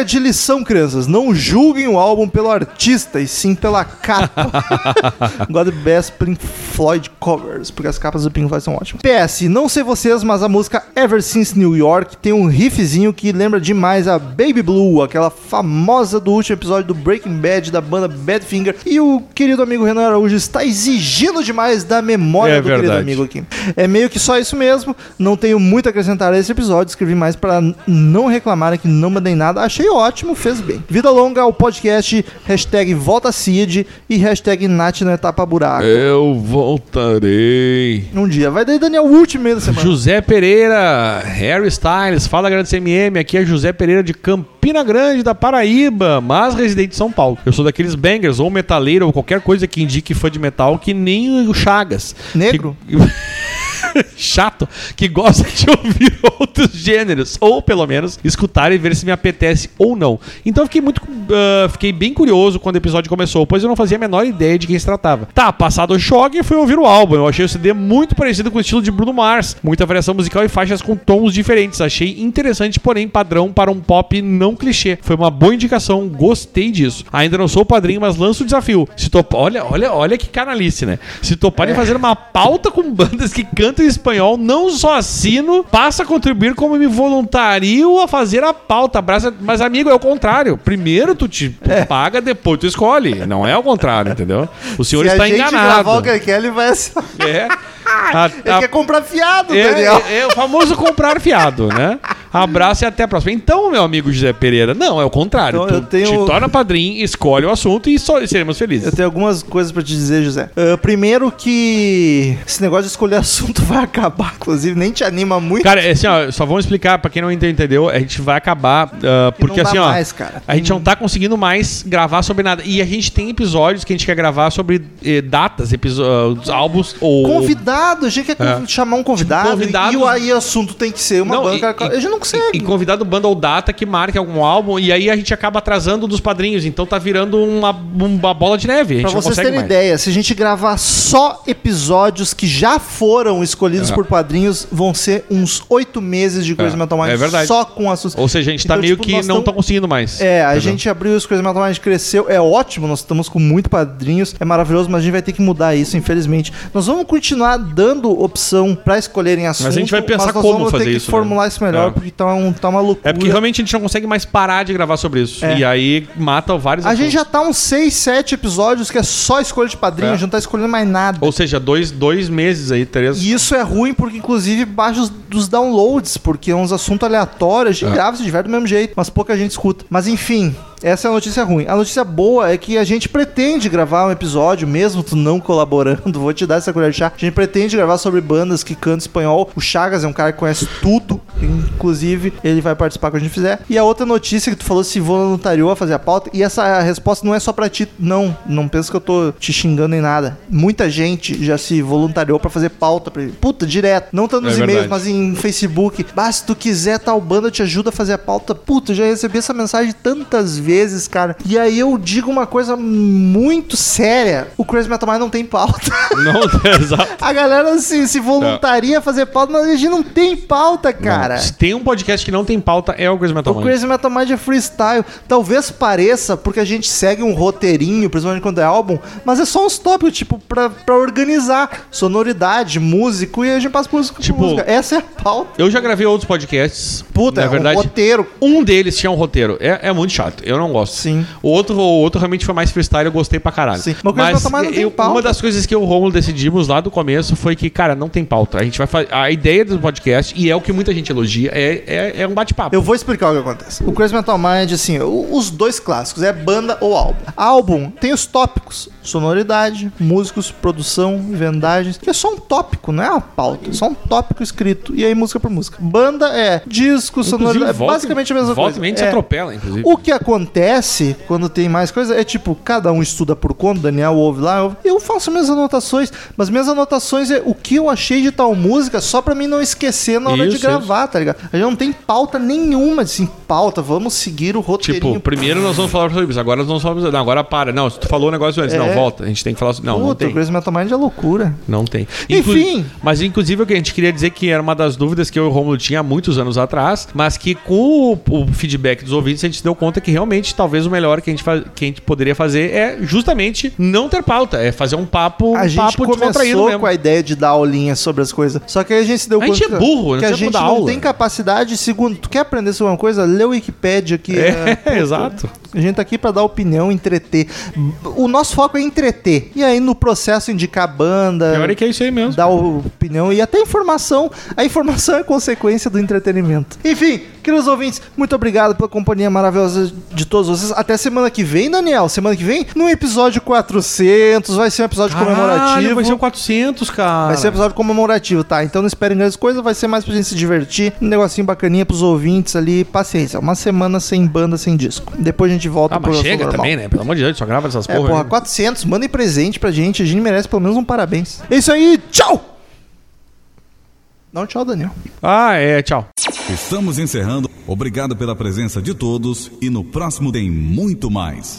Fica de lição, crianças. Não julguem o álbum pelo artista, e sim pela capa. God Best Pink Floyd Covers, porque as capas do Pink Floyd são ótimas. P S, não sei vocês, mas a música Ever Since New York tem um riffzinho que lembra demais a Baby Blue, aquela famosa do último episódio do Breaking Bad, da banda Badfinger. E o querido amigo Renan Araújo está exigindo demais da memória É do verdade. querido amigo aqui. É meio que só isso mesmo. Não tenho muito a acrescentar a esse episódio. Escrevi mais para não reclamarem que não mandei nada. Achei ótimo, fez bem. Vida longa ao podcast, hashtag volta Cid e hashtag Nath na etapa buraco. Eu voltarei. Um dia. Vai daí, Daniel, o último meio da semana. José Pereira, Harry Styles, fala grande C M M, aqui é José Pereira de Campina Grande, da Paraíba, mas residente de São Paulo. Eu sou daqueles bangers, ou metaleiro, ou qualquer coisa que indique fã de metal, que nem o Chagas. Negro? Que... chato, que gosta de ouvir outros gêneros, ou pelo menos escutar e ver se me apetece ou não. Então eu fiquei muito uh, fiquei bem curioso quando o episódio começou, pois eu não fazia a menor ideia de quem se tratava. Tá, passado o choque, fui ouvir o álbum. Eu achei o C D muito parecido com o estilo de Bruno Mars, muita variação musical e faixas com tons diferentes. Achei interessante, porém padrão para um pop não clichê. Foi uma boa indicação, gostei disso. Ainda não sou padrinho, mas lanço o desafio. Se top... Olha, olha, olha que canalice, né? Se toparem é. fazer uma pauta com bandas que cantam em espanhol, não só assino, passa a contribuir como me voluntario a fazer a pauta. Abraça, mas amigo, é o contrário. Primeiro tu te tu é. paga, depois tu escolhe. Não é o contrário, entendeu? O senhor Se está a gente enganado. gravar o que ele quer, ele vai assim. É. A, a, ele quer comprar fiado, é, Daniel. É, é o famoso comprar fiado, né? Abraço e até a próxima. Então, meu amigo José Pereira, não, é o contrário. Então, tu eu tenho... te torna padrinho, escolhe o assunto e só seremos felizes. Eu tenho algumas coisas pra te dizer, José. Uh, primeiro que esse negócio de escolher assunto vai acabar, inclusive, nem te anima muito. Cara, assim, ó, só vamos explicar pra quem não entendeu, a gente vai acabar, uh, porque não dá assim, ó, mais, cara. a gente não tá conseguindo mais gravar sobre nada. E a gente tem episódios que a gente quer gravar sobre eh, datas, episódios, álbuns ou... Convidado, a gente quer É. chamar um convidado, Convidado- e o aí assunto tem que ser uma Não, banda. e- cara, a gente não consegue. E convidado banda ou data que marque algum álbum, e aí a gente acaba atrasando dos padrinhos, então tá virando uma, uma bola de neve. A gente Pra não vocês consegue terem mais. ideia, se a gente gravar só episódios que já foram escolhidos É. por padrinhos, vão ser uns oito meses de Crazy É, Metal Mind é verdade. só com assuntos. Ou seja, a gente tá Então, meio tipo, que nós não tamo- tá conseguindo mais. É, a Entendeu? gente abriu os Crazy Metal Mind, cresceu, é ótimo, nós estamos com muito padrinhos, é maravilhoso, mas a gente vai ter que mudar isso, infelizmente. Nós vamos continuar dando opção pra escolherem assuntos, Mas a gente vai pensar mas nós como vamos fazer ter que isso, né? formular isso melhor, É. porque tá, um, tá uma loucura. É porque realmente a gente não consegue mais parar de gravar sobre isso. É. E aí mata vários A gente assuntos. já tá uns seis, sete episódios que é só escolha de padrinho, É. a gente não tá escolhendo mais nada. Ou seja, dois, dois meses aí, três. E isso é ruim porque, inclusive, baixa os, dos downloads, porque é uns assuntos aleatórios, a gente É. grava, se diverte do mesmo jeito, mas pouca gente escuta. Mas enfim, essa é a notícia ruim. A notícia boa é que a gente pretende gravar um episódio, mesmo tu não colaborando, vou te dar essa colher de chá. A gente pretende gravar sobre bandas que cantam espanhol. O Chagas é um cara que conhece tudo, inclusive ele vai participar quando a gente fizer. E a outra notícia que tu falou se voluntariou a fazer a pauta, e essa resposta não é só pra ti, não, não pensa que eu tô te xingando nem nada. Muita gente já se voluntariou pra fazer pauta pra ele. Puta, direto. Não tá nos É e-mails, verdade. mas em Facebook. Bah, se tu quiser tal banda, eu te ajuda a fazer a pauta. Puta, eu já recebi essa mensagem tantas vezes, cara. E aí eu digo uma coisa muito séria. O Crazy Metal Mind não tem pauta. Não, exato. A galera se, se voluntaria a fazer pauta, mas a gente não tem pauta, cara. Se tem um podcast que não tem pauta, é o Crazy Metal O Mind. Crazy Metal Mind é freestyle. Talvez pareça, porque a gente segue um roteirinho, principalmente quando é álbum, mas é só uns tópicos, tipo, pra, pra organizar sonoridade, músico, e a gente passa por música. Tipo, por música. Essa é a pauta. Eu já gravei outros podcasts. Puta, na é verdade, um roteiro. Um deles tinha um roteiro. É, é muito chato. Eu não gosto. Sim. O outro, o outro realmente foi mais freestyle. Eu gostei pra caralho. Sim. Mas o Crazy Metal Mind não tem eu- pauta. uma das coisas que eu e o Romulo decidimos lá do começo foi que, cara, não tem pauta. A gente vai fazer. A ideia do podcast, e é o que muita gente elogia, é, é, é um bate-papo. Eu vou explicar o que acontece. O Crazy Metal Mind, assim, o- os dois clássicos, é banda ou álbum. Álbum tem os tópicos, sonoridade, músicos, produção, vendagens, que é só um tópico, não é uma pauta, é só um tópico escrito, e aí música por música. Banda é disco, Inclusive, sonoridade, é volta- basicamente a mesma volta coisa. e meia se É. atropela, inclusive. O que acontece acontece quando tem mais coisa é tipo, cada um estuda por conta, o Daniel ouve lá, eu, eu faço minhas anotações, mas minhas anotações é o que eu achei de tal música, só pra mim não esquecer na hora Isso, de gravar, tá ligado? A gente não tem pauta nenhuma, assim, pauta, vamos seguir o roteirinho. Tipo, primeiro nós vamos falar sobre isso, agora nós vamos falar sobre isso. Não, agora para. Não, se tu falou um negócio antes, É. não, volta. A gente tem que falar sobre... Não, não Puta, o tem. Crazy Metal Mind é loucura. Não tem. Enfim. Mas, inclusive, o que a gente queria dizer que era uma das dúvidas que eu e o Romulo tinha há muitos anos atrás, mas que com o, o feedback dos ouvintes a gente se deu conta que realmente talvez o melhor que a gente, faz, que a gente poderia fazer é justamente não ter pauta, é fazer um papo, A um gente papo descontraído começou mesmo. com a ideia de dar aulinha sobre as coisas. Só que aí a gente se deu A conta gente é burro, que não a sei gente como dar não aula. tem capacidade. Segundo, tu quer aprender sobre uma coisa? Lê o Wikipédia aqui. É, é, exato. A gente tá aqui pra dar opinião, entreter. O nosso foco é entreter. E aí no processo indicar banda, Pior é que é isso aí mesmo. dar opinião e até informação. A informação é consequência do entretenimento. Enfim, queridos ouvintes, muito obrigado pela companhia maravilhosa de todos vocês. Até semana que vem, Daniel. Semana que vem, no episódio quatrocentos. Vai ser um episódio Caralho, comemorativo. vai ser o quatrocentos, cara. Vai ser um episódio comemorativo, tá? Então não esperem grandes coisas, vai ser mais pra gente se divertir. Um negocinho bacaninha pros ouvintes ali. Paciência, uma semana sem banda, sem disco. Depois a gente volta Ah, mas pro chega normal. também, né? Pelo amor de Deus, só grava essas É, porra. porra, né? quatrocentos, mandem presente pra gente. A gente merece pelo menos um parabéns. É isso aí, tchau! Dá um tchau, Daniel. Ah, é, tchau. Estamos encerrando. Obrigado pela presença de todos e no próximo tem muito mais.